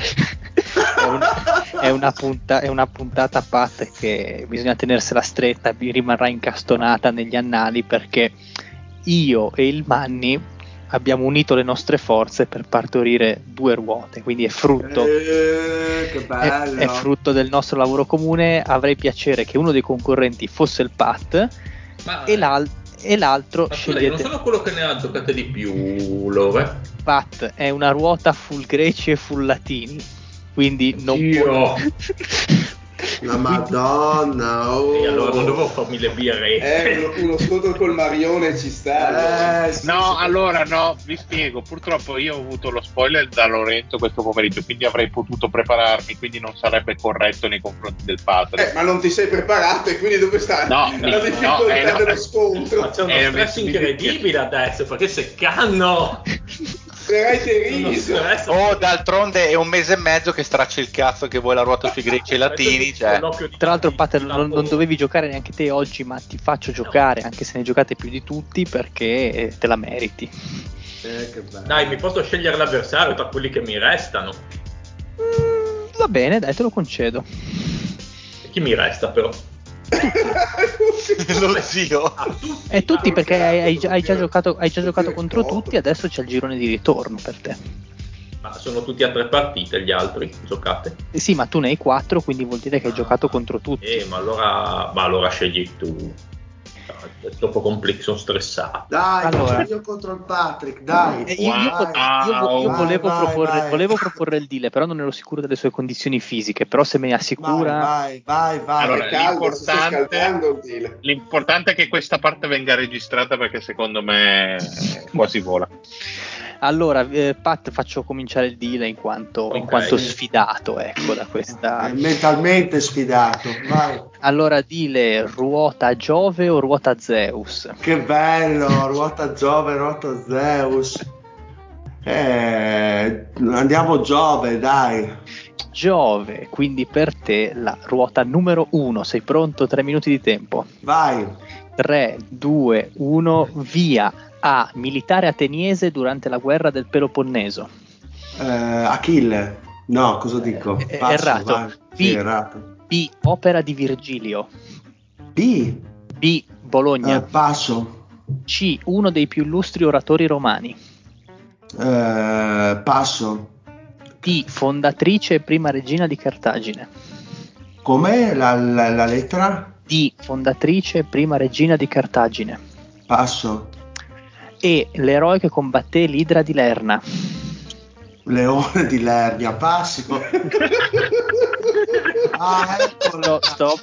è una puntata Pat che bisogna tenersela stretta, rimarrà incastonata negli annali, perché io e il Manni abbiamo unito le nostre forze per partorire 2 ruote, quindi è frutto che bello. è frutto del nostro lavoro comune. Avrei piacere che uno dei concorrenti fosse il Pat e l'altro scegliete. Io non sono quello che ne ha giocate di più, Love. Pat è una ruota full greci e full latini, quindi non può. La Madonna, e allora non dovevo farmi le birrette. Uno scontro col Marione ci sta. Allora no, vi spiego. Purtroppo io ho avuto lo spoiler da Lorenzo questo pomeriggio, quindi avrei potuto prepararmi, quindi non sarebbe corretto nei confronti del padre. Ma non ti sei preparato, e quindi dove sta la difficoltà dello scontro? Ma c'è uno stress incredibile adesso, perché se canno d'altronde è 1 mese e mezzo che straccia il cazzo che vuoi la ruota sui greci e latini, cioè. Tra l'altro Pat, non dovevi giocare neanche te oggi, ma ti faccio giocare anche se ne giocate più di tutti, perché te la meriti. Che bello. Dai, mi posso scegliere l'avversario tra quelli che mi restano? Va bene, dai, te lo concedo. E chi mi resta però? Lo zio. E tutti, perché hai già giocato contro tutti, adesso c'è il girone di ritorno per te. Ma sono tutti a 3 partite gli altri giocate? Sì, ma tu ne hai 4, quindi vuol dire che hai giocato contro tutti. Ma allora scegli tu. È troppo complicato, sono stressato. Dai, allora io contro il Patrick, dai. Io volevo proporre il deal, però non ero sicuro delle sue condizioni fisiche, però se me ne assicura. Vai. Allora, l'importante è che questa parte venga registrata, perché secondo me quasi vola. Allora, Pat, faccio cominciare il deal in quanto sfidato, ecco, da questa. È mentalmente sfidato, vai. Allora, deal, ruota Giove o ruota Zeus? Che bello, ruota Giove, ruota Zeus. Andiamo Giove, dai. Giove, quindi per te la ruota numero 1. Sei pronto? 3 minuti di tempo. Vai. 3, 2, 1, via. A. Militare ateniese durante la guerra del Peloponneso. Achille. No, cosa dico? Passo, errato. Errato. B. Opera di Virgilio. B. Bologna. Passo. C. Uno dei più illustri oratori romani. Passo. D. Fondatrice e prima regina di Cartagine. Com'è la lettera? D. Fondatrice e prima regina di Cartagine. Passo. E. L'eroe che combatté l'Idra di Lerna. Leone di Lernia, passo. Eccolo. Stop.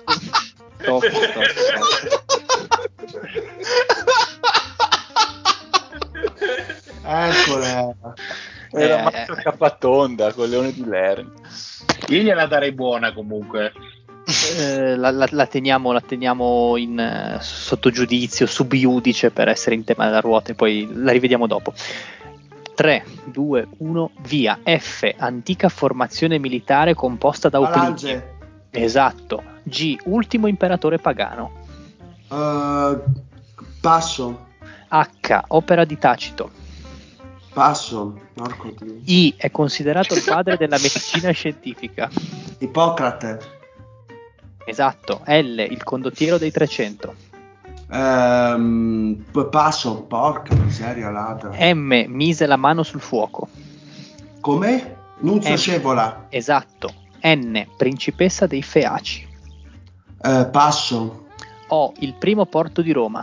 Eccola. Era Marzio Capatonda con Leone di Lernia. Io gliela darei buona comunque. La teniamo in sotto giudizio, sub iudice, per essere in tema della ruota, e poi la rivediamo dopo. 3, 2, 1, via. F. Antica formazione militare composta da Euclide. Esatto. G. Ultimo imperatore pagano. Passo. H. Opera di Tacito. Passo. Porco Dio. I. È considerato il padre della medicina scientifica. Ippocrate. Esatto. L, il condottiero dei 300. Passo, porca miseria ladra. M, mise la mano sul fuoco. Come? Nunzio M. Scevola. Esatto. N, principessa dei Feaci. Passo. O, il primo porto di Roma.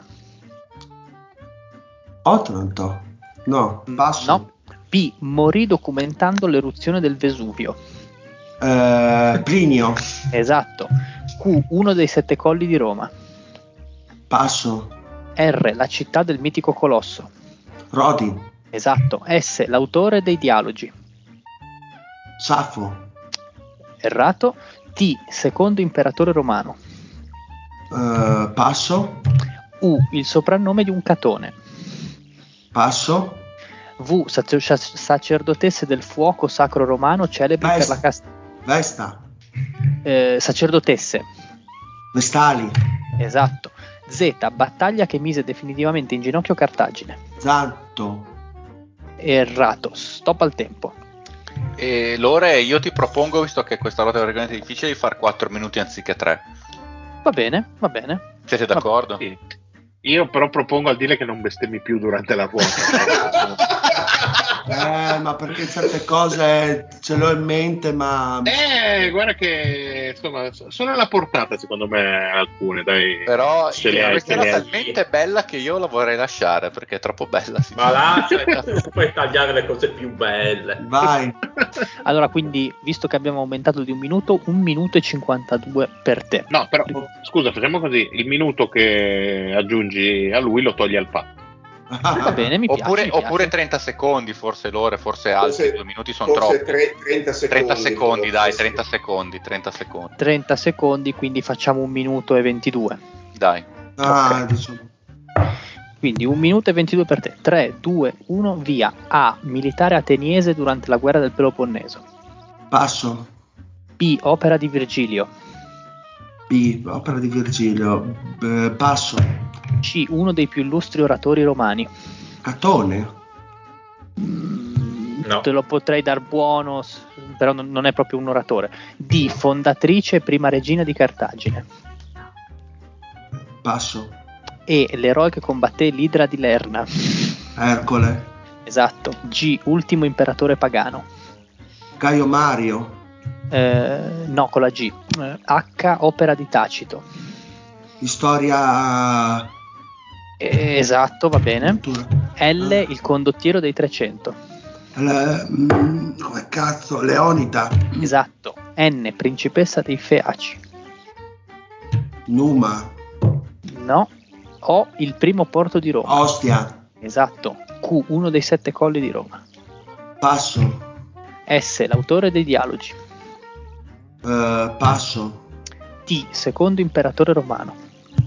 Otranto. No, passo. No. P, morì documentando l'eruzione del Vesuvio. Plinio. Esatto. Q, uno dei 7 colli di Roma. Passo. R, la città del mitico colosso. Rodi. Esatto. S, l'autore dei dialogi. Safo. Errato. T, secondo imperatore romano. Passo. U, il soprannome di un catone. Passo. V, sacerdotesse del fuoco sacro romano, celebre per la Vesta. sacerdotesse. Vestali. Esatto. Z, battaglia che mise definitivamente in ginocchio Cartagine. Zanto. Errato. Stop al tempo. E Lore, io ti propongo, visto che questa ruota è veramente difficile, di fare 4 minuti anziché 3. Va bene, va bene. Siete d'accordo? Sì. Io però propongo al dire che non bestemmi più durante la ruota. Ma perché certe cose ce l'ho in mente, ma Guarda che insomma sono alla portata secondo me alcune, dai. Però Ce le hai, questa ce le era hai. talmente bella che io la vorrei lasciare, perché è troppo bella. Ma lascia, puoi tagliare le cose più belle. vai. Allora, quindi, visto che abbiamo aumentato di 1 minuto e 52 per te. No, però scusa, facciamo così: il minuto che aggiungi a lui lo togli al patto. Va bene, mi piace. Oppure 30 secondi, forse Lore, forse altri 2 minuti sono troppi. 30 secondi. 30 secondi, dai, sì. 30 secondi. 30 secondi, quindi facciamo 1 minuto e 22. Dai. Ok. Diciamo. Quindi 1 minuto e 22 per te. 3, 2, 1, via. A, militare ateniese durante la guerra del Peloponneso. Passo. B, opera di Virgilio. B, opera di Virgilio. Passo. C, uno dei più illustri oratori romani. Catone. No. Te lo potrei dar buono, però non è proprio un oratore. D, fondatrice e prima regina di Cartagine. Passo. E, l'eroe che combatté l'Idra di Lerna. Ercole. Esatto. G, ultimo imperatore pagano. Caio Mario. No, con la G. H, opera di Tacito. Storia. Esatto, va bene. Cultura. L, il condottiero dei 300. Come cazzo? Leonida. Esatto. N, principessa dei Feaci. Numa. No. O, il primo porto di Roma. Ostia. Esatto. Q, uno dei 7 colli di Roma. Passo. S, l'autore dei dialogi. Passo. T, secondo imperatore romano.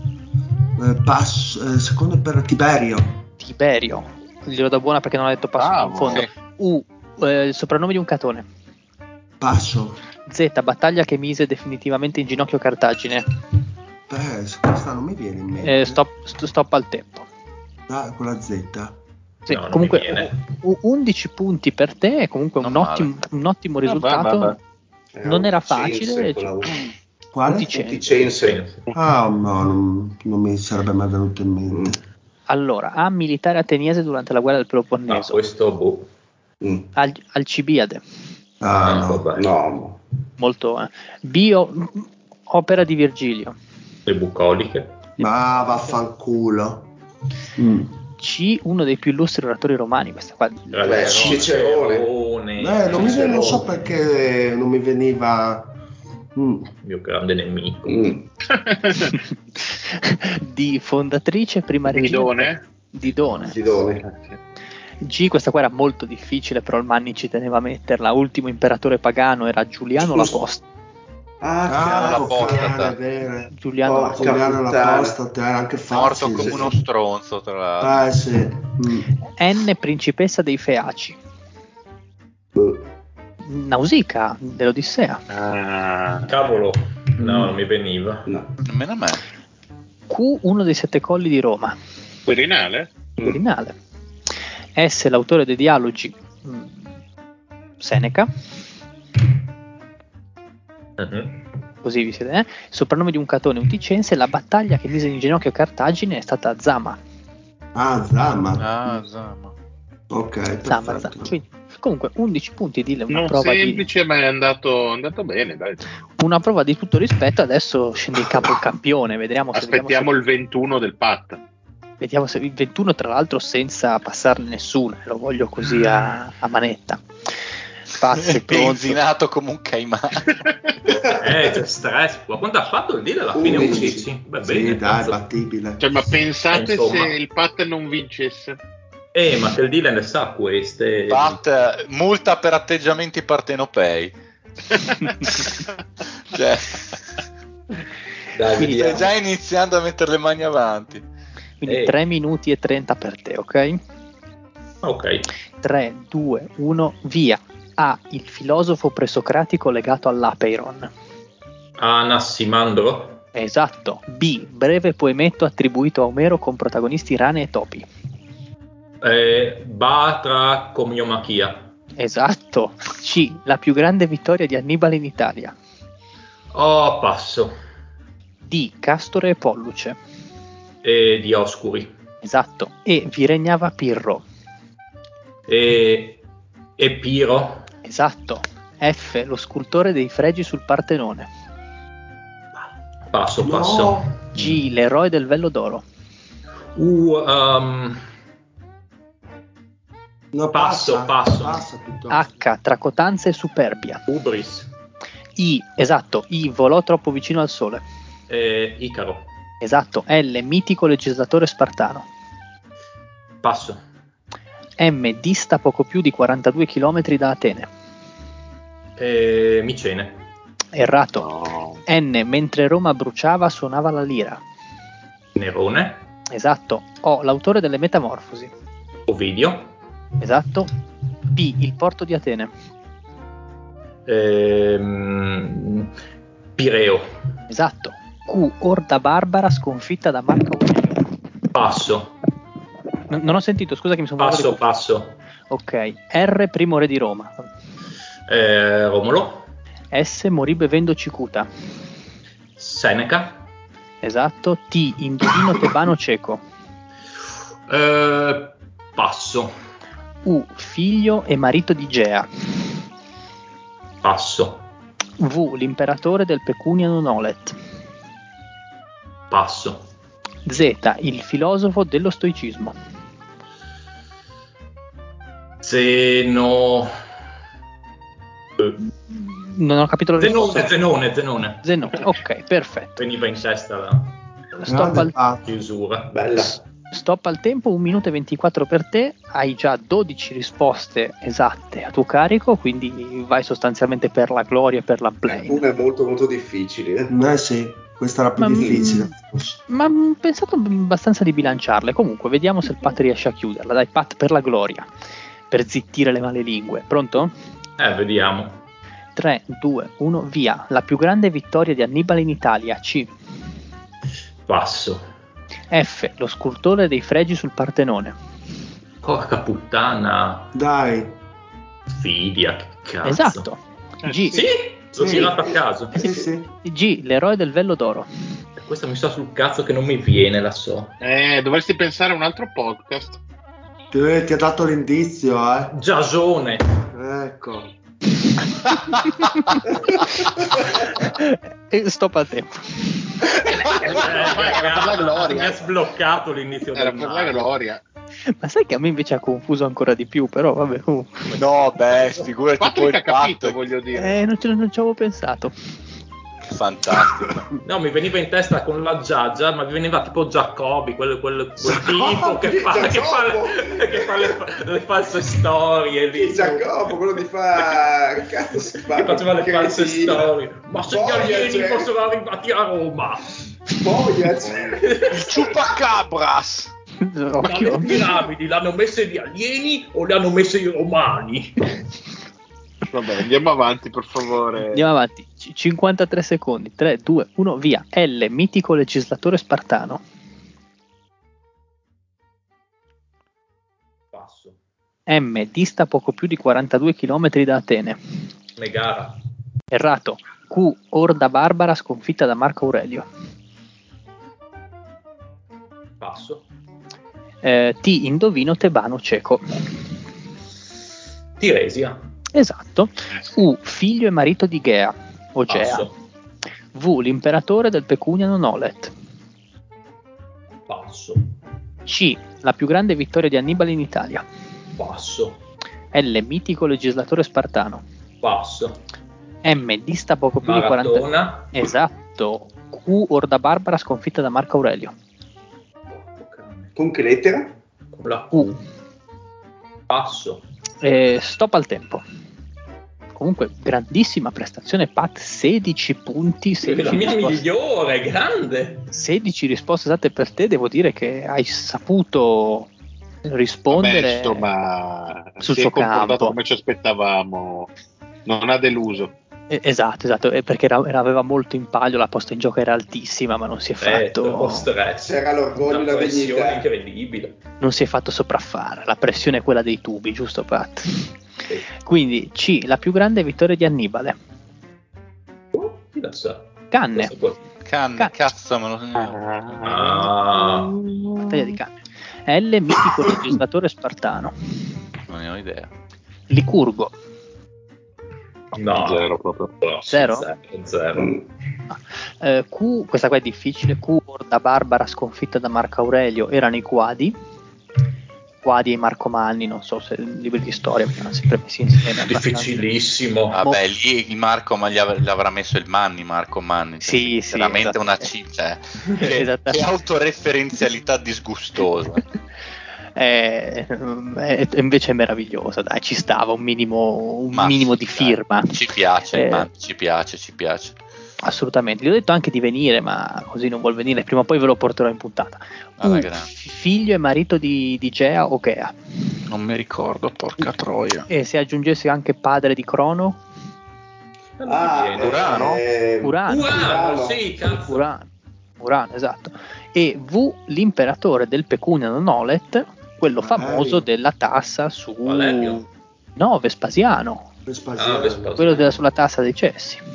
Passo. Secondo per Tiberio. Tiberio. Glielo do buona perché non ho detto passo Bravo. in fondo. Sì. U, il soprannome di un catone. Passo. Z, battaglia che mise definitivamente in ginocchio Cartagine. Questa non mi viene in mente. Stop al tempo. Con la Z. Sì, No, non comunque mi viene. 11 punti per te è comunque un ottimo risultato. Vabbè. Non era facile. Quale? Uticense. No, non mi sarebbe mai venuto in mente. Allora, A, militare ateniese durante la guerra del No, Peloponneso. questo Alcibiade. No. vabbè. No. Molto. B, opera di Virgilio. Le bucoliche. Ma vaffanculo. C, uno dei più illustri oratori romani. Questa qua. Cicerone. Non so perché non mi veniva. Mio grande nemico. Di fondatrice prima regina Didone. Didone. G, questa qua era molto difficile, però il Manni ci teneva a metterla. Ultimo imperatore pagano era Giuliano l'Aposta. L'Apostata. È vero. Giuliano l'Apostata era anche facile. Morto come uno stronzo, tra l'altro. Sì. N, principessa dei Feaci. Nausicaa dell'Odissea. Cavolo. No, non mi veniva. No. Nemmeno a me. Q, uno dei 7 colli di Roma. Quirinale? Quirinale. S, l'autore dei dialogi. Seneca. così vi siete, soprannome di un catone uticense, la battaglia che mise in ginocchio Cartagine è stata Zama. Zama. Zama. Ok, Zama. perfetto. Quindi, comunque 11 punti di una Non prova semplice, ma è andato bene, dai. una prova di tutto rispetto. Adesso scende in campo il campione, vediamo Aspettiamo il 21 del PAT. vediamo se il 21, tra l'altro senza passarne nessuna, lo voglio così a manetta. Pazzi, Benzinato come un caimano. C'è stress. Ma quanto ha fatto il deal alla fine? 11? Va Sì, bene, dai, cazzo. battibile. Cioè, ma pensate Insomma. se il PAT non vincesse? Ma che il deal ne sa queste. Pat, multa per atteggiamenti partenopei. Cioè, Dai, Quindi stai vediamo. già iniziando a mettere le mani avanti. Quindi 3 minuti e 30 per te, ok? Ok. 3, 2, 1, via. A. Il filosofo presocratico legato all'Apeiron. Anassimandro. Esatto. B. Breve poemetto attribuito a Omero con protagonisti rane e topi. Batra Comiomachia. Esatto. C. La più grande vittoria di Annibale in Italia. Oh, passo. D. Castore e Polluce. Dioscuri. Esatto. E. Vi regnava Pirro. Epiro. Esatto. F. Lo scultore dei fregi sul Partenone. Passo. G. L'eroe del vello d'oro. No, Passo. Passa piuttosto. H. Tracotanza e superbia. Ubris. I. Esatto. I. Volò troppo vicino al sole. Icaro. Esatto. L. Mitico legislatore spartano. Passo. M. Dista poco più di 42 km da Atene. Micene. Errato. No. N. Mentre Roma bruciava suonava la lira. Nerone. Esatto. O. L'autore delle Metamorfosi. Ovidio. Esatto. P. Il porto di Atene. Pireo. Esatto. Q. Orda barbara sconfitta da Marco Aurelio. Passo. Non ho sentito, scusa che mi sono parlato di... Passo. Ok. R. Primo re di Roma. Romolo. S. Morì bevendo cicuta. Seneca. Esatto. T. Indovino tebano cieco. Passo. U. Figlio e marito di Gea. Passo. V. L'imperatore del Pecuniano Nolet. Passo. Z. Il filosofo dello stoicismo. Zeno. Non ho capito la risposta. Zenone. Ok, perfetto. Veniva in testa la chiusura. Bella. Stop al tempo, 1 minuto e 24 per te. Hai già 12 risposte esatte a tuo carico, quindi vai sostanzialmente per la gloria e per la play. Una è molto molto difficile. Sì, questa era più difficile. Ma ho pensato abbastanza di bilanciarle. Comunque, vediamo se il Pat riesce a chiuderla. Dai, Pat, per la gloria, per zittire le male lingue. Pronto? Vediamo. 3, 2, 1, via. La più grande vittoria di Annibale in Italia. C. Passo. F. Lo scultore dei fregi sul Partenone. Porca puttana. Dai. Fidia, che cazzo. Esatto. G. Sì? L'ho tirato a caso. Sì. G. L'eroe del vello d'oro. Questa mi sta sul cazzo che non mi viene, la so. Dovresti pensare a un altro podcast. Ti ha dato l'indizio, Giasone. Ecco. Stop al tempo. Era per la gloria. Mi ha sbloccato l'inizio Era del per la mare. gloria. Ma sai che a me invece ha confuso ancora di più, però vabbè. No, beh, figurati poi Patrick ha il capito, Pat. voglio dire. Non ci avevo pensato. Fantastico. No, mi veniva in testa con la Giaggia, ma mi veniva tipo Giacobbi, quel tipo che fa le false storie lì. Giacomo, quello di fa... Che cazzo si fa? Che faceva le false Sì. storie. Ma se gli alieni Voyager. fossero arrivati a Roma, Voyager. Il Chupacabras. ma Occhio. le piramidi l'hanno messe gli alieni o le hanno messe i romani? Vabbè, andiamo avanti, per favore. Andiamo avanti. 53 secondi. 3, 2, 1, via. L. Mitico legislatore spartano. Passo. M. Dista poco più di 42 km da Atene. Megara. Errato. Q. Orda barbara sconfitta da Marco Aurelio. Passo. T. Indovino tebano cieco. Tiresia. Esatto. U. Figlio e marito di Gea o Gea. Passo. V. L'imperatore del Pecuniano Nolet. Passo. C. La più grande vittoria di Annibale in Italia. Passo. L. Mitico legislatore spartano. Passo. M. Dista poco più di 40. Maratona. Esatto. Q. Orda barbara sconfitta da Marco Aurelio. Con che lettera? Con la U. Passo. Stop al tempo. Comunque, grandissima prestazione, Pat. 16 punti, La 16 mia risposte, migliore, grande. 16 risposte esatte per te. Devo dire che hai saputo rispondere. Vabbè, insomma, sul si suo è comportato campo. come ci aspettavamo, non ha deluso. Esatto, perché aveva molto in palio, la posta in gioco era altissima, ma non si è Troppo fatto, stress. C'era l'orgoglio e Una la pressione dignità. incredibile. non si è fatto sopraffare. La pressione è quella dei tubi, giusto Pat? Sì. Quindi C, la più grande vittoria di Annibale. Chi la sa? Canne. Questo qua. Canne, cazzo me lo segno. Ah. Battaglia di Canne. L, mitico legislatore spartano. Non ne ho idea. Licurgo. No. Zero proprio. No, Zero? Zero. Q, questa qua è difficile. Q, Orda barbara sconfitta da Marco Aurelio, erano i Quadi e Marco Manni, non so se libri di storia erano sempre messi insieme. Difficilissimo. Vabbè, lì il Marco ma gli avrà messo il Manni, Marco Manni. Cioè, Sì, veramente una esattamente. che Esattamente. autoreferenzialità disgustosa. Invece è meravigliosa, dai, ci stava un minimo di firma. Ci piace, il Manni, ci piace. Assolutamente, gli ho detto anche di venire, ma così non vuol venire. Prima o poi ve lo porterò in puntata. Figlio e marito di Gea o Gea? Non mi ricordo, porca troia. E se aggiungessi anche padre di Crono? Urano? Urano, sì, cazzo. Urano, esatto. E V, l'imperatore del Pecuniano Nolet, quello famoso della tassa su... Valerio? No, Vespasiano. Vespasiano. Quello sulla tassa dei cessi.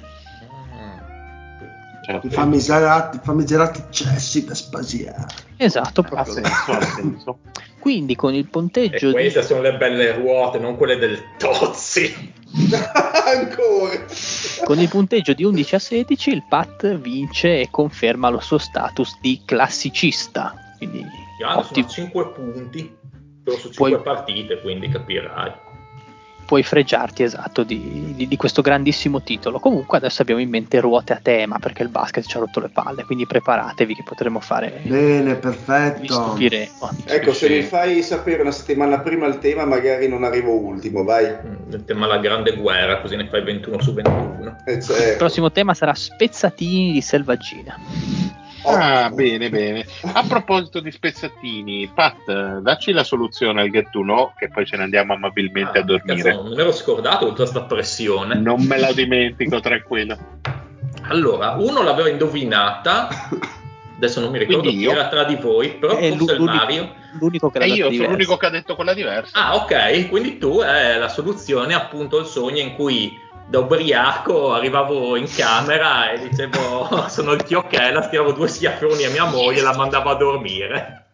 I famigerati cessi Vespasiano. Esatto, Ha proprio. senso. Quindi con il punteggio E queste sono le belle ruote, non quelle del Tozzi. Ancora. Con il punteggio di 11 a 16 il Pat vince e conferma lo suo status di classicista. Quindi Sono 5 punti, però su 5 partite, quindi capirai. Puoi fregiarti, esatto, di questo grandissimo titolo. Comunque adesso abbiamo in mente ruote a tema, perché il basket ci ha rotto le palle, quindi preparatevi che potremo fare... Bene, perfetto. Vi stupiremo. Ecco, se mi fai sapere una settimana prima il tema, magari non arrivo ultimo, vai. Il tema la grande guerra, così ne fai 21 su 21. Certo. Il prossimo tema sarà spezzatini di selvaggina. Bene. A proposito di spezzatini, Pat, dacci la soluzione al Get to Know, che poi ce ne andiamo amabilmente a dormire. Cazzo, me l'ero scordato tutta questa pressione. Non me la dimentico, tranquillo. Allora, uno l'aveva indovinata, adesso non mi ricordo chi era tra di voi, però forse il Mario. L'unico che l'ha detto io diverso. sono l'unico che ha detto quella diversa. Ah, ok, quindi tu è la soluzione, appunto, il sogno in cui da ubriaco arrivavo in camera e dicevo sono il Chiocchella, tiravo 2 schiaffoni a mia moglie e la mandavo a dormire.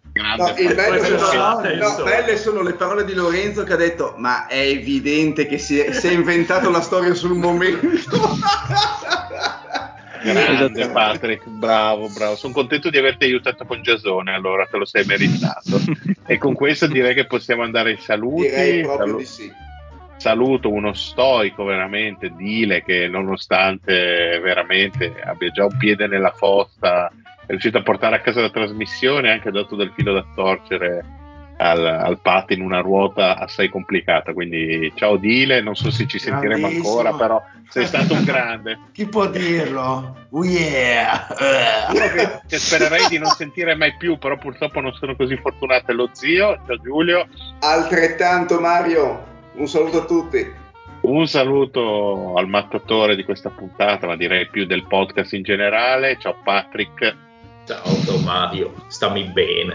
Belle sono le parole di Lorenzo che ha detto: ma è evidente che si è inventato la storia sul momento. Grande Patrick, bravo, sono contento di averti aiutato con Giasone, allora te lo sei meritato. E con questo direi che possiamo andare ai saluti. Direi proprio di sì. Saluto uno stoico veramente, Dile, che nonostante veramente abbia già un piede nella fossa, è riuscito a portare a casa la trasmissione, anche dato del filo da torcere al Pat in una ruota assai complicata. Quindi ciao Dile, non so se ci sentiremo ancora, però sei stato un grande. Chi può dirlo? Yeah! Io che spererei di non sentire mai più, però purtroppo non sono così fortunato. È lo zio, ciao Giulio. Altrettanto Mario, un saluto a tutti. Un saluto al mattatore di questa puntata, ma direi più del podcast in generale. Ciao Patrick. Ciao Mario, stammi bene.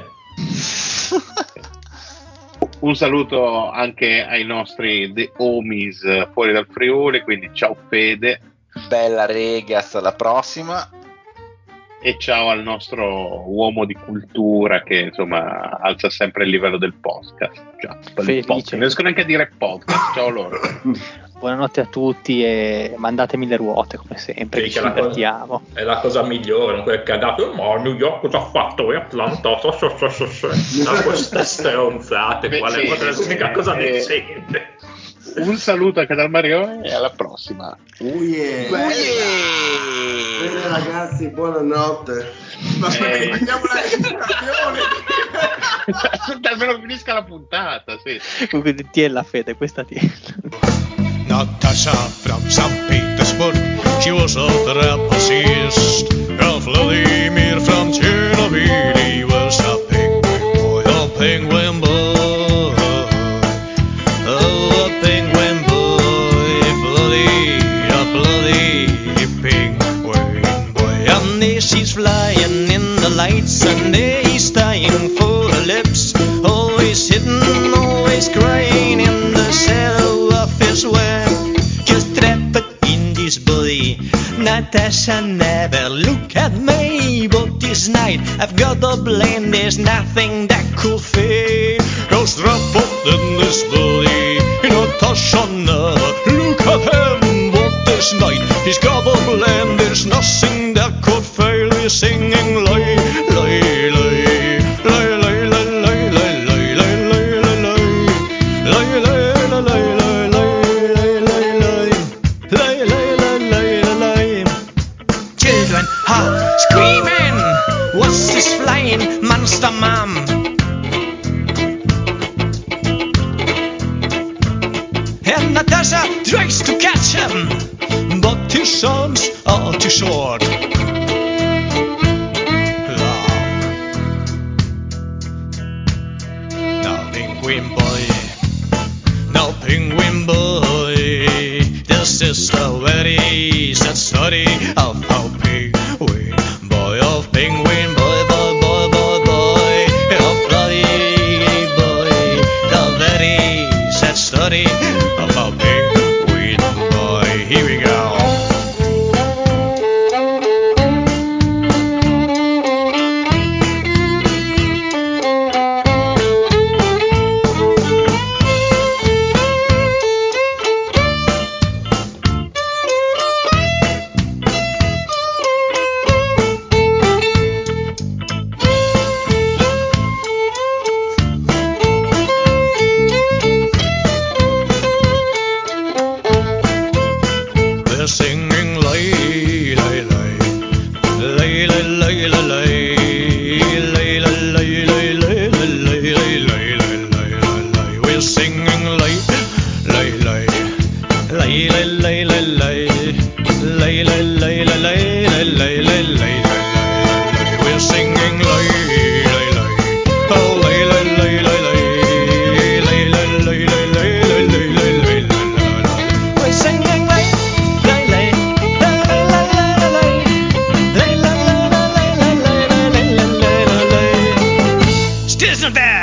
Un saluto anche ai nostri The Homies fuori dal Friuli, quindi ciao Fede. bella Regaz, alla prossima. E ciao al nostro uomo di cultura che insomma alza sempre il livello del podcast. Non riesco neanche a dire podcast. Ciao loro. Buonanotte a tutti e mandatemi le ruote come sempre, Sì, ci divertiamo. È la cosa migliore, non quel cagato. Ma New York cosa ha fatto? E Atlanta, no, queste stronzate qua, l'unica cosa decente. Un saluto anche dal Marione e alla prossima. Bene ragazzi, buonanotte. Ma facciamo la registrazione. Almeno finisca la puntata, sì. Comunque tienila Fede, questa Natasha from St. Petersburg, she was a trapezist. Vladimir from Chernobyl, he was a penguin boy, a penguin boy. Oh, a penguin boy, a bloody penguin boy. And there she's flying in the lights, and there he's dying for her lips. Always hidden, always crying in the shadow of his web. Just trapped in this body. Natasha, never look at me. But this night I've got a blame, there's nothing that could fade. Cause trapped in this body. Natasha, never look at him. But this night he's got a blame, there's nothing that could fail. He's singing lay, lay, lay, lay, lay, lay, lay, lay, lay, lay, lay, lay, lay, lay, lay. Children are screaming. What's this flying monster, mom? And Natasha tries to catch him, but his arms are too short. Now penguin boy, now penguin boy, this is the very sad story of our penguin boy, of penguin boy, boy, boy, boy, boy, of bloody boy, the very sad story of our penguin boy. Here we go. They're singing lay, lay, lay, lay, lay, lay, lay, lay, lay, lay, lay, lay, lay, lay, lay, lay, lay. We're singing lay, lay, lay, lay, lay, lay, lay, lay, lay, lay, lay, lay, lay, lay, lay, lay. We're singing lay, lay, lay, oh lay, lay, lay, lay, lay, lay, lay, lay, lay, lay, lay, lay, lay. We're singing lay, lay, lay, lay, lay, lay, lay, lay, lay, lay, lay, lay, lay, lay, lay. Still not there.